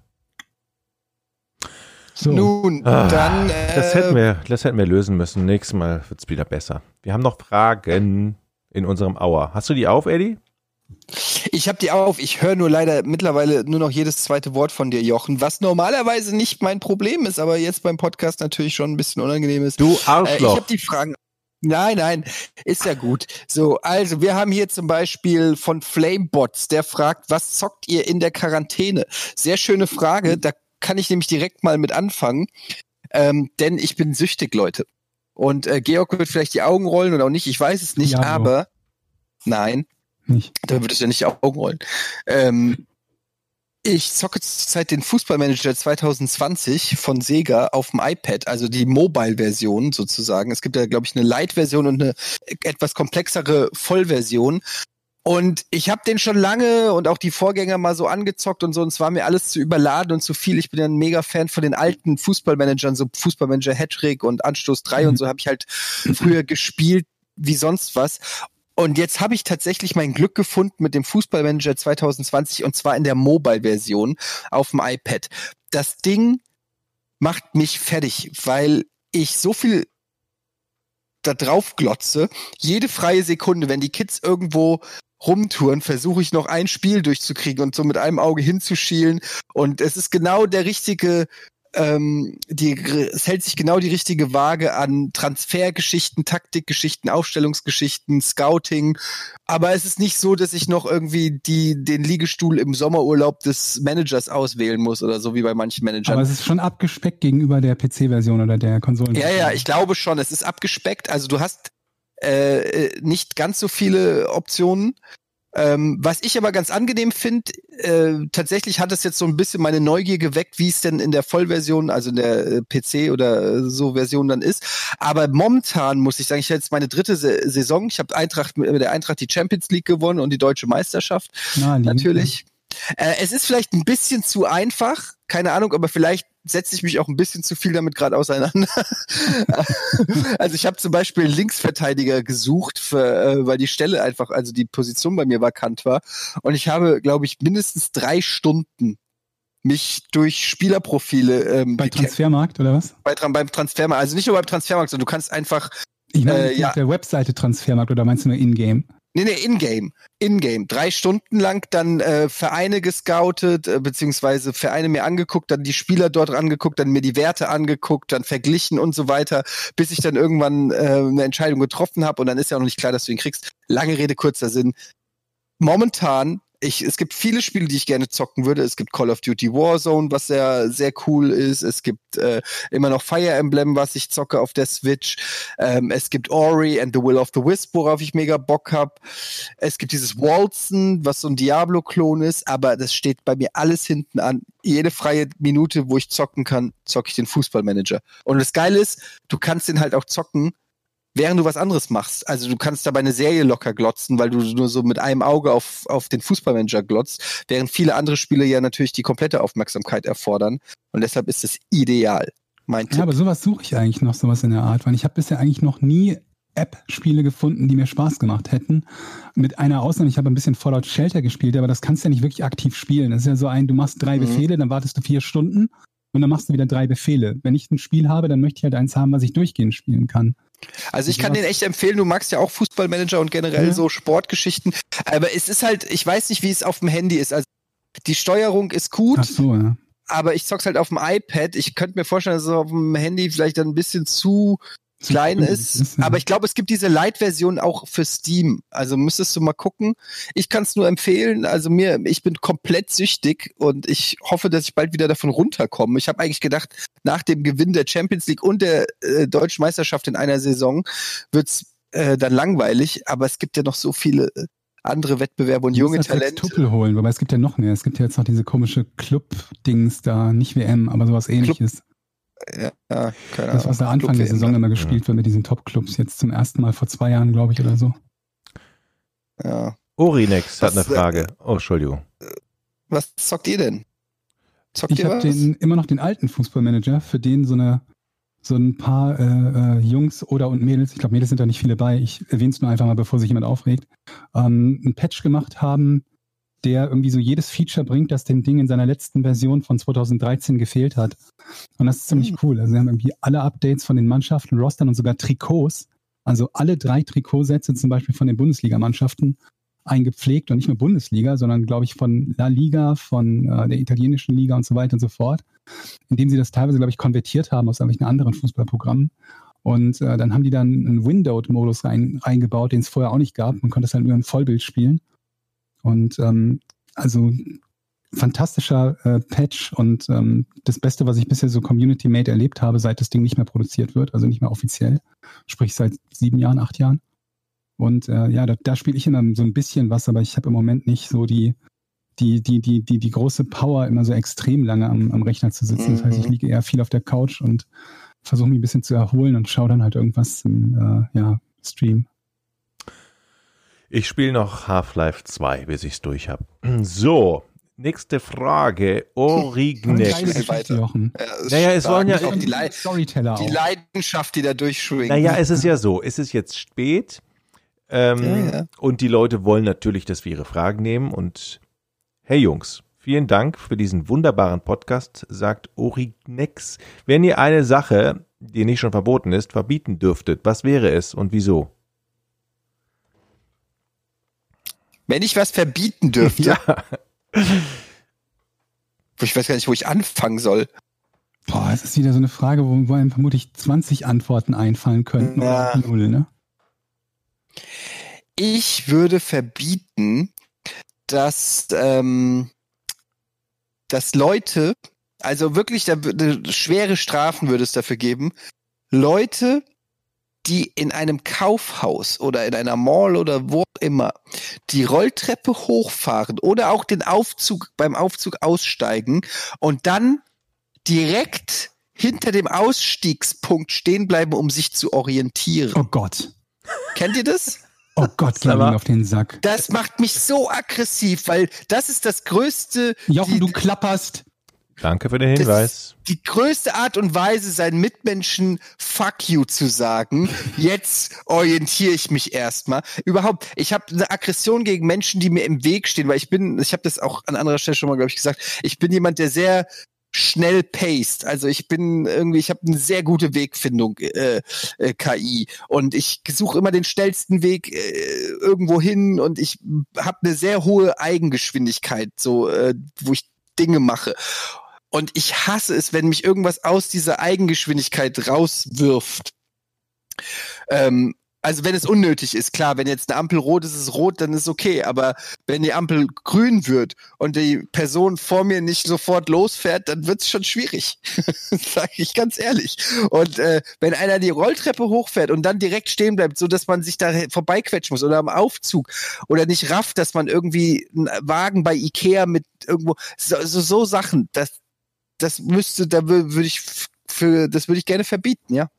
So. Nun, ah, dann... Äh, das, hätten wir, das hätten wir lösen müssen. Nächstes Mal wird es wieder besser. Wir haben noch Fragen in unserem Hour. Hast du die auf, Eddie? Ich habe die auf. Ich höre nur leider mittlerweile nur noch jedes zweite Wort von dir, Jochen, was normalerweise nicht mein Problem ist, aber jetzt beim Podcast natürlich schon ein bisschen unangenehm ist. Du Arschloch. Äh, ich habe die Fragen... Nein, nein, ist ja gut. So, also wir haben hier zum Beispiel von Flamebots, der fragt, was zockt ihr in der Quarantäne? Sehr schöne Frage, da kann ich nämlich direkt mal mit anfangen, ähm, denn ich bin süchtig, Leute. Und äh, Georg wird vielleicht die Augen rollen oder auch nicht, ich weiß es nicht, ja, aber nein, nicht. Da wird es ja nicht die Augen rollen. Ähm, Ich zocke zurzeit den Fußballmanager zwanzig zwanzig von Sega auf dem iPad, also die Mobile-Version sozusagen. Es gibt ja, glaube ich, eine Lite-Version und eine etwas komplexere Vollversion. Und ich habe den schon lange und auch die Vorgänger mal so angezockt und so, und es war mir alles zu überladen und zu viel. Ich bin ja ein Mega-Fan von den alten Fußballmanagern, so Fußballmanager Hattrick und Anstoß drei mhm. und so habe ich halt früher gespielt wie sonst was. Und jetzt habe ich tatsächlich mein Glück gefunden mit dem Fußballmanager zwanzig zwanzig und zwar in der Mobile-Version auf dem iPad. Das Ding macht mich fertig, weil ich so viel da drauf glotze. Jede freie Sekunde, wenn die Kids irgendwo rumtouren, versuche ich noch ein Spiel durchzukriegen und so mit einem Auge hinzuschielen. Und es ist genau der richtige ähm, die, es hält sich genau die richtige Waage an Transfergeschichten, Taktikgeschichten, Aufstellungsgeschichten, Scouting. Aber es ist nicht so, dass ich noch irgendwie die, den Liegestuhl im Sommerurlaub des Managers auswählen muss oder so wie bei manchen Managern. Aber es ist schon abgespeckt gegenüber der P C-Version oder der Konsolen. Ja, ja, ich glaube schon. Es ist abgespeckt. Also du hast äh, nicht ganz so viele Optionen. Ähm, was ich aber ganz angenehm finde, äh, tatsächlich hat es jetzt so ein bisschen meine Neugier geweckt, wie es denn in der Vollversion, also in der äh, P C oder äh, so Version dann ist. Aber momentan muss ich sagen, ich habe jetzt meine dritte Se- Saison. Ich habe Eintracht mit der Eintracht die Champions League gewonnen und die Deutsche Meisterschaft. Na, natürlich. Äh, es ist vielleicht ein bisschen zu einfach, keine Ahnung, aber vielleicht setze ich mich auch ein bisschen zu viel damit gerade auseinander. Also ich habe zum Beispiel einen Linksverteidiger gesucht, für, äh, weil die Stelle einfach, also die Position bei mir vakant war. Und ich habe, glaube ich, mindestens drei Stunden mich durch Spielerprofile ähm, bei Transfermarkt oder was? Bei, beim Transfermarkt, also nicht nur beim Transfermarkt, sondern du kannst einfach ich meine, äh, ja. auf der Webseite Transfermarkt oder meinst du nur in-game? Nee, nee, in-game. In-game. Drei Stunden lang dann äh, Vereine gescoutet, äh, beziehungsweise Vereine mir angeguckt, dann die Spieler dort angeguckt, dann mir die Werte angeguckt, dann verglichen und so weiter, bis ich dann irgendwann äh, eine Entscheidung getroffen habe und dann ist ja auch noch nicht klar, dass du ihn kriegst. Lange Rede, kurzer Sinn. Momentan, ich, es gibt viele Spiele, die ich gerne zocken würde. Es gibt Call of Duty Warzone, was sehr, sehr cool ist. Es gibt äh, immer noch Fire Emblem, was ich zocke auf der Switch. Ähm, es gibt Ori and the Will of the Wisp, worauf ich mega Bock hab. Es gibt dieses Waltzen, was so ein Diablo-Klon ist, aber das steht bei mir alles hinten an. Jede freie Minute, wo ich zocken kann, zocke ich den Fußballmanager. Und das Geile ist, du kannst den halt auch zocken, während du was anderes machst. Also du kannst dabei eine Serie locker glotzen, weil du nur so mit einem Auge auf, auf den Fußballmanager glotzt, während viele andere Spiele ja natürlich die komplette Aufmerksamkeit erfordern. Und deshalb ist es ideal. Mein Tipp. Ja, aber sowas suche ich eigentlich noch, sowas in der Art, weil ich habe bisher eigentlich noch nie App-Spiele gefunden, die mir Spaß gemacht hätten. Mit einer Ausnahme, ich habe ein bisschen Fallout Shelter gespielt, aber das kannst du ja nicht wirklich aktiv spielen. Das ist ja so ein, du machst drei mhm. Befehle, dann wartest du vier Stunden und dann machst du wieder drei Befehle. Wenn ich ein Spiel habe, dann möchte ich halt eins haben, was ich durchgehend spielen kann. Also ich kann den echt empfehlen, du magst ja auch Fußballmanager und generell ja. so Sportgeschichten, aber es ist halt, ich weiß nicht, wie es auf dem Handy ist, also die Steuerung ist gut, Ach so, ja. aber ich zock's halt auf dem iPad, ich könnte mir vorstellen, dass es auf dem Handy vielleicht dann ein bisschen zu klein ist, ist ja. aber ich glaube, es gibt diese Lite-Version auch für Steam, also müsstest du mal gucken. Ich kann es nur empfehlen, also mir, ich bin komplett süchtig und ich hoffe, dass ich bald wieder davon runterkomme. Ich habe eigentlich gedacht, nach dem Gewinn der Champions League und der äh, Deutschen Meisterschaft in einer Saison wird's äh, dann langweilig, aber es gibt ja noch so viele äh, andere Wettbewerbe und junge Talente. Tuppel holen, wobei es gibt ja noch mehr. Es gibt ja jetzt noch diese komische Club-Dings da, nicht W M, aber sowas Ähnliches. Club. Ja, ja, keine Ahnung. Das, was da Anfang der Saison immer gespielt wird mit diesen Top-Clubs, jetzt zum ersten Mal vor zwei Jahren, glaube ich, oder so. Ja. Orinex hat eine Frage. Oh, Entschuldigung. Was zockt ihr denn? Zockt ich habe immer noch den alten Fußballmanager, für den so eine so ein paar äh, äh, Jungs oder und Mädels, ich glaube Mädels sind da nicht viele bei, ich erwähne es nur einfach mal, bevor sich jemand aufregt, ähm, einen Patch gemacht haben, der irgendwie so jedes Feature bringt, das dem Ding in seiner letzten Version von zweitausenddreizehn gefehlt hat. Und das ist ziemlich cool. Also sie haben irgendwie alle Updates von den Mannschaften, Rostern und sogar Trikots, also alle drei Trikotsätze zum Beispiel von den Bundesligamannschaften eingepflegt und nicht nur Bundesliga, sondern glaube ich von La Liga, von äh, der italienischen Liga und so weiter und so fort, indem sie das teilweise, glaube ich, konvertiert haben aus irgendwelchen anderen Fußballprogrammen. Und äh, dann haben die dann einen Windowed-Modus rein, reingebaut, den es vorher auch nicht gab. Man konnte es halt nur im Vollbild spielen. Und ähm, also fantastischer äh, Patch und ähm, das Beste, was ich bisher so Community-Made erlebt habe, seit das Ding nicht mehr produziert wird, also nicht mehr offiziell, sprich seit sieben Jahren, acht Jahren. Und äh, ja, da, da spiele ich immer so ein bisschen was, aber ich habe im Moment nicht so die die die die die die große Power, immer so extrem lange am, am Rechner zu sitzen. Das heißt, ich liege eher viel auf der Couch und versuche mich ein bisschen zu erholen und schaue dann halt irgendwas im äh, ja, Stream. Ich spiele noch Half-Life zwei, bis ich es durch habe. So, nächste Frage. Orignex. Ja, naja, es wollen ja auch die, Le- Storyteller die Leidenschaft, die da durchschwingt. Naja, es ist ja so. Es ist jetzt spät. Ähm, ja, ja. Und die Leute wollen natürlich, dass wir ihre Fragen nehmen. Und hey Jungs, vielen Dank für diesen wunderbaren Podcast, sagt Orignex. Wenn ihr eine Sache, die nicht schon verboten ist, verbieten dürftet, was wäre es und wieso? Wenn ich was verbieten dürfte. Ja. Ich weiß gar nicht, wo ich anfangen soll. Boah, es ist wieder so eine Frage, wo, wo einem vermutlich zwanzig Antworten einfallen könnten. Ja. Oder null, ne? Ich würde verbieten, dass, ähm, dass Leute, also wirklich da, schwere Strafen würde es dafür geben, Leute, die in einem Kaufhaus oder in einer Mall oder wo auch immer die Rolltreppe hochfahren oder auch den Aufzug beim Aufzug aussteigen und dann direkt hinter dem Ausstiegspunkt stehen bleiben, um sich zu orientieren. Oh Gott. Kennt ihr das? Oh Gott, geh mir auf den Sack. Das macht mich so aggressiv, weil das ist das größte... Jochen, die, du klapperst. Danke für den Hinweis. Die größte Art und Weise, seinen Mitmenschen Fuck you zu sagen. Jetzt orientiere ich mich erstmal. Überhaupt, ich habe eine Aggression gegen Menschen, die mir im Weg stehen, weil ich bin, ich habe das auch an anderer Stelle schon mal, glaube ich, gesagt, ich bin jemand, der sehr schnell paced. Also ich bin irgendwie, ich habe eine sehr gute Wegfindung, äh, äh, K I. Und ich suche immer den schnellsten Weg äh, irgendwo hin und ich habe eine sehr hohe Eigengeschwindigkeit, so äh, wo ich Dinge mache. Und ich hasse es, wenn mich irgendwas aus dieser Eigengeschwindigkeit rauswirft. Ähm, also wenn es unnötig ist, klar, wenn jetzt eine Ampel rot ist, ist es rot, dann ist es okay. Aber wenn die Ampel grün wird und die Person vor mir nicht sofort losfährt, dann wird es schon schwierig. Sag ich ganz ehrlich. Und äh, wenn einer die Rolltreppe hochfährt und dann direkt stehen bleibt, so dass man sich da vorbeiquetschen muss oder am Aufzug oder nicht rafft, dass man irgendwie einen Wagen bei Ikea mit irgendwo, so, so, so Sachen, das, das müsste, da würde ich für, das würde ich gerne verbieten, ja.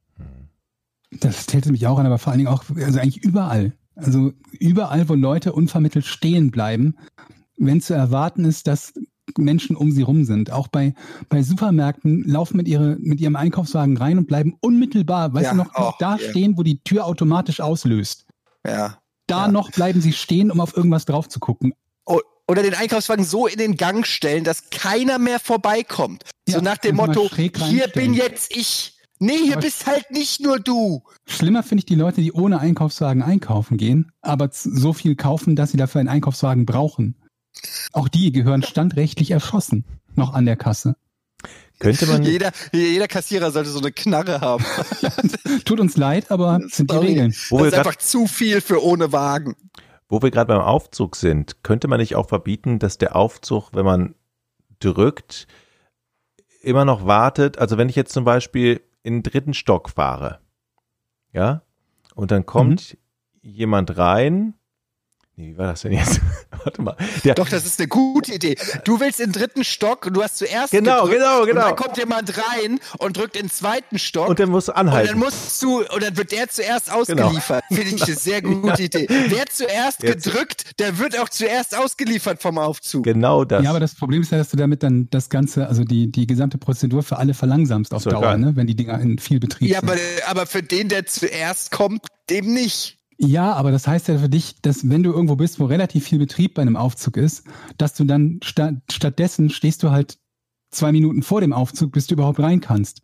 Das täte mich auch an, aber vor allen Dingen auch, also eigentlich überall. Also überall, wo Leute unvermittelt stehen bleiben, wenn zu erwarten ist, dass Menschen um sie rum sind. Auch bei, bei Supermärkten laufen mit, ihre, mit ihrem Einkaufswagen rein und bleiben unmittelbar, weißt ja, du, noch, oh, noch da yeah. stehen, wo die Tür automatisch auslöst. Ja. Da ja. noch bleiben sie stehen, um auf irgendwas drauf zu gucken. Oh, oder den Einkaufswagen so in den Gang stellen, dass keiner mehr vorbeikommt. Ja, so nach dem Motto, hier bin jetzt ich. Nee, hier aber bist halt nicht nur du. Schlimmer finde ich die Leute, die ohne Einkaufswagen einkaufen gehen, aber so viel kaufen, dass sie dafür einen Einkaufswagen brauchen. Auch die gehören standrechtlich erschossen, noch an der Kasse. Könnte man jeder, jeder Kassierer sollte so eine Knarre haben. Tut uns leid, aber das sind die Regeln. Das ist einfach zu viel für ohne Wagen. Wo wir gerade beim Aufzug sind, könnte man nicht auch verbieten, dass der Aufzug, wenn man drückt, immer noch wartet. Also wenn ich jetzt zum Beispiel in den dritten Stock fahre, ja, und dann kommt mhm. jemand rein. Nee, wie war das denn jetzt? Warte mal. Der, Doch, das ist eine gute Idee. Du willst in den dritten Stock und du hast zuerst genau, gedrückt, genau, genau. Und dann kommt jemand rein und drückt in den zweiten Stock. Und dann musst du anhalten. Und dann musst du, und dann wird der zuerst ausgeliefert. Genau. Finde ich eine sehr gute ja. Idee. Wer zuerst jetzt. gedrückt, der wird auch zuerst ausgeliefert vom Aufzug. Genau das. Ja, aber das Problem ist ja, dass du damit dann das Ganze, also die, die gesamte Prozedur für alle verlangsamst auf so, Dauer, ne? Wenn die Dinger in viel Betrieb ja, sind. Ja, aber, aber für den, der zuerst kommt, dem nicht. Ja, aber das heißt ja für dich, dass wenn du irgendwo bist, wo relativ viel Betrieb bei einem Aufzug ist, dass du dann sta- stattdessen stehst du halt zwei Minuten vor dem Aufzug, bis du überhaupt rein kannst.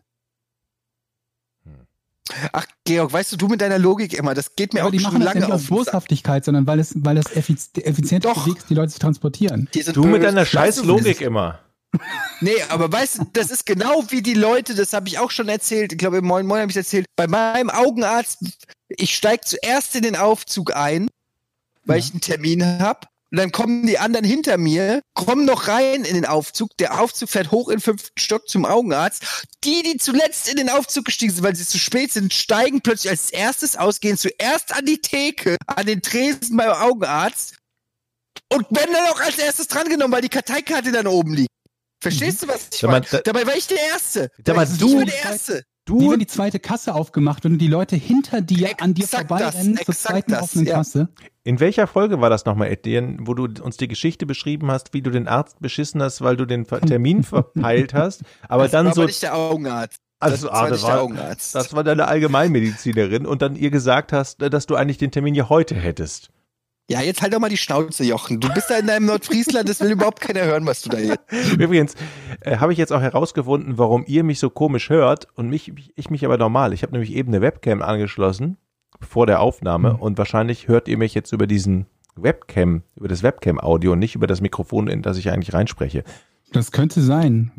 Ach, Georg, weißt du, du mit deiner Logik immer, das geht mir aber auch die schon machen das lange ja nicht aus Boshaftigkeit, sondern weil es, weil es effiz- der effizienteste Weg ist, die Leute zu transportieren. Du mit deiner scheiß Logik immer. Nee, aber weißt du, das ist genau wie die Leute, das habe ich auch schon erzählt, ich glaube im Moin Moin habe ich erzählt, bei meinem Augenarzt, ich steige zuerst in den Aufzug ein, weil ja. ich einen Termin habe, und dann kommen die anderen hinter mir, kommen noch rein in den Aufzug, der Aufzug fährt hoch in den fünften Stock zum Augenarzt, die, die zuletzt in den Aufzug gestiegen sind, weil sie zu spät sind, steigen plötzlich als erstes aus, gehen zuerst an die Theke, an den Tresen beim Augenarzt und werden dann auch als erstes drangenommen, weil die Karteikarte dann oben liegt. Verstehst du, was ich meine? Da, Dabei war ich der Erste. Dabei ich du, war der Erste. Du, wie wenn die zweite Kasse aufgemacht wird und die Leute hinter dir exakt an dir vorbeirennen zur zweiten das, offenen ja. Kasse. In welcher Folge war das nochmal, Etienne, wo du uns die Geschichte beschrieben hast, wie du den Arzt beschissen hast, weil du den Termin verpeilt hast, aber das dann war so... aber nicht der Augenarzt. Also, das, war ah, das, nicht war, der Augenarzt. das war deine Allgemeinmedizinerin und dann ihr gesagt hast, dass du eigentlich den Termin ja heute hättest. Ja, jetzt halt doch mal die Schnauze, Jochen. Du bist da in deinem Nordfriesland, das will überhaupt keiner hören, was du da jetzt... Übrigens äh, habe ich jetzt auch herausgefunden, warum ihr mich so komisch hört und mich, ich mich aber normal. Ich habe nämlich eben eine Webcam angeschlossen vor der Aufnahme mhm. und wahrscheinlich hört ihr mich jetzt über diesen Webcam, über das Webcam-Audio und nicht über das Mikrofon, in das ich eigentlich reinspreche. Das könnte sein. Ne?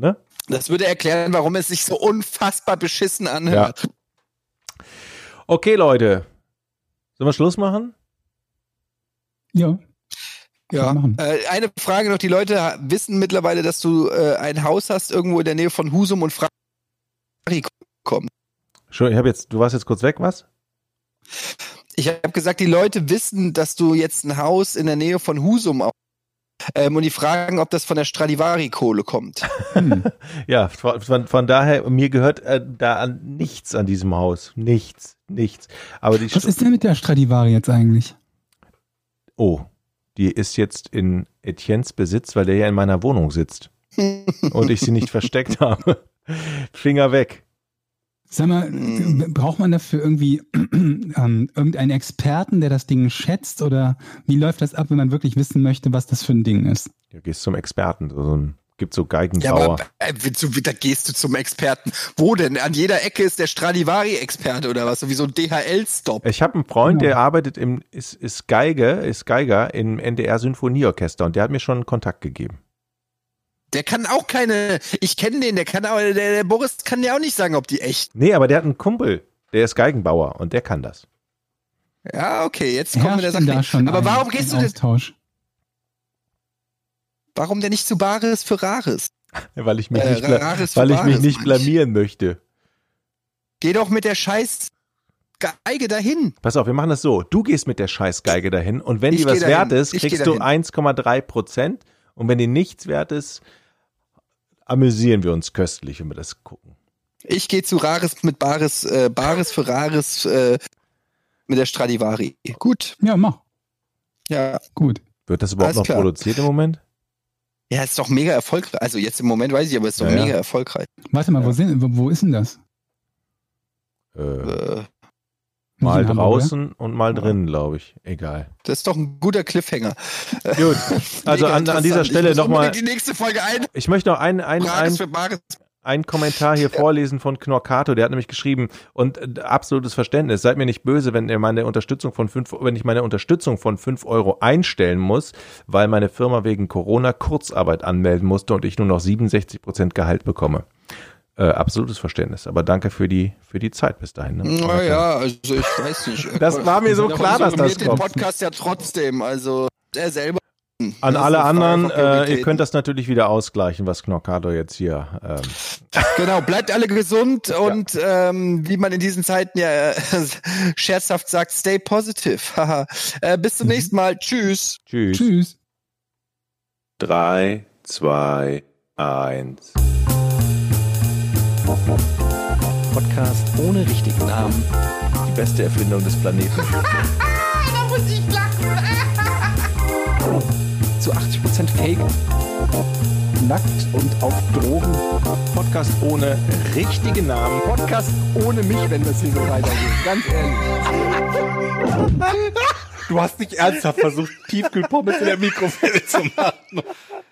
Das würde erklären, warum es sich so unfassbar beschissen anhört. Ja. Okay, Leute. Sollen wir Schluss machen? Ja. Ja. Äh, eine Frage noch. Die Leute wissen mittlerweile, dass du äh, ein Haus hast, irgendwo in der Nähe von Husum und Frari kommen. Schon, ich habe jetzt, du warst jetzt kurz weg, was? Ich habe gesagt, die Leute wissen, dass du jetzt ein Haus in der Nähe von Husum hast. Ähm, und die fragen, ob das von der Stradivari-Kohle kommt. Hm. Ja, von, von, von daher, mir gehört äh, da an nichts an diesem Haus. Nichts, nichts. Aber die Was St- ist denn mit der Stradivari jetzt eigentlich? Oh, die ist jetzt in Etiennes Besitz, weil der ja in meiner Wohnung sitzt. Und ich sie nicht versteckt habe. Finger weg. Sag mal, braucht man dafür irgendwie ähm, irgendeinen Experten, der das Ding schätzt? Oder wie läuft das ab, wenn man wirklich wissen möchte, was das für ein Ding ist? Ja, gehst zum Experten. So ein, gibt so Geigenbauer. Ja, aber äh, da gehst du zum Experten. Wo denn? An jeder Ecke ist der Stradivari-Experte oder was? So wie so ein D H L-Stop. Ich habe einen Freund, der arbeitet im, ist, ist Geige, ist Geiger im N D R-Symphonieorchester und der hat mir schon Kontakt gegeben. Der kann auch keine, ich kenne den, der kann auch, der, der Boris kann ja auch nicht sagen, ob die echt. Nee, aber der hat einen Kumpel, der ist Geigenbauer und der kann das. Ja, okay, jetzt kommen wir der Sache. Da schon aber ein, warum gehst du Austausch? denn? Warum denn nicht zu Bares für Rares? Ja, weil ich mich äh, nicht, bla- weil ich mich nicht blamieren möchte. Geh doch mit der scheiß Geige dahin. Pass auf, wir machen das so. Du gehst mit der scheiß Geige dahin und wenn ich die was dahin. wert ist, kriegst du eins Komma drei Prozent und wenn die nichts wert ist, amüsieren wir uns köstlich, wenn wir das gucken. Ich gehe zu Rares mit Bares, äh, Bares für Rares äh, mit der Stradivari. Gut. Ja, mach. Ja. Gut. Wird das überhaupt Alles noch klar. produziert im Moment? Ja, ist doch mega erfolgreich. Also jetzt im Moment weiß ich, aber es ist doch ja, mega ja. erfolgreich. Warte mal, ja. wo, sind, wo, wo ist denn das? Äh, äh, mal draußen und mal drinnen, glaube ich. Egal. Das ist doch ein guter Cliffhanger. Gut, also an, an dieser Stelle nochmal. die nächste Folge ein. Ich möchte noch einen ein, ein, ein Kommentar hier ja. vorlesen von Knorkato, der hat nämlich geschrieben, und äh, absolutes Verständnis, seid mir nicht böse, wenn ihr meine Unterstützung von fünf, wenn ich meine Unterstützung von fünf Euro einstellen muss, weil meine Firma wegen Corona Kurzarbeit anmelden musste und ich nur noch siebenundsechzig Prozent Gehalt bekomme. Äh, absolutes Verständnis, aber danke für die für die Zeit bis dahin. Ne? Naja, also ich weiß nicht. Das war mir so klar, dass das kommt. Den Podcast ja trotzdem, also er selber. An alle anderen, äh, ihr könnt das natürlich wieder ausgleichen, was Knorkato jetzt hier. Ähm. Genau, bleibt alle gesund ja. und ähm, wie man in diesen Zeiten ja äh, scherzhaft sagt, stay positive. äh, bis zum nächsten Mal. Tschüss. Tschüss. Tschüss. Drei, zwei, eins. Podcast ohne richtigen Namen. Die beste Erfindung des Planeten. Da muss ich lachen. Zu achtzig Prozent Fake. Nackt und auf Drogen. Podcast ohne richtigen Namen. Podcast ohne mich, wenn das hier so weitergeht. Ganz ehrlich. Du hast nicht ernsthaft versucht, Tiefkühlpommes in der Mikrowelle zu machen.